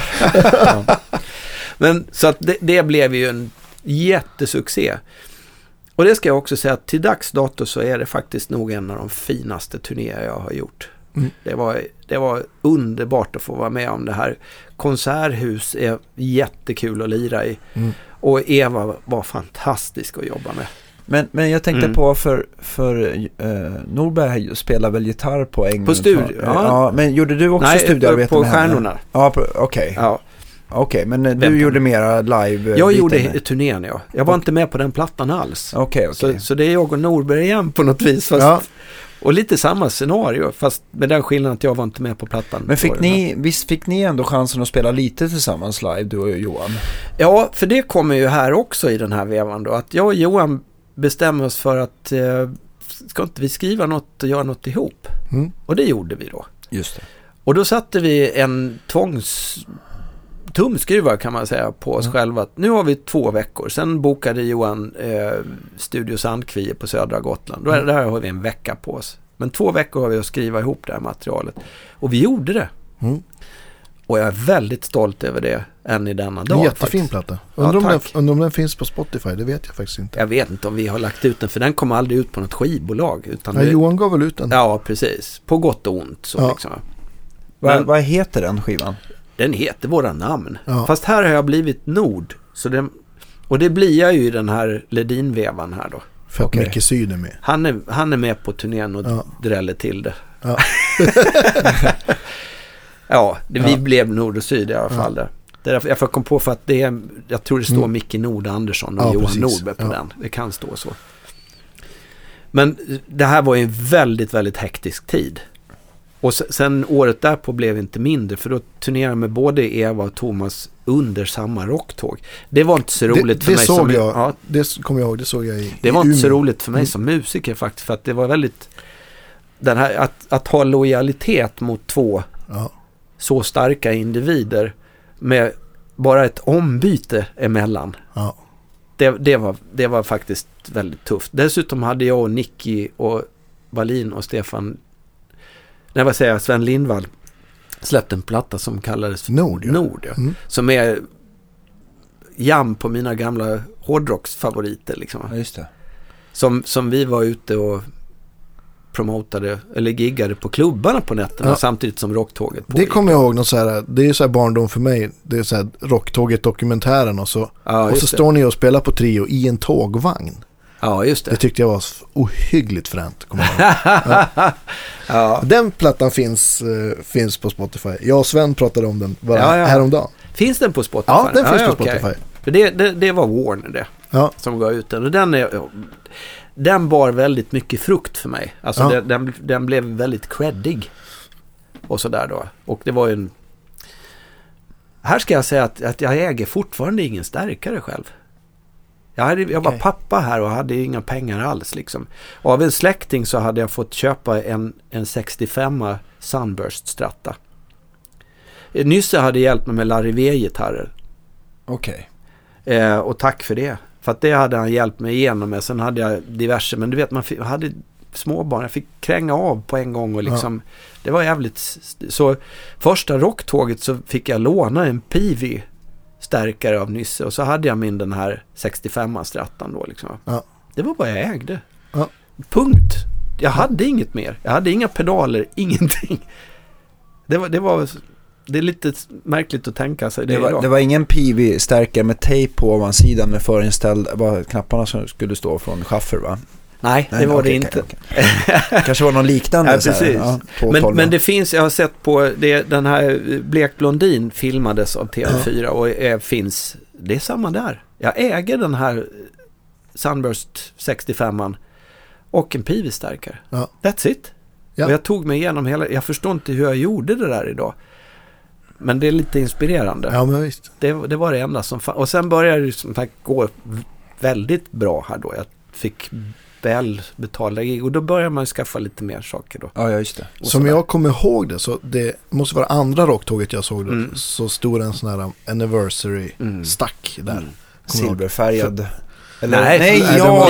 Men så att det blev ju en jättesuccé. Och det ska jag också säga att till dags dato så är det faktiskt nog en av de finaste turnéer jag har gjort. Det var underbart att få vara med om det här. Konserthus är jättekul att lira i. Och Eva var fantastisk att jobba med. Men jag tänkte på för Norberg spelar väl gitarr på England? På studio, ja. Men gjorde du också studioarbete på med Stjärnorna. Henne? Ja, okej. Ja. Okej, men du gjorde mera live? Jag gjorde turnén, ja. Jag var inte med på den plattan alls. Okej. Så det är jag och Norberg igen på något vis. Fast, och lite samma scenario, fast med den skillnaden att jag var inte med på plattan. Men fick ni ändå chansen att spela lite tillsammans live, du och Johan? Ja, för det kommer ju här också i den här vevan då. Att jag och Johan bestämmer oss för att ska inte vi skriva något och göra något ihop? Och det gjorde vi då. Just det. Och då satte vi en tumskruvar kan man säga på oss själva. Nu har vi 2 veckor. Sen bokade Johan Studio Sandkvie på södra Gotland. Där har vi en vecka på oss. Men 2 veckor har vi att skriva ihop det här materialet. Och vi gjorde det. Och jag är väldigt stolt över det än i denna dag. En jättefin platta. Undrar om den finns på Spotify, det vet jag faktiskt inte. Jag vet inte om vi har lagt ut den, för den kommer aldrig ut på något skivbolag. Utan Johan gav väl ut den? Ja, precis. På gott och ont. Så liksom. Vad heter den skivan? Den heter våra namn. Ja. Fast här har jag blivit Nord. Och det blir jag ju i den här Ledin-vevan här då. För att Micke Syd är med. Han är med på turnén och dräller till det. Ja, vi blev Nord och Syd i alla fall. Det är därför jag kom på för att jag tror det står Micke Nord Andersson och Johan Nordberg på den. Det kan stå så. Men det här var ju en väldigt, väldigt hektisk tid. Och sen året därpå blev inte mindre, för då turnerade med både Eva och Thomas under samma rocktåg. Det var inte så roligt för mig som... Det kommer jag ihåg, det såg jag i Det var inte så roligt för mig som musiker faktiskt, för att det var väldigt... Den här, att ha lojalitet mot 2 så starka individer med bara ett ombyte emellan. Ja. Det var faktiskt väldigt tufft. Dessutom hade jag och Nicky och Wallin och Stefan... Sven Lindvall släppte en platta som kallades för Nord som är jam på mina gamla hårdrocksfavoriter liksom. Ja, just det. Som vi var ute och promotade eller giggade på klubbarna på nätterna samtidigt som rocktåget pågick. Det kommer jag ihåg, det är så här barndom för mig. Det är så här rocktåget dokumentären och så står ni och spelar på trio i en tågvagn. Ja, just det. Det tyckte jag var ohyggligt fränt. Den plattan finns på Spotify. Jag och Sven pratade om den häromdagen. Finns den på Spotify? Ja, den finns på Spotify. För det var Warner som gav ut den. Och den bar väldigt mycket frukt för mig. Alltså den blev väldigt creddig. Och sådär då. Och det var ju en... Här ska jag säga att jag äger fortfarande ingen stärkare själv. Jag var pappa här och hade inga pengar alls liksom. Och av en släkting så hade jag fått köpa en 65 Sunburst Strata. Nysse hade hjälpt mig med Larivé-gitarrer. Okej. Och tack för det. För att det hade han hjälpt mig igenom med. Sen hade jag diverse, men du vet, man hade småbarn. Jag fick kränga av på en gång och liksom, det var jävligt... Så första rocktåget så fick jag låna en Pivi stärkare av Nysse, och så hade jag den här 65 Strattan då liksom. Det var vad jag ägde. Punkt. Jag hade inget mer. Jag hade inga pedaler, ingenting. Det är lite märkligt att tänka sig det var ingen PV-stärkare med tejp på ovansidan med förinställd, bara knapparna som skulle stå från schaffer, va? Nej, det var det inte. Kanske var någon liknande. Precis. Men det finns, jag har sett på den här Blek Blondin filmades av TV4 och finns, det är samma där. Jag äger den här Sunburst 65an och en PV-stärkare. That's it. Och jag tog mig igenom jag förstår inte hur jag gjorde det där idag. Men det är lite inspirerande. Ja, men visst. Det var det enda som och sen började det som sagt gå väldigt bra här då. Jag fick väl betalda gig och då börjar man skaffa lite mer saker då. Ja, just det. Som jag kommer ihåg det, så det måste vara andra rocktåget jag såg då, så stod en sån här anniversary stack där. Silverfärgad. Nej,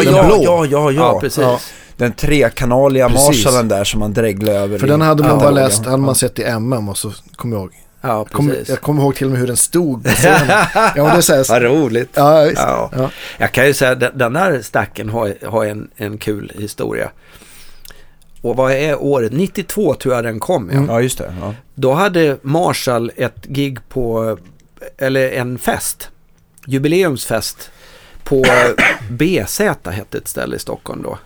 ja, precis. Ja. Den trekanaliga Marshallen där som man drägglade över. För den hade man bara läst, hade man sett i MM, och så kommer jag ihåg. Ja, precis. Jag kommer ihåg till och med hur den stod på scenen. Ja, det är så här. Vad roligt. Ja, visst. Ja. Jag kan ju säga att den där stacken har en kul historia. och vad är året? 92 tror jag den kom. Ja, ja just det. Ja. Då hade Marshall ett gig på, eller en fest, jubileumsfest på BZ hette ett ställe i Stockholm då.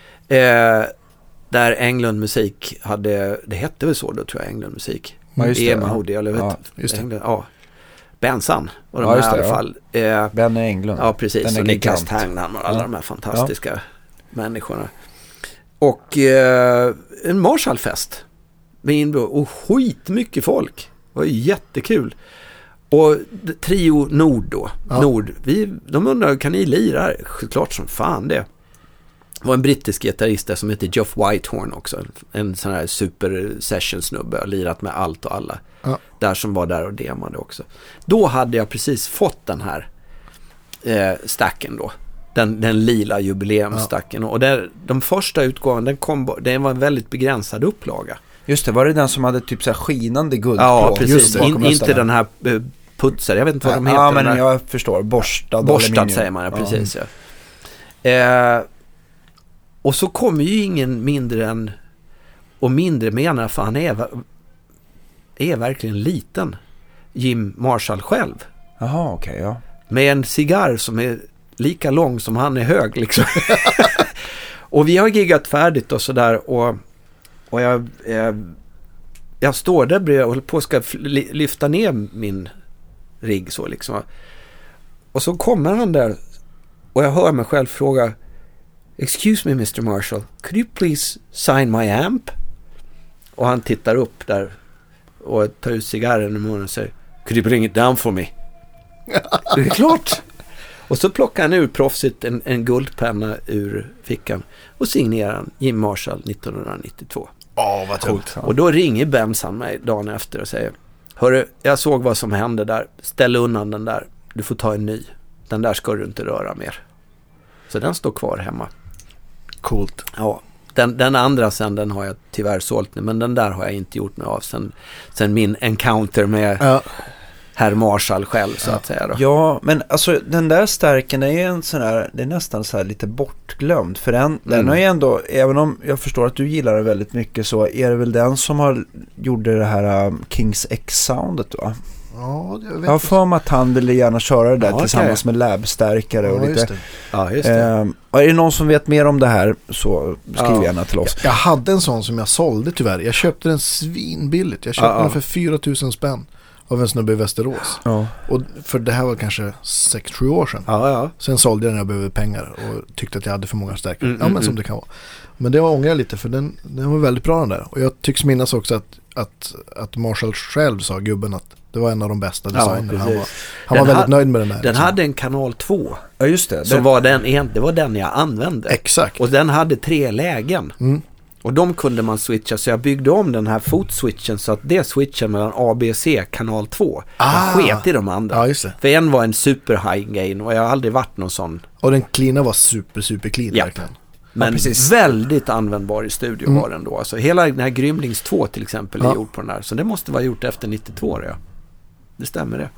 Där Englund Musik hade, det hette väl så då tror jag, Englund Musik. Ja, just det. Hoodie, eller vet. Ja, just det. Englund, ja. Bensan var de Ja, just i det, alla ja. fall. Ben Englund. Ja, precis. Den är Och Niklas gigant. Tangnan och alla de här fantastiska människorna. Och en Marshallfest med inbrott och skitmycket folk. Det var jättekul. Och Trio Nord då. Ja. Nord. De undrar, kan ni lira? Klart som fan det. Det var en brittisk gitarrist där som heter Geoff Whitehorn också. En sån här super session snubbe. Har lirat med allt och alla. Ja. Där som var där och demade också. Då hade jag precis fått den här stacken då. Den lila jubileumstacken. Och de första utgåvan, den var en väldigt begränsad upplaga. Just det, var det den som hade typ så här skinande guld Ja, på? precis. Bakom Inte nästan. den här putsar. Jag vet inte vad de heter. Ja, men den där. jag förstår. Borstad Borstad säger man, ja, precis. Ja. Och så kommer ju ingen mindre än, och mindre menar för han är verkligen liten, Jim Marshall själv. Jaha, okej, ja. Med en cigarr som är lika lång som han är hög liksom. Och vi har giggat färdigt och sådär, och jag står där bredvid och håller på att ska lyfta ner min rigg så liksom. Och så kommer han där och jag hör mig själv fråga: "Excuse me Mr. Marshall, could you please sign my amp?" Och han tittar upp där och tar ut cigarren i munnen och säger: "Could you bring it down for me?" Det är klart. Och så plockar han ur proffsigt en guldpenna ur fickan och signerar han Jim Marshall 1992. Vad coolt. Och då ringer Bensan mig dagen efter och säger: "Hörru, jag såg vad som hände där. Ställ undan den där. Du får ta en ny. Den där ska du inte röra mer." Så den står kvar hemma. Coolt. Ja, den andra sen, den har jag tyvärr sålt nu, men den där har jag inte gjort mig av sen min encounter med herr Marshall själv så att säga då. Ja, men alltså den där stärken är en sån här, det är nästan så här lite bortglömd, för den har ju ändå, även om jag förstår att du gillar det väldigt mycket, så är det väl den som har gjorde det här Kings X-soundet va? Ja, jag vet. Jag har för mig att han ville gärna köra det där tillsammans okej. med labstärkare och lite. Ja, just det. Är det någon som vet mer om det här så skriv gärna till oss. Jag hade en sån som jag sålde tyvärr. Jag köpte den svinbilligt. Jag köpte den för 4 000 spänn av en snubbe i Västerås. Ja. Och för det här var kanske 6-7 år sedan. Ja. Sen sålde jag den när jag behövde pengar och tyckte att jag hade för många stärkare. Men som det kan vara. Men det ångrar jag lite, för den var väldigt bra den där. Och jag tycks minnas också att Marshall själv sa, gubben, att det var en av de bästa designerna. Han var väldigt nöjd med den där. Den hade en kanal 2. Ja, just det. Det var den jag använde. Exakt. Och den hade 3 lägen. Och de kunde man switcha, så jag byggde om den här fotswitchen så att det switchen mellan A, B, C, kanal 2. Jag sket i de andra. Ja, just det. För en var en super high gain och jag har aldrig varit någon sån. Och den cleana var super clean verkligen. Men precis. väldigt användbar i studio var den då. Alltså hela den här Grymlings 2 till exempel är gjord på den där. Så det måste vara gjort efter 92 då, ja. Det stämmer det.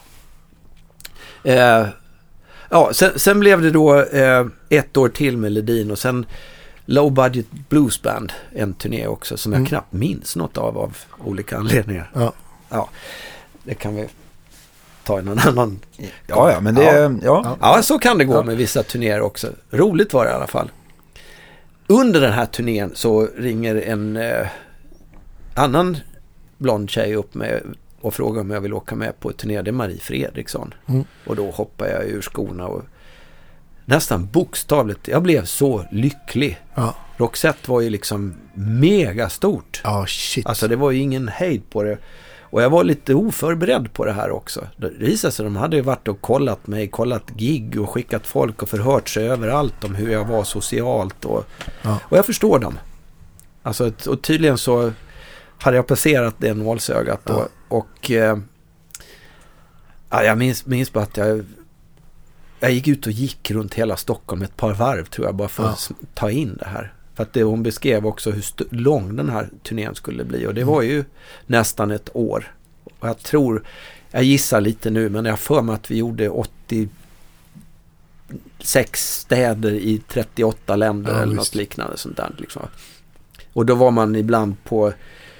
Ja. Sen blev det då 1 år till med Ledin och sen Low Budget Blues Band, en turné också som jag knappt minns något av olika anledningar. Ja, det kan vi ta i någon annan. Ja, men det Ja, så kan det gå med vissa turnéer också. Roligt var det i alla fall. Under den här turnén så ringer en annan blond tjej upp med och frågar om jag vill åka med på ett turné. Det är Marie Fredriksson. Och då hoppar jag ur skorna och nästan bokstavligt, jag blev så lycklig. Roxette var ju liksom mega stort. Shit. Alltså det var ju ingen hejd på det. Och jag var lite oförberedd på det här också. Det visade sig att de hade ju varit och kollat gig och skickat folk och förhört sig överallt om hur jag var socialt. Och jag förstår dem. Alltså, och tydligen så hade jag passerat det nålsögat då. Och jag minns bara att jag gick ut och gick runt hela Stockholm ett par varv tror jag, bara för att ta in det här. För att hon beskrev också hur lång den här turnén skulle bli. Och det var ju nästan ett år. Och jag gissar lite nu, men jag för mig att vi gjorde 86 städer i 38 länder eller något liknande sånt där. Liksom. Och då var man ibland på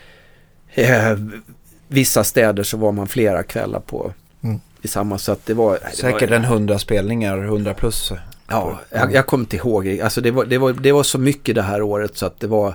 vissa städer så var man flera kvällar på i samma, så att det var... Säkert 100 spelningar, 100 plus. Ja, jag kommer inte ihåg. Alltså det var så mycket det här året så att det var...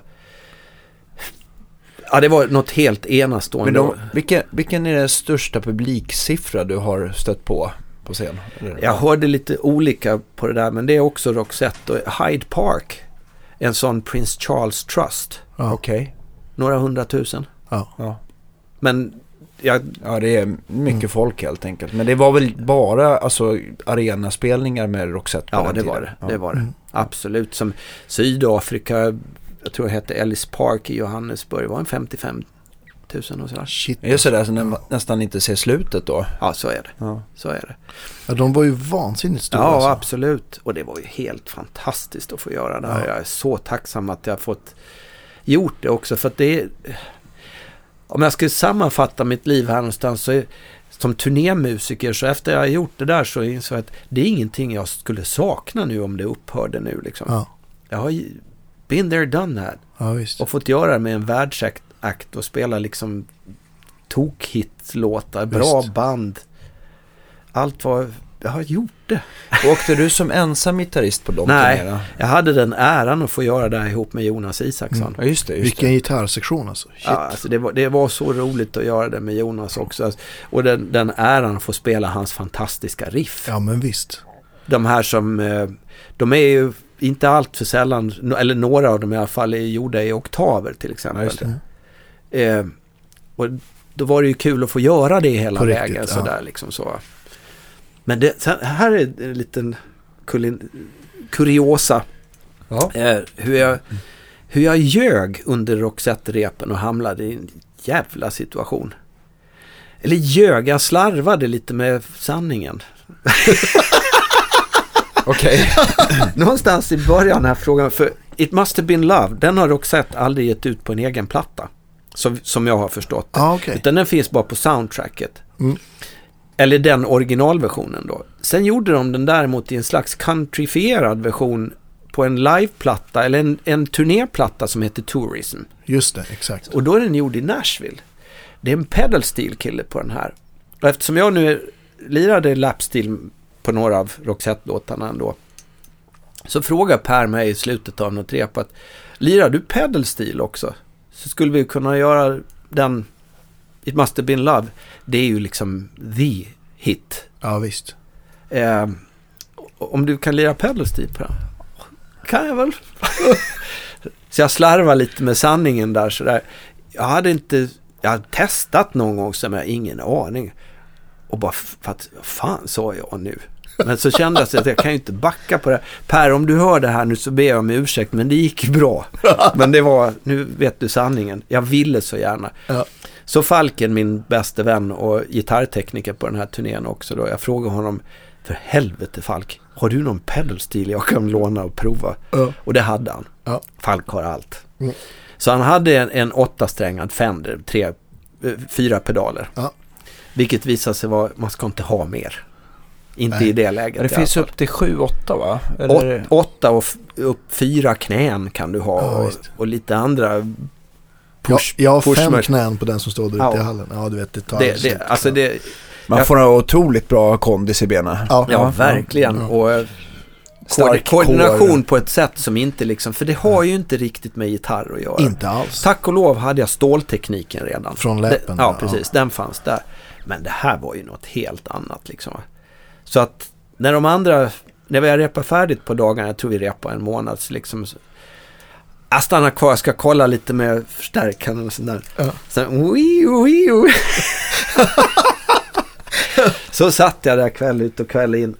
Ja, det var något helt enastående. Men då, vilken är den största publiksiffra du har stött på scen? Jag hörde lite olika på det där, men det är också Roxette och Hyde Park. En sån Prince Charles Trust. Ja. Okej. Några 100 000. Ja. Men ja, det är mycket folk helt enkelt. Men det var väl bara alltså arenaspelningar med Roxette på den tiden? Det var det. Absolut. Som Sydafrika, jag tror det hette Ellis Park i Johannesburg, var en 55 000 och sådär. Shit. Är det sådär som nästan inte ser slutet då? Ja, så är det. Så är det. Ja, de var ju vansinnigt stora. Ja, alltså. Absolut. Och det var ju helt fantastiskt att få göra det här. Ja. Jag är så tacksam att jag har fått gjort det också. För att det är... Om jag ska sammanfatta mitt liv här någonstans så är, som turnémusiker, så efter jag har gjort det där så insåg jag att det är ingenting jag skulle sakna nu om det upphörde nu liksom. Ja. Jag har been there, done that. Ja, visst. Och fått göra det med en världsakt och spela liksom tokhitslåtar, bra band. Allt var... Jag har gjort det. Åkte du som ensam gitarrist på de turnéerna? Nej, jag hade den äran att få göra det här ihop med Jonas Isaksson. Ja, just det. Vilken gitarrsektion alltså. Shit. Ja, alltså det var så roligt att göra det med Jonas också. Och den äran att få spela hans fantastiska riff. Ja, men visst. De här som... De är ju inte allt för sällan, eller några av dem i alla fall, är gjorda i oktaver till exempel. Ja, och då var det ju kul att få göra det hela på vägen. Riktigt, sådär, liksom så. Men här är en liten kuriosa. Ja. Hur jag ljög under Roxette-repen och hamnade i en jävla situation. Eller jag slarvade lite med sanningen. Okej. Någonstans i början den här frågan, för It Must Have Been Love, den har Roxette aldrig gett ut på en egen platta. Som jag har förstått det. Okay. Utan den finns bara på soundtracket. Eller den originalversionen då. Sen gjorde de den däremot i en slags countryfierad version på en liveplatta, eller en turnéplatta som heter Tourism. Just det, exakt. Och då är den gjord i Nashville. Det är en pedal steel kille på den här. Och eftersom jag nu lirade lapsteel på några av Roxette-låtarna ändå, så frågar Per mig i slutet av något rep att lirar du pedal steel också? Så skulle vi kunna göra den It Must Have Been Love. Det är ju liksom the hit. Ja, visst. Om du kan lira pedal steel på den, kan jag väl. Så jag slarvar lite med sanningen där. Så där. Jag hade testat någon gång som jag ingen aning. Och bara, fan sa jag nu. Men så kände jag att jag kan ju inte backa på det. Per, om du hör det här nu så ber jag om ursäkt, men det gick bra. Men det var, nu vet du sanningen. Jag ville så gärna. Ja. Så Falken, min bästa vän och gitarrtekniker på den här turnén också då, jag frågade honom, för helvete Falk, har du någon pedalstil jag kan låna och prova? Och det hade han. Falk har allt. Så han hade en 8-strängad Fender, 4 pedaler. Vilket visade sig vara, man ska inte ha mer. Inte i det läget. Det finns upp till 7-8 va? 8 och upp 4 knän kan du ha och lite andra jag har 5 knän på den som står där ute i hallen. Ja, du vet, det tar man får en otroligt bra kondis i benen. Ja, verkligen. Och koordination på ett sätt som inte liksom, för det har ju inte riktigt med gitarr att göra. Inte alls. Tack och lov hade jag ståltekniken redan. Från läppen. Ja, precis. Den fanns där. Men det här var ju något helt annat liksom. Så att när vi har repat färdigt på dagarna, jag tror vi repar en månad, så liksom jag stannar kvar, jag ska kolla lite med förstärkaren och sånt där. Sen, så satt jag där kväll ut och kväll in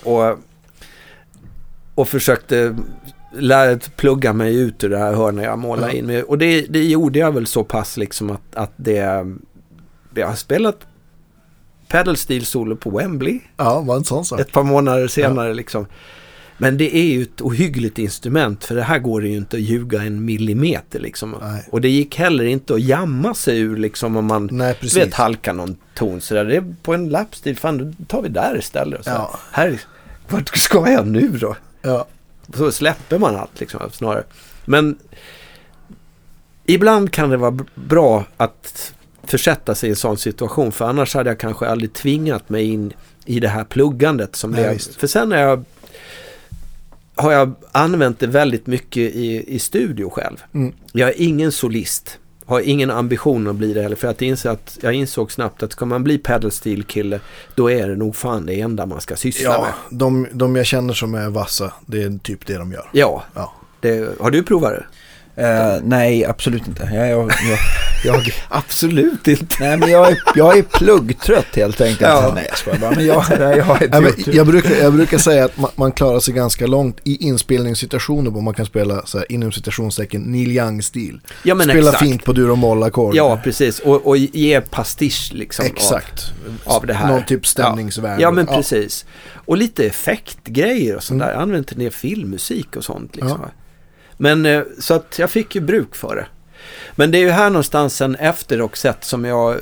och försökte plugga mig ut ur det här hörnet jag målade in. Och det gjorde jag väl så pass liksom att jag har spelat pedal steel solo på Wembley. Ja, var en sån sak. Ett par månader senare liksom. Men det är ju ett ohyggligt instrument, för det här går det ju inte att ljuga en millimeter liksom. Nej. Och det gick heller inte att jamma sig ur liksom om man vet halka någon ton så där. Det är på en lapstil, fan då tar vi där istället. Och så här, vart ska jag nu då? Ja. Så släpper man allt liksom snarare. Men Ibland kan det vara bra att försätta sig i en sån situation, för annars hade jag kanske aldrig tvingat mig in i det här pluggandet som blev. För sen har jag använt det väldigt mycket i studio själv. Jag är ingen solist. Har ingen ambition att bli det heller, för att jag insåg snabbt att ska man bli pedal steel kille, då är det nog fan det enda man ska syssla med. De jag känner som är vassa, det är typ det de gör. Ja. Har du provat det? Nej, absolut inte. Jag absolut inte. Nej, men jag är pluggtrött helt enkelt. Ja. Nej, jag skojar bara. Men jag är jag brukar säga att man klarar sig ganska långt i inspelningssituationer, och man kan spela så här, inom citationstecken Neil Young-stil. Ja, men spela fint på dur- och moll-ackord. Ja, precis. Och ge pastisch liksom. Exakt. Av det här. Någon typ stämningsvärde. Ja, men precis. Och lite effektgrejer och sånt där. Jag använder en del filmmusik och sånt liksom. Ja. Men så att jag fick ju bruk för det. Men det är ju här någonstans en efterrocksätt som jag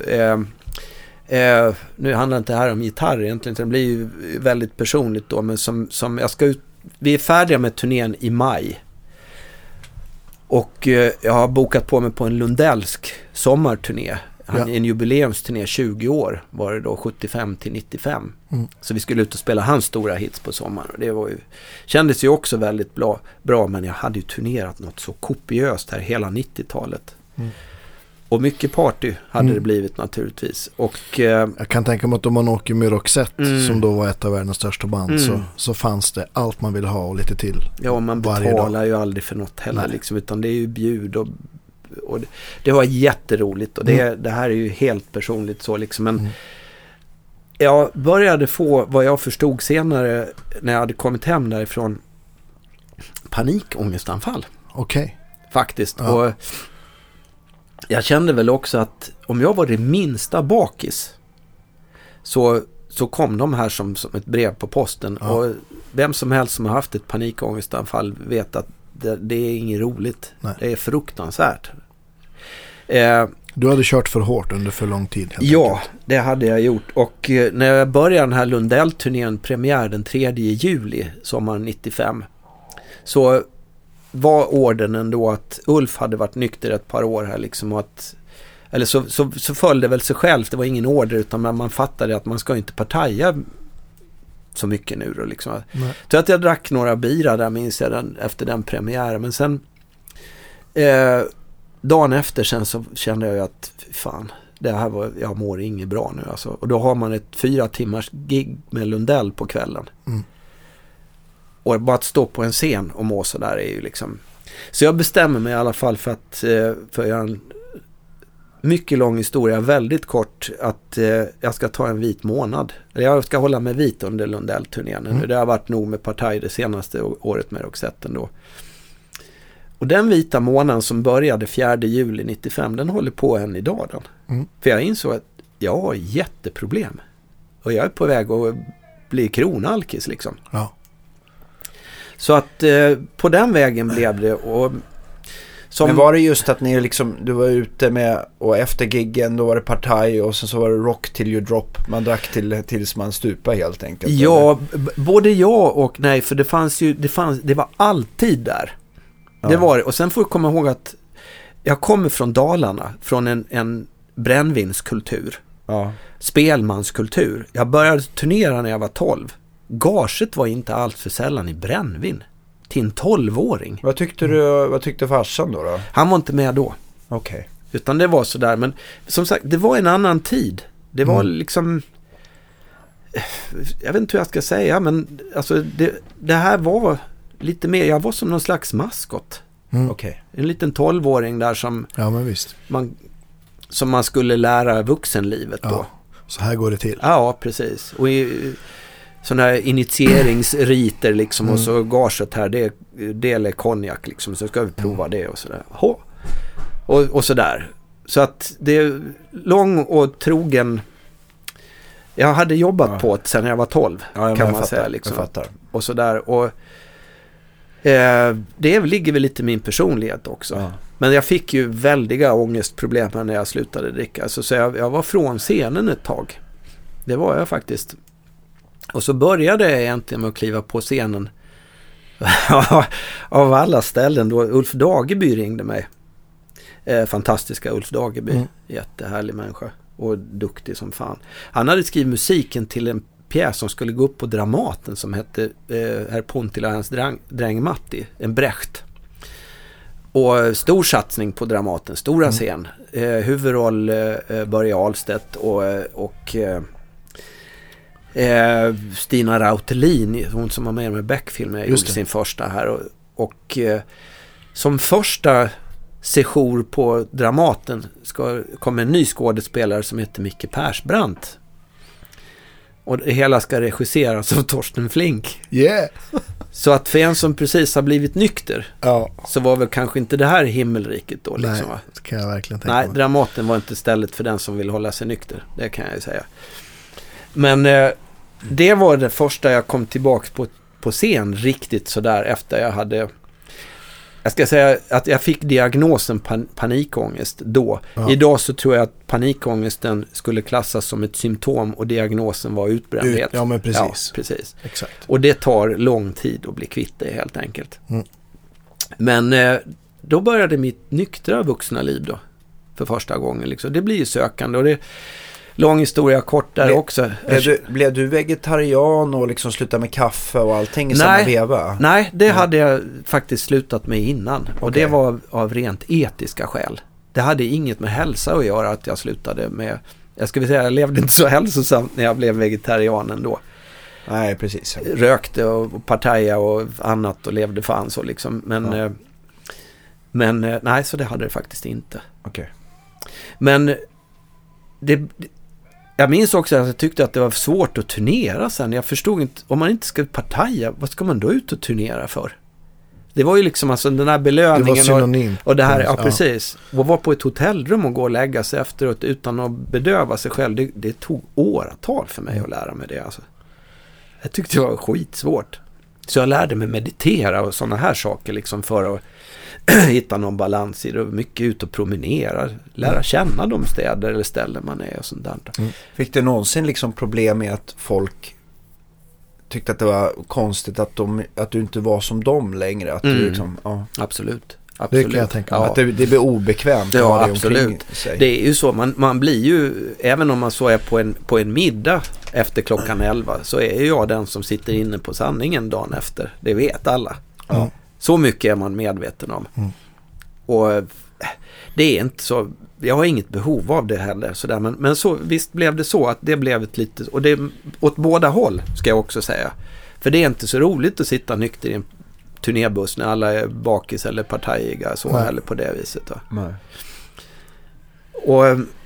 nu handlar inte det här om gitarr egentligen, det blir ju väldigt personligt då, men som jag ska ut, vi är färdiga med turnén i maj. Och jag har bokat på mig på en lundellsk sommarturné. En jubileumsturné, 20 år var det då, 75 till 95. Så vi skulle ut och spela hans stora hits på sommaren. Och det kändes ju också väldigt bra, men jag hade ju turnerat något så kopiöst här hela 90-talet. Och mycket party hade det blivit naturligtvis. Och jag kan tänka mig att om man åker med Roxette, som då var ett av världens största band, så fanns det allt man ville ha och lite till. Ja, man betalar ju aldrig för något heller liksom, utan det är ju bjud och det var jätteroligt, och det här är ju helt personligt så liksom, men jag började få, vad jag förstod senare när jag hade kommit hem därifrån, panikångestanfall. Okej. Faktiskt. Ja. Och jag kände väl också att om jag var det minsta bakis så kom de här som ett brev på posten. Ja. Och vem som helst som har haft ett panikångestanfall vet att det är inget roligt. Nej. Det är fruktansvärt. Du hade kört för hårt under för lång tid. Ja, det hade jag gjort. Och när jag började den här Lundell-turnén, premiär den 3 juli sommaren 95, så var orden ändå att Ulf hade varit nykter ett par år här liksom, och att, eller så följde väl sig själv, det var ingen order, utan man fattade att man ska inte partaja så mycket nu då liksom. Så att jag drack några bira där, minns jag, efter den premiären, men sen dagen efter sen så kände jag att fan, det här jag mår inget bra nu alltså. Och då har man ett 4 timmars gig med Lundell på kvällen. Och bara att stå på en scen och må så där är ju liksom... Så jag bestämmer mig i alla fall för att göra en mycket lång historia, väldigt kort, att jag ska ta en vit månad. Jag ska hålla mig vit under Lundell-turnén. Det har varit nog med partaj det senaste året med Roxetten då. Och den vita månaden som började 4 juli 95, den håller på än idag då. För jag insåg att jag har jätteproblem. Och jag är på väg att bli kronalkis liksom. Ja. Så att på den vägen blev det. Och men var det just att ni liksom, du var ute med, och efter giggen då var det partaj, och sen så var det rock till you drop, man drack tills man stupade helt enkelt? Ja, både ja och nej, för det var alltid där. Ja. Det var det. Och sen får jag komma ihåg att jag kommer från Dalarna, från en brännvinskultur. Ja. Spelmanskultur. Jag började turnera när jag var 12. Gaget var inte allt för sällan i brännvin till en 12-åring. Vad tyckte farsan då? Han var inte med då. Okej. Utan det var så där, men som sagt, det var en annan tid. Det var liksom, jag vet inte hur jag ska säga, men alltså det här var lite mer, jag var som någon slags maskot. Okej. En liten 12-åring där som men visst. Som man skulle lära vuxenlivet då. Så här går det till. Ja, precis. Och sådana här initieringsriter liksom, och så gaget här, det är konjak liksom, så ska vi prova det och sådär. Och sådär. Så att det är lång och trogen. Jag hade jobbat på det sen jag var 12, kan man säga liksom. Jag fattar. Och sådär. Och det ligger väl lite i min personlighet också. Ja. Men jag fick ju väldiga ångestproblem när jag slutade dricka. Så jag var från scenen ett tag. Det var jag faktiskt. Och så började jag egentligen med att kliva på scenen av alla ställen då Ulf Dageby ringde mig. Fantastiska Ulf Dageby. Jättehärlig människa. Och duktig som fan. Han hade skrivit musiken till en pjäs som skulle gå upp på Dramaten som hette Herr Pontila och hans dräng Matti. En Brecht. Och stor satsning på Dramaten. Stora scen. Huvudroll Börje Ahlstedt och Stina Rautelin, hon som var med Beck-filmen, gjorde sin första här. Och som första session på Dramaten kommer en ny skådespelare som heter Micke Persbrandt. Och det hela ska regisseras av Torsten Flink. Yeah! Så att för en som precis har blivit nykter så var väl kanske inte det här himmelriket då. Liksom, nej, det kan jag verkligen tänka mig. Dramaten var inte stället för den som vill hålla sig nykter. Det kan jag ju säga. Men det var det första jag kom tillbaka på scen riktigt sådär efter jag hade... Jag ska säga att jag fick diagnosen panikångest då. Ja. Idag så tror jag att panikångesten skulle klassas som ett symptom och diagnosen var utbrändhet. Ja, men precis. Ja, precis. Exakt. Och det tar lång tid att bli kvitt det helt enkelt. Men då började mitt nyktra vuxna liv då. För första gången liksom. Det blir ju sökande och det lång historia kort där också. Blev du vegetarian och liksom slutade med kaffe och allting i samma veva? Nej, det hade jag faktiskt slutat med innan. Okay. Och det var av rent etiska skäl. Det hade inget med hälsa att göra att jag slutade med... Jag levde inte så hälsosamt när jag blev vegetarian ändå. Nej, precis. Rökte och partaja och annat och levde fan så liksom. Men nej, så det hade det faktiskt inte. Okej. Men jag minns också att jag tyckte att det var svårt att turnera sen. Jag förstod inte, om man inte ska partaja, vad ska man då ut och turnera för? Det var ju liksom alltså den här belöningen. Det var synonym. Och det här, precis. Och vara på ett hotellrum och gå och lägga sig efteråt utan att bedöva sig själv. Det tog åratal för mig att lära mig det. Alltså. Jag tyckte det var skitsvårt. Så jag lärde mig meditera och sådana här saker liksom för att hitta någon balans i det. Mycket ut och promenera. Lära känna de städer eller ställen man är och sånt där. Fick du någonsin liksom problem med att folk tyckte att det var konstigt att du inte var som dem längre? Att du liksom, Absolut. Det kan jag tänka mig. Att det blir obekvämt. Ja, absolut. Det är ju så. Man blir ju, även om man så är på en middag efter klockan 11 så är jag den som sitter inne på sanningen dagen efter. Det vet alla. Ja. Så mycket är man medveten om. Och det är inte så... Jag har inget behov av det heller. Sådär. Men så, visst blev det så att det blev ett lite... Och det åt båda håll ska jag också säga. För det är inte så roligt att sitta nykter i en turnébuss när alla är bakis eller partajiga så eller på det viset. Då. Nej. Och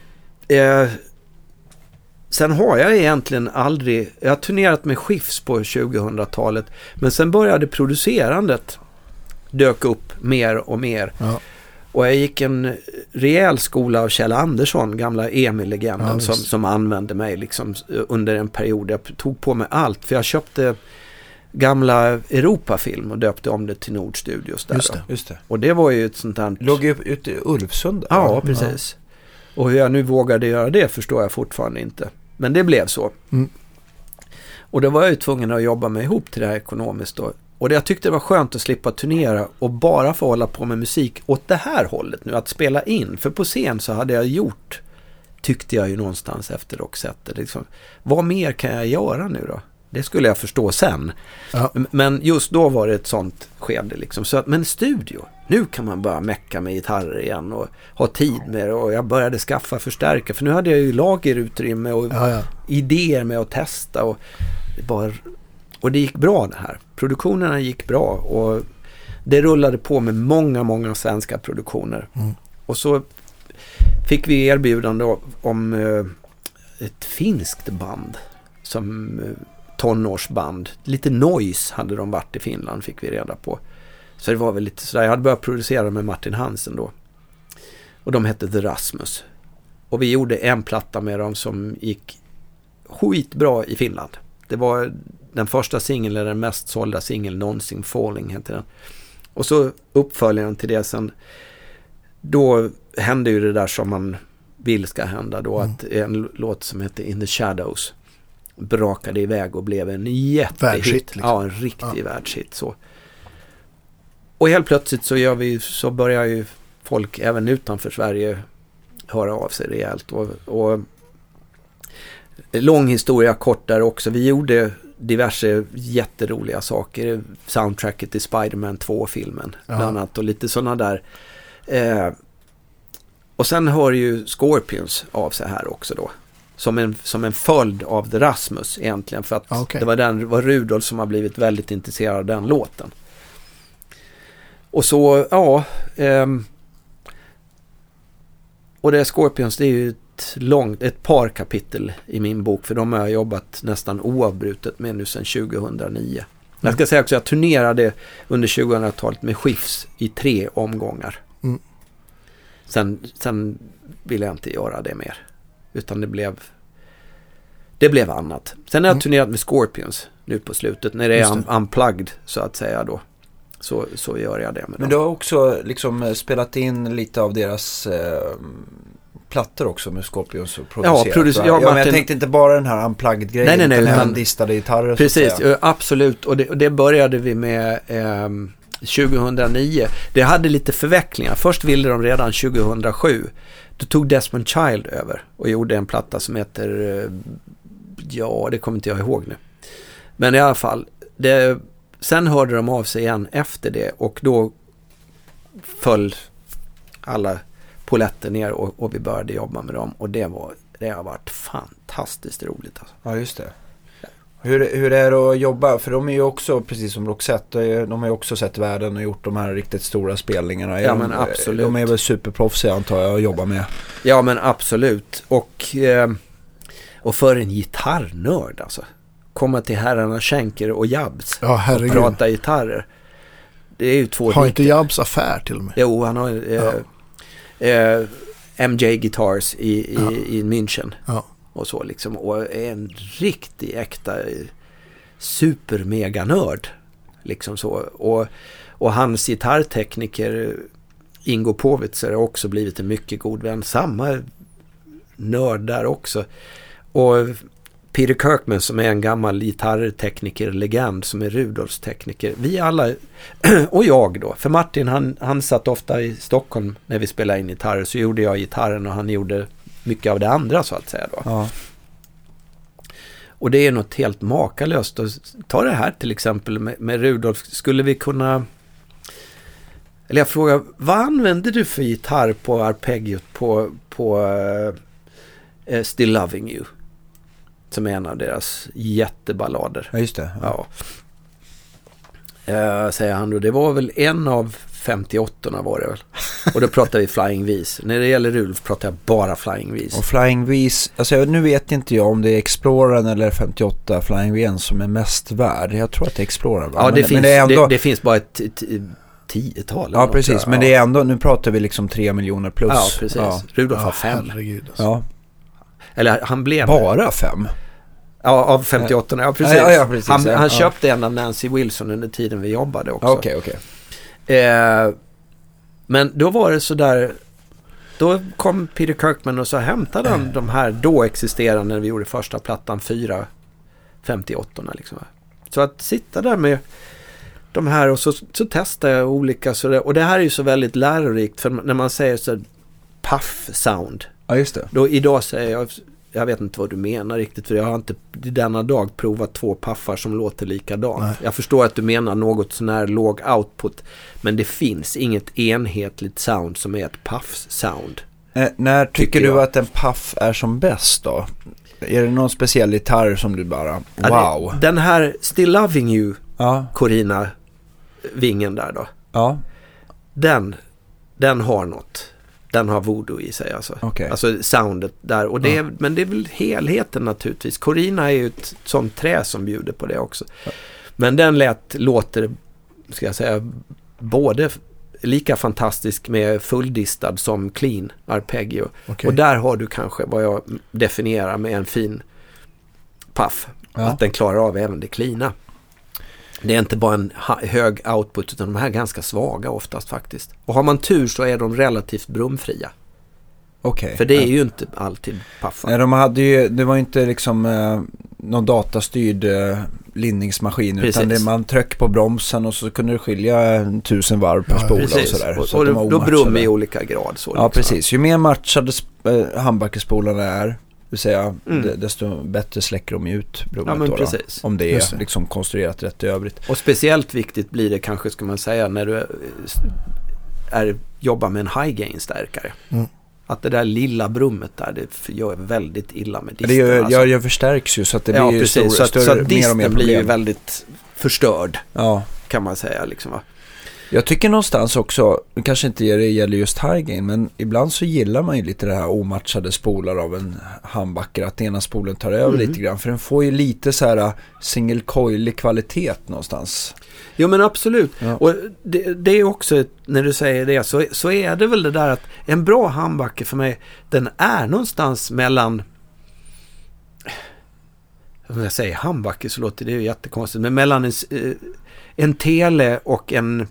sen har jag egentligen aldrig... Jag har turnerat med Skifs på 2000-talet. Men sen började producerandet dök upp mer och mer. Ja. Och jag gick en rejäl skola av Kjell Andersson, gamla Emil-legenden, som använde mig liksom under en period. Jag tog på mig allt, för jag köpte gamla Europafilm och döpte om det till Nordstudios där. Just det. Och det var ju ett sånt här... Låg ju ute i Ulfsund. Ja, precis. Ja. Och hur jag nu vågade göra det förstår jag fortfarande inte. Men det blev så. Och då var jag ju tvungen att jobba mig ihop till det här ekonomiskt då. Och jag tyckte det var skönt att slippa turnera och bara få hålla på med musik åt det här hållet nu, att spela in. För på scen så hade jag gjort, tyckte jag ju någonstans efter Roxette, liksom, vad mer kan jag göra nu då? Det skulle jag förstå sen. Ja. Men just då var det ett sånt skede liksom. Så att, men studio, nu kan man bara mecka med gitarrer igen och ha tid med det. Och jag började skaffa förstärkare, för nu hade jag ju lagerutrymme och idéer med att testa och det gick bra det här. Produktionerna gick bra och det rullade på med många svenska produktioner. Och så fick vi erbjudande om ett finskt band som tonårsband. Lite noise hade de varit i Finland, fick vi reda på. Så det var väl lite sådär. Jag hade börjat producera med Martin Hansen då. Och de hette The Rasmus. Och vi gjorde en platta med dem som gick skitbra i Finland. Det var den första singeln, eller den mest sålda singeln någonsin, Falling heter den. Och så uppföljaren till det sen, då hände ju det där som man vill ska hända då, att en låt som heter In the Shadows brakade iväg och blev en jättehit. Liksom. Ja, en riktig världshit så. Och helt plötsligt så börjar ju folk även utanför Sverige höra av sig rejält. Och lång historia kort där också. Vi gjorde diverse jätteroliga saker. Soundtracket till Spider-Man 2-filmen bland annat och lite sådana där. Och sen hör ju Scorpions av sig här också då. Som en följd av The Rasmus egentligen. För att det var Rudolf som har blivit väldigt intresserad av den låten. Och så, och det är Scorpions, det är ju ett par kapitel i min bok, för de har jag jobbat nästan oavbrutet med nu sedan 2009. Jag ska säga också att jag turnerade under 2000-talet med Skiffs i 3 omgångar. Sen ville jag inte göra det mer, utan det blev annat. Sen har jag turnerat med Scorpions nu på slutet, när det är unplugged så att säga då. Så gör jag det med dem. Men du har också liksom spelat in lite av deras plattor också med Scorpions och producerat. Men jag tänkte inte bara den här unplugged-grejen, nej, utan distade gitarrer. Precis, absolut. Och det började vi med 2009. Det hade lite förvecklingar. Först ville de redan 2007. Då tog Desmond Child över och gjorde en platta som heter det kommer inte jag ihåg nu. Men i alla fall, sen hörde de av sig igen efter det, och då föll alla poletter ner och vi började jobba med dem, och det har varit fantastiskt roligt alltså. Ja, just det. Hur är det att jobba? För de är ju också, precis som Roxette, de har ju också sett världen och gjort de här riktigt stora spelningarna. Ja, men absolut. De är väl superproffsiga, antar jag, att jobba med. Ja, men absolut. Och för en gitarrnörd alltså. Komma till herrarna Schenker och Jabs och prata gitarrer. Det är ju 2 Har inte Jabs affär till och med? Jo, han har MJ Guitars i München. Ja. Och så liksom. Och är en riktig äkta supermeganörd. Liksom så. Och hans gitarrtekniker Ingo Povitzer har också blivit en mycket god vän. Samma nörd där också. Och Peter Kirkman som är en gammal gitarrtekniker, legend, som är Rudolfs tekniker. Vi alla, och jag då. För Martin, han satt ofta i Stockholm när vi spelade in gitarrer, så gjorde jag gitarren och han gjorde mycket av det andra så att säga då. Ja. Och det är något helt makalöst. Ta det här till exempel med Rudolf. Skulle vi kunna... Eller jag frågar, vad använder du för gitarr på arpeggiot på Still Loving You? Som är en av deras jätteballader. Ja, just det. Ja. Säger han då, det var väl en av 58 var det väl. Och då pratar vi Flying V's. När det gäller Rudolf pratar jag bara Flying V's. Och Flying V's, alltså nu vet inte jag om det är Explorern eller 58 Flying V's som är mest värd. Jag tror att det är Explorern. Ja, det finns bara ett 10-tal. Ja, precis. Ja. Men det är ändå, nu pratar vi liksom 3 miljoner plus. Ja, precis. Ja. Rudolf har 5. Herregud, alltså. Ja. Eller han blev... Bara 5? Ja, av 58. Ja, precis. Ja, precis. Han köpte en av Nancy Wilson under tiden vi jobbade också. Okej. Men då var det så där, då kom Peter Kirkman och så hämtade han de här då existerande, när vi gjorde första plattan 458 liksom. Så att sitta där med de här och så testar jag olika så och det här är ju så väldigt lärorikt, för när man säger så puff sound. Ja, just det. Då idag säger jag vet inte vad du menar riktigt, för jag har inte i denna dag provat 2 puffar som låter likadant. Nej. Jag förstår att du menar något sån här låg output, men det finns inget enhetligt sound som är ett puff-sound. När tycker du att en puff är som bäst då? Är det någon speciell gitarr som du bara, wow? Den här Still Loving You, Corina vingen där då. Ja. Den har något. Den har voodoo i sig alltså. Okay. Alltså soundet där. Och men det är väl helheten naturligtvis. Corina är ju ett sånt trä som bjuder på det också. Ja. Men den låter, ska jag säga, både lika fantastisk med fulldistad som clean arpeggio. Okay. Och där har du kanske vad jag definierar med en fin puff. Ja. Att den klarar av även det cleana. Det är inte bara en hög output, utan de här är ganska svaga oftast faktiskt. Och har man tur så är de relativt brumfria. Okej. För det är ju inte alltid paffar. Nej, de hade ju, det var ju inte liksom någon datastyrd linningsmaskin. Precis. Utan man tryck på bromsen och så kunde det skilja 1000 varv per spola och sådär. Och, så att de var då omatchade. brum i olika grad. Så Ja, liksom. precis. Ju mer matchade handbackespolarna är, det vill säga, desto bättre släcker de ut brummet. Ja, men då, precis. om det är liksom konstruerat rätt i övrigt. Och speciellt viktigt blir det kanske, ska man säga, när du jobbar med en high gain stärkare. Att det där lilla brummet där, det gör väldigt illa med disten. Det gör förstärks ju så att det blir ju precis, större, så att mer och disten mer blir ju problem. väldigt förstörd, Ja. kan man säga. Liksom, va? Jag tycker någonstans också, kanske inte det gäller just high gain, men ibland så gillar man ju lite det här omatchade spolar av en handbacker, att ena spolen tar över lite grann, för den får ju lite så här single coilig kvalitet någonstans. Jo, men absolut. Ja. Och det är också, när du säger det, så är det väl det där att en bra handbacke för mig, den är någonstans mellan, om jag säger handbacke så låter det ju jättekonstigt, men mellan en tele och en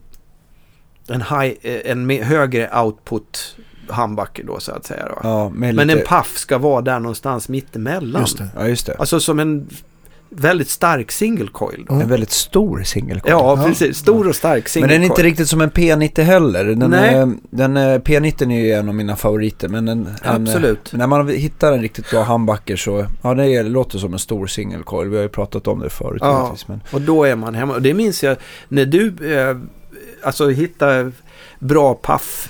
högre output handbacke då, så att säga. Då. Ja, men en paff ska vara där någonstans mittemellan. Just det. Ja, just det. Alltså som en väldigt stark single coil. Då. En väldigt stor single coil. Ja, precis. Stor och stark single coil. Men den är inte riktigt som en P90 heller. Nej. P90 är ju en av mina favoriter. Men absolut. När man hittar en riktigt bra handbacker så, ja, det låter som en stor single coil. Vi har ju pratat om det förut. Ja, och då är man hemma. Och det minns jag, när du hittar bra paff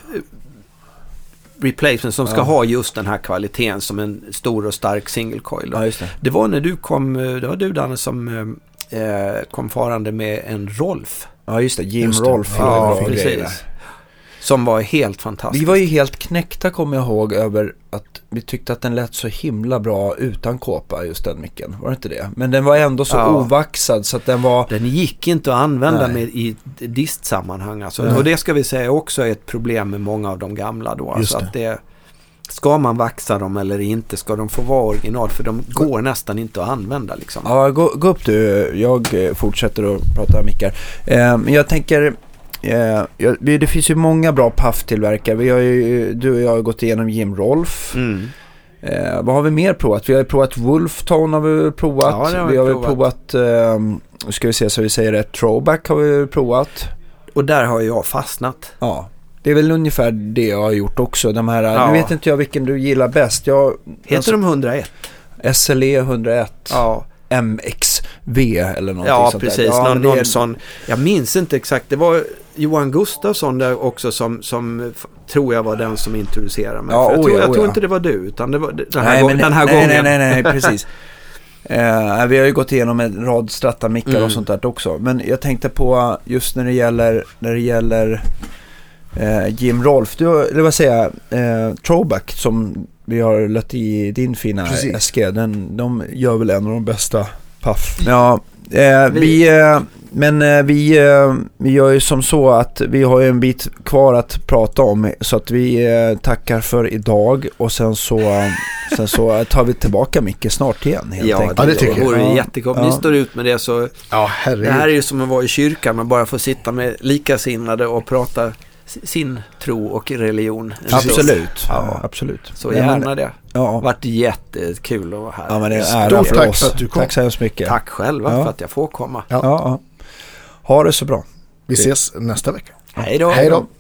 replacement som ska ha just den här kvaliteten som en stor och stark single coil. Ja, just det. Det var när du kom, det var du, Danne, som kom farande med en Rolf. Ja, just det. Jim Rolf. Ja, precis. Som var helt fantastisk. Vi var ju helt knäckta, kommer jag ihåg, över att vi tyckte att den lät så himla bra utan kåpa, just den micken. Var det inte det? Men den var ändå så ovaxad så att den var... Den gick inte att använda med i distsammanhang. Alltså. Och det ska vi säga också är ett problem med många av de gamla då. Alltså att ska man vaxa dem eller inte? Ska de få vara original? För de går nästan inte att använda liksom. Ja, gå upp du. Jag fortsätter att prata mickar. Men jag tänker... det finns ju många bra pafftillverkare. Du och jag har gått igenom Jim Rolf. Vad har vi mer provat? Vi har provat Wolftone, har vi provat. Ja, vi har provat ska vi se så vi säger det, Throwback har vi provat. Och där har jag fastnat. Ja. Det är väl ungefär det jag har gjort också. De här, nu vet inte jag vilken du gillar bäst. Heter de 101? SLE 101. Ja. MXV eller någonting sånt precis. där. Ja, precis. Någon sån, jag minns inte exakt. Det var Johan Gustafsson där också som tror jag var den som introducerade mig. Ja, jag tror inte det var du, utan det var den här gången. Nej, precis. Vi har ju gått igenom en rad Strata-mickar och sånt där också. Men jag tänkte på just när det gäller Jim Rolf, eller vad säger Throwback som vi har lagt i din fina SG, de gör väl en av de bästa paff. Ja, vi gör ju som så att vi har en bit kvar att prata om, så att vi tackar för idag och sen så tar vi tillbaka mycket snart igen helt enkelt. Ja, det tycker jag. Det vore jättekul. Ni står ut med det, så herregud. det här är ju som att vara i kyrkan, man bara får sitta med likasinnade och prata sin tro och religion. Absolut. Ja, absolut. Så gärna det. Ja. Varit jättekul att vara här. Ja, men det är stort tack för att du kom. Tack så hemskt mycket. Tack själva för att jag får komma. Ja. Ha det så bra. Vi ses nästa vecka. Hej då. Hej då.